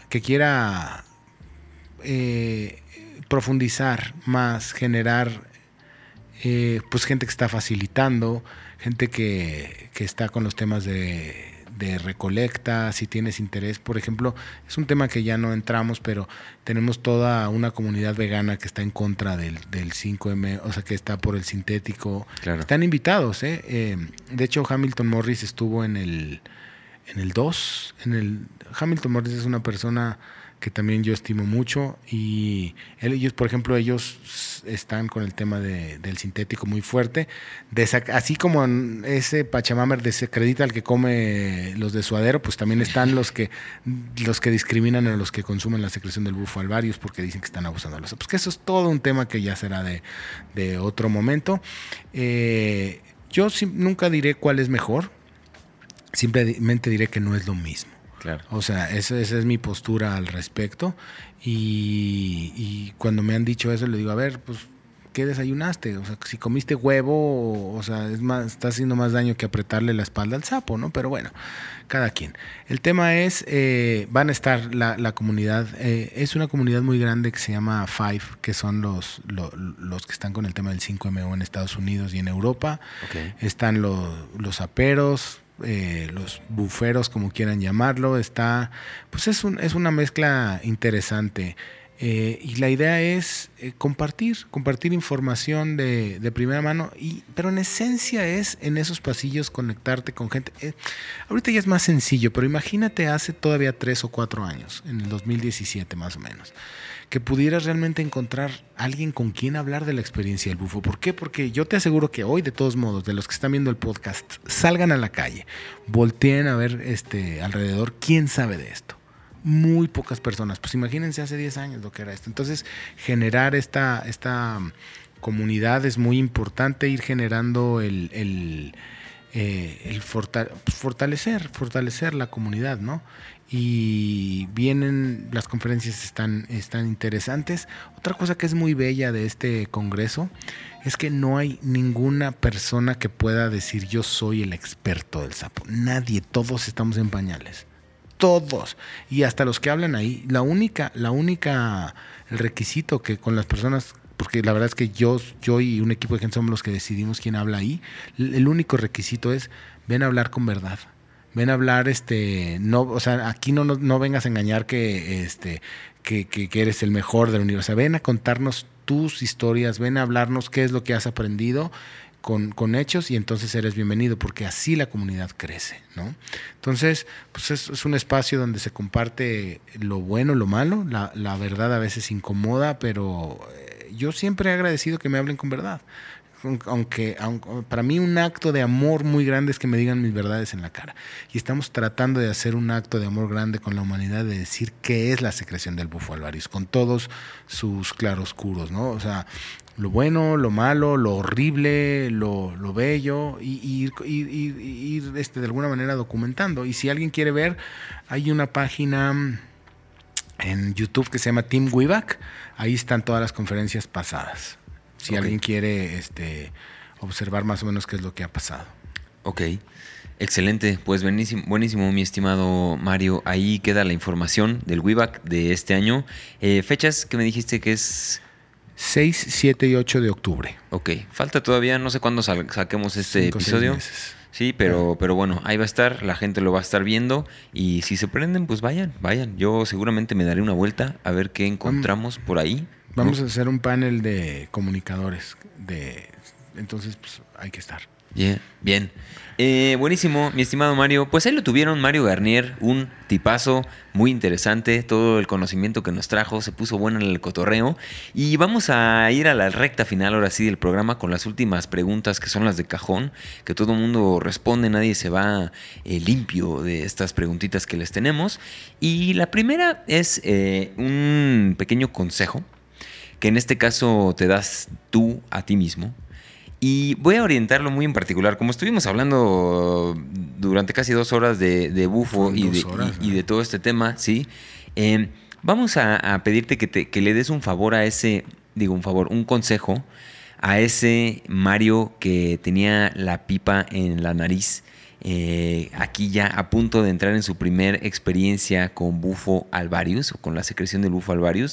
profundizar más, generar pues gente que está facilitando, gente que está con los temas de recolecta. Si tienes interés, por ejemplo, es un tema que ya no entramos, pero tenemos toda una comunidad vegana que está en contra del 5M, o sea, que está por el sintético. Claro. Están invitados, de hecho, Hamilton Morris estuvo en el 2. Hamilton Morris es una persona que también yo estimo mucho, y ellos, por ejemplo, ellos están con el tema del sintético muy fuerte, así como en ese Pachamamer desacredita al que come los de suadero, pues también están los que discriminan a los que consumen la secreción del bufo alvarius porque dicen que están abusando de los. Pues que eso es todo un tema que ya será de otro momento. Yo nunca diré cuál es mejor, simplemente diré que no es lo mismo. Claro. O sea, esa es mi postura al respecto. Y cuando me han dicho eso, le digo, a ver, pues, ¿qué desayunaste? O sea, si comiste huevo, o sea, es más, está haciendo más daño que apretarle la espalda al sapo, ¿no? Pero bueno, cada quien. El tema es, van a estar la comunidad, es una comunidad muy grande que se llama Five, que son los que están con el tema del 5MO en Estados Unidos y en Europa. Okay. Están los aperos, los buferos, como quieran llamarlo. Está, pues es una mezcla interesante. Y la idea es compartir información de primera mano, pero en esencia es en esos pasillos conectarte con gente. Ahorita ya es más sencillo, pero imagínate hace todavía 3 o 4 años, en el 2017 más o menos, que pudieras realmente encontrar alguien con quien hablar de la experiencia del bufo. ¿Por qué? Porque yo te aseguro que hoy, de todos modos, de los que están viendo el podcast, salgan a la calle, volteen a ver alrededor, ¿quién sabe de esto? Muy pocas personas. Pues imagínense hace 10 años lo que era esto. Entonces, generar esta comunidad es muy importante, ir generando fortalecer la comunidad, ¿no? Y vienen, las conferencias están interesantes. Otra cosa que es muy bella de este congreso es que no hay ninguna persona que pueda decir yo soy el experto del sapo. Nadie, todos estamos en pañales. Todos, y hasta los que hablan ahí, el requisito que con las personas, porque la verdad es que yo y un equipo de gente somos los que decidimos quién habla ahí, el único requisito es ven a hablar con verdad, ven a hablar, no, o sea, aquí no vengas a engañar que eres el mejor del universo, o sea, ven a contarnos tus historias, ven a hablarnos qué es lo que has aprendido, con hechos, y entonces eres bienvenido, porque así la comunidad crece, ¿no? Entonces, pues es un espacio donde se comparte lo bueno, lo malo, la verdad a veces incomoda, pero yo siempre he agradecido que me hablen con verdad. Aunque para mí un acto de amor muy grande es que me digan mis verdades en la cara. Y estamos tratando de hacer un acto de amor grande con la humanidad, de decir qué es la secreción del bufo alvarius, con todos sus claroscuros, ¿no? O sea, lo bueno, lo malo, lo horrible, lo bello, y ir de alguna manera documentando. Y si alguien quiere ver, hay una página en YouTube que se llama Team Weback. Ahí están todas las conferencias pasadas. Si alguien quiere observar más o menos qué es lo que ha pasado. Ok, excelente. Pues buenísimo, mi estimado Mario. Ahí queda la información del WeBack de este año. Fechas que me dijiste que es 6, 7 y 8 de octubre. Ok, falta todavía, no sé cuándo saquemos este 5, episodio. 6 meses. Sí, pero bueno, ahí va a estar, la gente lo va a estar viendo, y si se prenden, pues vayan. Yo seguramente me daré una vuelta a ver qué encontramos por ahí. Vamos a hacer un panel de comunicadores, entonces pues hay que estar. Yeah, bien. Buenísimo, mi estimado Mario. Pues ahí lo tuvieron, Mario Garnier, un tipazo muy interesante. Todo el conocimiento que nos trajo, se puso bueno en el cotorreo. Y vamos a ir a la recta final, ahora sí, del programa, con las últimas preguntas, que son las de cajón, que todo el mundo responde, nadie se va limpio de estas preguntitas que les tenemos. Y la primera es un pequeño consejo, que en este caso te das tú a ti mismo. Y voy a orientarlo muy en particular. Como estuvimos hablando durante casi 2 horas de bufo y de todo este tema, ¿sí? Vamos a pedirte que le des un favor a un consejo a ese Mario que tenía la pipa en la nariz, aquí ya a punto de entrar en su primer experiencia con bufo alvarius, o con la secreción del bufo alvarius.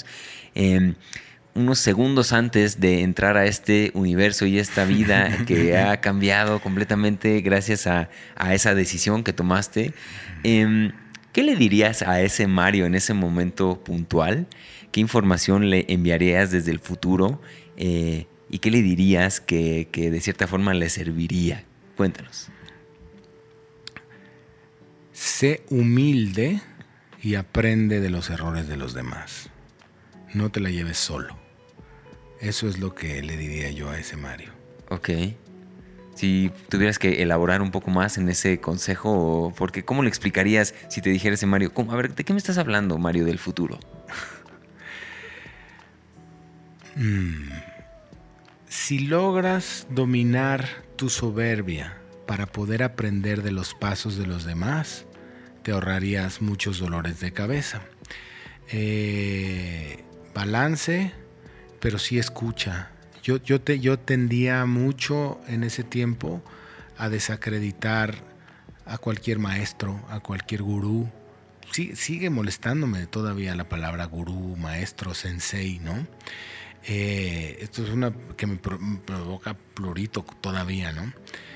Unos segundos antes de entrar a este universo y esta vida que ha cambiado completamente gracias a esa decisión que tomaste, ¿qué le dirías a ese Mario en ese momento puntual? ¿Qué información le enviarías desde el futuro? ¿Y qué le dirías que de cierta forma le serviría? Cuéntanos. Sé humilde y aprende de los errores de los demás. No te la lleves solo. Eso es lo que le diría yo a ese Mario. Ok. Si tuvieras que elaborar un poco más en ese consejo, porque ¿cómo le explicarías si te dijera ese Mario? A ver, ¿de qué me estás hablando, Mario, del futuro? Si logras dominar tu soberbia para poder aprender de los pasos de los demás, te ahorrarías muchos dolores de cabeza. Balance, pero sí escucha. Yo tendía mucho en ese tiempo a desacreditar a cualquier maestro, a cualquier gurú. Sí, sigue molestándome todavía la palabra gurú, maestro, sensei, ¿no? Esto es una que me provoca plurito todavía, ¿no?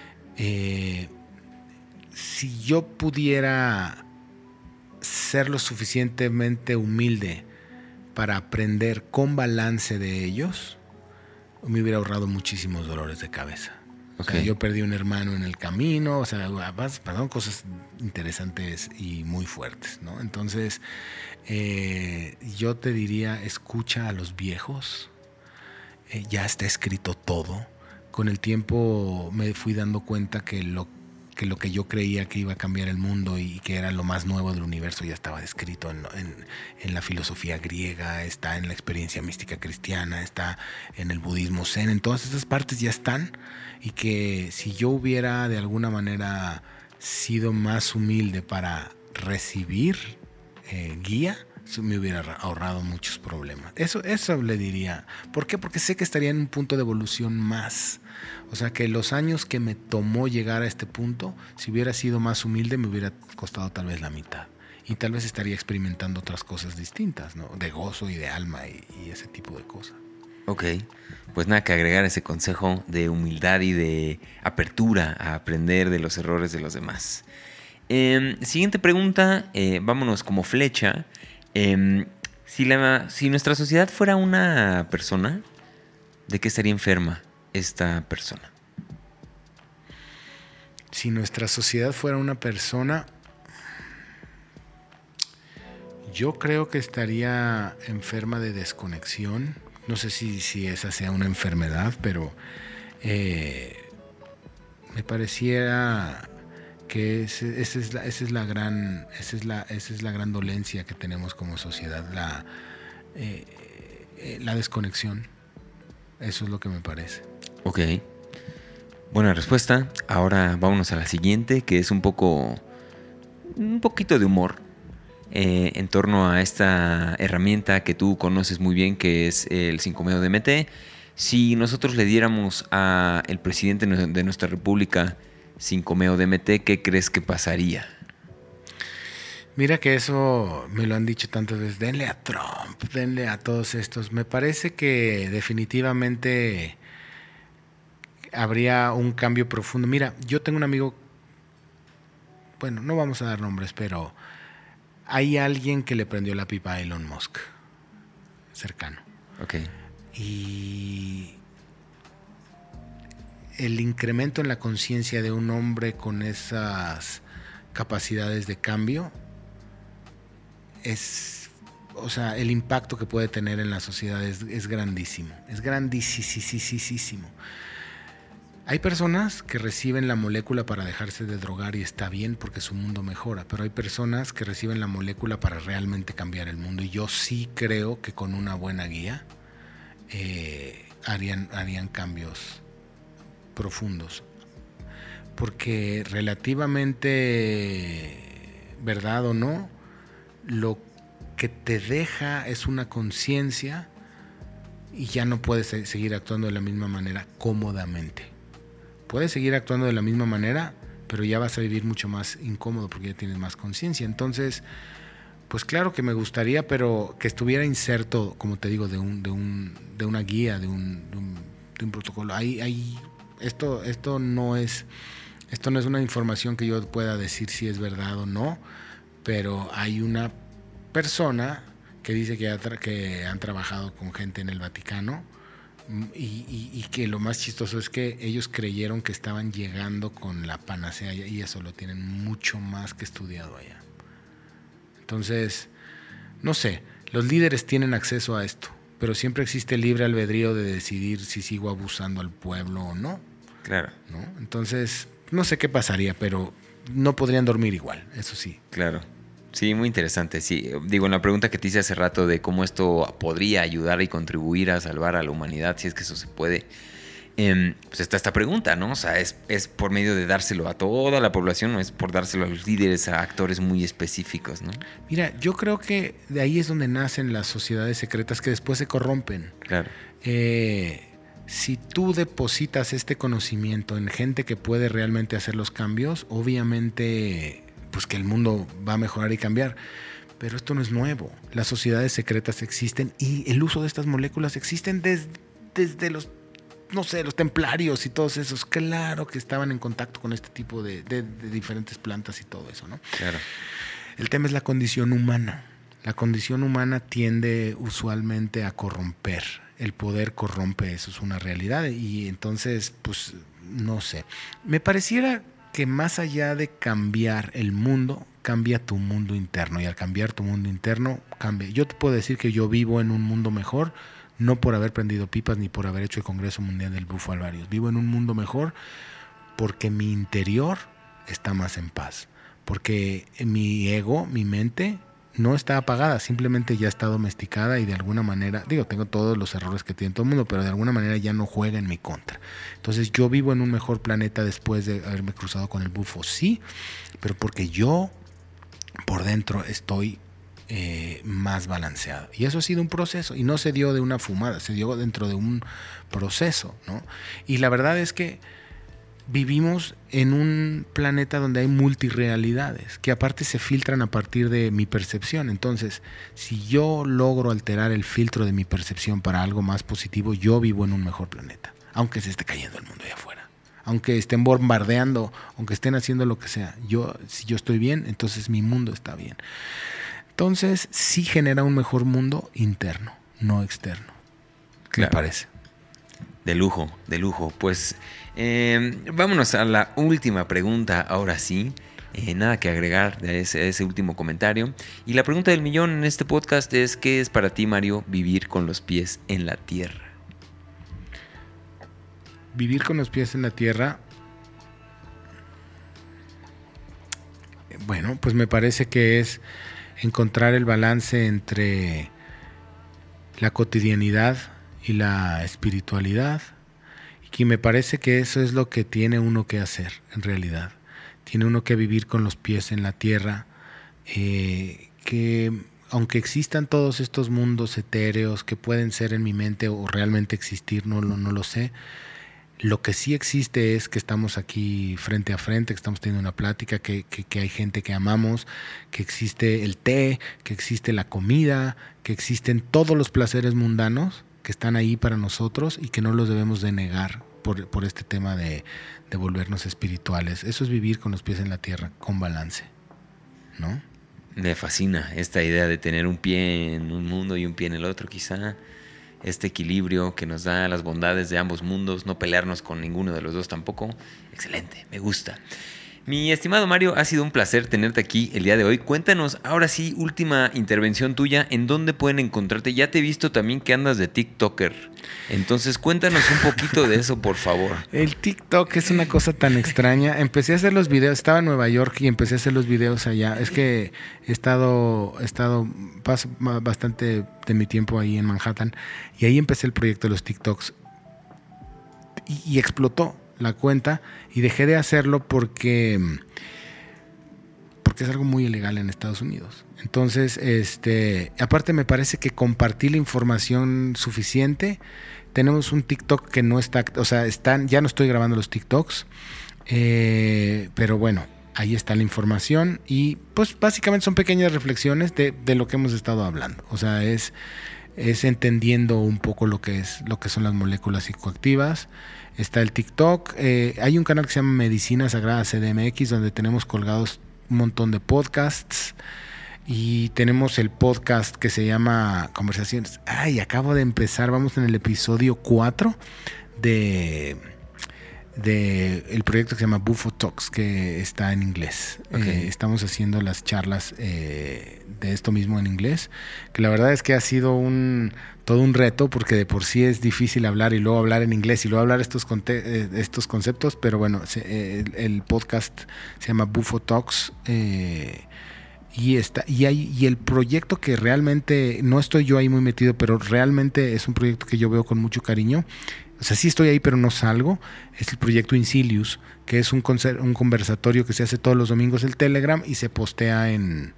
Si yo pudiera ser lo suficientemente humilde para aprender con balance de ellos, me hubiera ahorrado muchísimos dolores de cabeza. Okay. O sea, yo perdí un hermano en el camino, o sea, pasaron cosas interesantes y muy fuertes, ¿no? Entonces, yo te diría, escucha a los viejos. Ya está escrito todo. Con el tiempo me fui dando cuenta que lo que yo creía que iba a cambiar el mundo y que era lo más nuevo del universo ya estaba escrito en la filosofía griega, está en la experiencia mística cristiana, está en el budismo zen, en todas esas partes ya están, y que si yo hubiera de alguna manera sido más humilde para recibir guía, me hubiera ahorrado muchos problemas. Eso le diría. ¿Por qué? Porque sé que estaría en un punto de evolución más. O sea, que los años que me tomó llegar a este punto, si hubiera sido más humilde, me hubiera costado tal vez la mitad. Y tal vez estaría experimentando otras cosas distintas, ¿no? De gozo y de alma y ese tipo de cosas. Ok, pues nada que agregar ese consejo de humildad y de apertura a aprender de los errores de los demás. Siguiente pregunta, vámonos como flecha. Si nuestra sociedad fuera una persona, ¿de qué estaría enferma esta persona? Si nuestra sociedad fuera una persona, yo creo que estaría enferma de desconexión. No sé si esa sea una enfermedad, pero me pareciera que esa es la gran dolencia que tenemos como sociedad, la desconexión. Eso es lo que me parece. Ok, buena respuesta. Ahora vámonos a la siguiente, que es un poquito de humor en torno a esta herramienta que tú conoces muy bien, que es el 5-meo DMT. Si nosotros le diéramos al presidente de nuestra república 5-meo DMT, ¿qué crees que pasaría? Mira que eso me lo han dicho tantas veces. Denle a Trump, denle a todos estos. Me parece que definitivamente habría un cambio profundo. Mira, yo tengo un amigo, bueno, no vamos a dar nombres, pero hay alguien que le prendió la pipa a Elon Musk, cercano. Ok. Y el incremento en la conciencia de un hombre con esas capacidades de cambio o sea, el impacto que puede tener en la sociedad es grandísimo. Es grandísimo. Hay personas que reciben la molécula para dejarse de drogar y está bien porque su mundo mejora, pero hay personas que reciben la molécula para realmente cambiar el mundo, y yo sí creo que con una buena guía harían cambios profundos, porque relativamente, verdad o no, lo que te deja es una conciencia y ya no puedes seguir actuando de la misma manera cómodamente. Puedes seguir actuando de la misma manera, pero ya vas a vivir mucho más incómodo porque ya tienes más conciencia. Entonces, pues claro que me gustaría, pero que estuviera inserto, como te digo, de una guía, de un protocolo. Esto no es una información que yo pueda decir si es verdad o no, pero hay una persona que dice que han trabajado con gente en el Vaticano y que lo más chistoso es que ellos creyeron que estaban llegando con la panacea, y eso lo tienen mucho más que estudiado allá. Entonces, no sé, los líderes tienen acceso a esto, pero siempre existe el libre albedrío de decidir si sigo abusando al pueblo o no. Claro. ¿No? Entonces, no sé qué pasaría, pero no podrían dormir igual, eso sí. Claro. Sí, muy interesante. Sí, digo, en la pregunta que te hice hace rato de cómo esto podría ayudar y contribuir a salvar a la humanidad, si es que eso se puede. pues está esta pregunta, ¿no? O sea, ¿es por medio de dárselo a toda la población o es por dárselo a los líderes, a actores muy específicos, ¿no? Mira, yo creo que de ahí es donde nacen las sociedades secretas que después se corrompen. Claro. Si tú depositas este conocimiento en gente que puede realmente hacer los cambios, obviamente pues que el mundo va a mejorar y cambiar. Pero esto no es nuevo. Las sociedades secretas existen y el uso de estas moléculas existen desde los, no sé, los templarios y todos esos. Claro que estaban en contacto con este tipo de diferentes plantas y todo eso, ¿no? Claro. El tema es la condición humana. La condición humana tiende usualmente a corromper. El poder corrompe, eso es una realidad. Y entonces, pues, no sé. Me pareciera que más allá de cambiar el mundo, cambia tu mundo interno. Y al cambiar tu mundo interno, cambia. Yo te puedo decir que yo vivo en un mundo mejor, no por haber prendido pipas ni por haber hecho el Congreso Mundial del Bufo Alvarius. Vivo en un mundo mejor porque mi interior está más en paz. Porque mi ego, mi mente, no está apagada, simplemente ya está domesticada y de alguna manera, tengo todos los errores que tiene todo el mundo, pero de alguna manera ya no juega en mi contra. Entonces yo vivo en un mejor planeta después de haberme cruzado con el bufo, sí, pero porque yo por dentro estoy más balanceado. Y eso ha sido un proceso, y no se dio de una fumada, se dio dentro de un proceso, ¿no? Y la verdad es que vivimos en un planeta donde hay multirrealidades, que aparte se filtran a partir de mi percepción. Entonces, si yo logro alterar el filtro de mi percepción para algo más positivo, yo vivo en un mejor planeta, aunque se esté cayendo el mundo allá afuera, aunque estén bombardeando, aunque estén haciendo lo que sea. Si yo estoy bien, entonces mi mundo está bien. Entonces, sí genera un mejor mundo interno, no externo. Claro. Me parece. De lujo, de lujo. Pues vámonos a la última pregunta, ahora sí. Nada que agregar de ese último comentario. Y la pregunta del millón en este podcast es: ¿qué es para ti, Mario, vivir con los pies en la tierra? Vivir con los pies en la tierra, bueno, pues me parece que es encontrar el balance entre la cotidianidad y la espiritualidad, y que me parece que eso es lo que tiene uno que hacer en realidad. Tiene uno que vivir con los pies en la tierra, que aunque existan todos estos mundos etéreos que pueden ser en mi mente o realmente existir, no lo sé. Lo que sí existe es que estamos aquí frente a frente, que estamos teniendo una plática, que hay gente que amamos, que existe el té, que existe la comida, que existen todos los placeres mundanos que están ahí para nosotros y que no los debemos de negar por este tema de volvernos espirituales. Eso es vivir con los pies en la tierra, con balance, ¿no? Me fascina esta idea de tener un pie en un mundo y un pie en el otro, quizá. Este equilibrio que nos da las bondades de ambos mundos, no pelearnos con ninguno de los dos tampoco. Excelente, me gusta. Mi estimado Mario, ha sido un placer tenerte aquí el día de hoy. Cuéntanos, ahora sí, última intervención tuya, ¿en dónde pueden encontrarte? Ya te he visto también que andas de TikToker. Entonces, cuéntanos un poquito de eso, por favor. El TikTok es una cosa tan extraña. Empecé a hacer los videos, estaba en Nueva York y empecé a hacer los videos allá. Es que paso bastante de mi tiempo ahí en Manhattan y ahí empecé el proyecto de los TikToks y explotó la cuenta y dejé de hacerlo porque es algo muy ilegal en Estados Unidos. Entonces, aparte me parece que compartí la información suficiente. Tenemos un TikTok que no está, o sea, ya no estoy grabando los TikToks, pero bueno, ahí está la información y pues básicamente son pequeñas reflexiones de lo que hemos estado hablando. O sea, es entendiendo un poco lo que son las moléculas psicoactivas. Está el TikTok, hay un canal que se llama Medicina Sagrada CDMX donde tenemos colgados un montón de podcasts y tenemos el podcast que se llama Conversaciones. Acabo de empezar, vamos en el episodio 4 de el proyecto que se llama Bufo Talks, que está en inglés. Okay. Estamos haciendo las charlas de esto mismo en inglés, que la verdad es que ha sido todo un reto, porque de por sí es difícil hablar y luego hablar en inglés y luego hablar estos conceptos, pero bueno, el podcast se llama Bufo Talks Y el proyecto que realmente, no estoy yo ahí muy metido, pero realmente es un proyecto que yo veo con mucho cariño. O sea, sí estoy ahí, pero no salgo. Es el proyecto Incilius, que es un conversatorio que se hace todos los domingos en Telegram y se postea en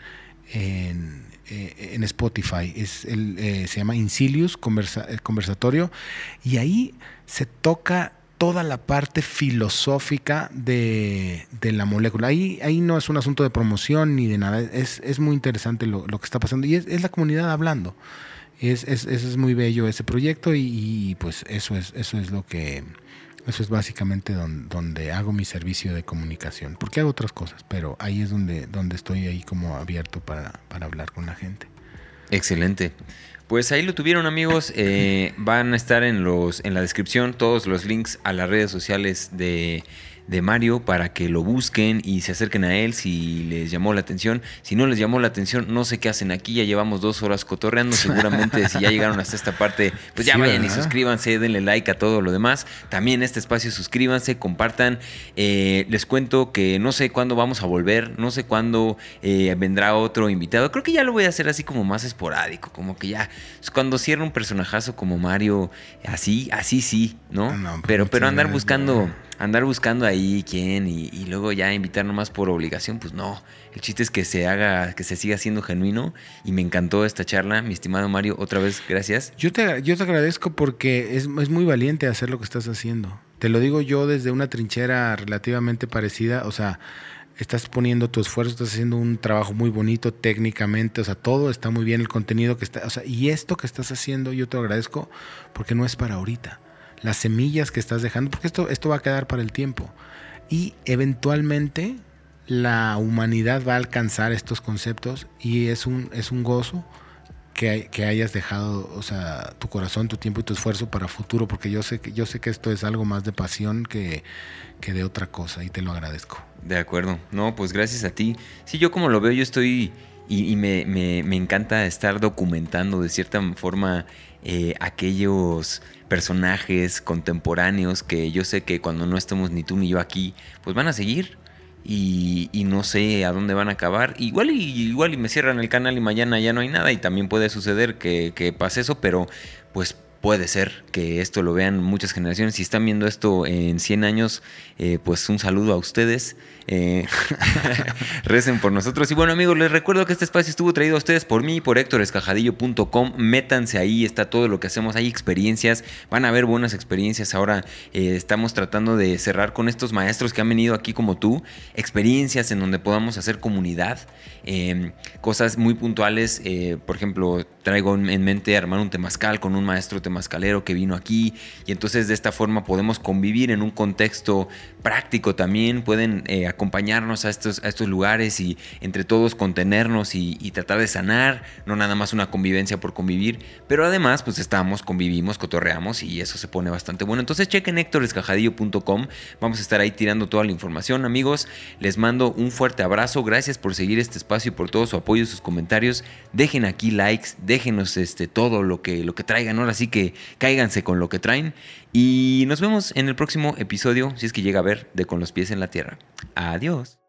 Spotify. Se llama Incilius Conversatorio, y ahí se toca toda la parte filosófica de la molécula. Ahí no es un asunto de promoción ni de nada. Es muy interesante lo que está pasando, y es la comunidad hablando. Es muy bello ese proyecto, y pues eso es básicamente donde hago mi servicio de comunicación, porque hago otras cosas, pero ahí es donde estoy ahí como abierto para hablar con la gente. Excelente. Pues ahí lo tuvieron, amigos. Van a estar en la descripción todos los links a las redes sociales de Mario para que lo busquen y se acerquen a él si les llamó la atención. Si no les llamó la atención, no sé qué hacen aquí. Ya llevamos 2 horas cotorreando. Seguramente si ya llegaron hasta esta parte, pues ya vayan, ¿verdad? Y suscríbanse, denle like a todo lo demás. También este espacio, suscríbanse, compartan. Les cuento que no sé cuándo vamos a volver, no sé cuándo vendrá otro invitado. Creo que ya lo voy a hacer así como más esporádico, como que ya cuando cierre un personajazo como Mario, así sí, ¿no? Pero andar buscando ahí quién y luego ya invitar nomás por obligación, pues no. El chiste es que se siga siendo genuino, y me encantó esta charla, mi estimado Mario. Otra vez, gracias. Yo te agradezco, porque es muy valiente hacer lo que estás haciendo. Te lo digo yo desde una trinchera relativamente parecida. O sea, estás poniendo tu esfuerzo, estás haciendo un trabajo muy bonito técnicamente. O sea, todo está muy bien, el contenido que está. O sea, y esto que estás haciendo, yo te lo agradezco, porque no es para ahorita. Las semillas que estás dejando, porque esto va a quedar para el tiempo, y eventualmente la humanidad va a alcanzar estos conceptos, y es un gozo que hayas dejado, o sea, tu corazón, tu tiempo y tu esfuerzo para futuro, porque yo sé que esto es algo más de pasión que de otra cosa, y te lo agradezco. De acuerdo. No, pues gracias a ti. Sí, yo como lo veo, yo estoy y me encanta estar documentando de cierta forma aquellos personajes contemporáneos que yo sé que cuando no estemos ni tú ni yo aquí, pues van a seguir, y no sé a dónde van a acabar. Igual y me cierran el canal y mañana ya no hay nada, y también puede suceder que pase eso, pero pues puede ser que esto lo vean muchas generaciones. Si están viendo esto en 100 años, pues un saludo a ustedes. Recen por nosotros. Y bueno, amigos, les recuerdo que este espacio estuvo traído a ustedes por mí, por HéctorEscajadillo.com. Métanse ahí, está todo lo que hacemos. Hay experiencias, van a haber buenas experiencias. Ahora estamos tratando de cerrar con estos maestros que han venido aquí como tú, experiencias en donde podamos hacer comunidad, cosas muy puntuales. Por ejemplo, traigo en mente armar un temazcal con un maestro temazcalero que vino aquí, y entonces de esta forma podemos convivir en un contexto práctico también. Pueden acompañarnos a estos lugares y entre todos contenernos y tratar de sanar, no nada más una convivencia por convivir, pero además pues convivimos, cotorreamos, y eso se pone bastante bueno. Entonces chequen HéctorEscajadillo.com, vamos a estar ahí tirando toda la información. Amigos, les mando un fuerte abrazo, gracias por seguir este espacio y por todo su apoyo, sus comentarios. Dejen aquí likes, déjenos todo lo que traigan, ahora sí que cáiganse con lo que traen, y nos vemos en el próximo episodio, si es que llega a ver, de Con los pies en la tierra. Adiós.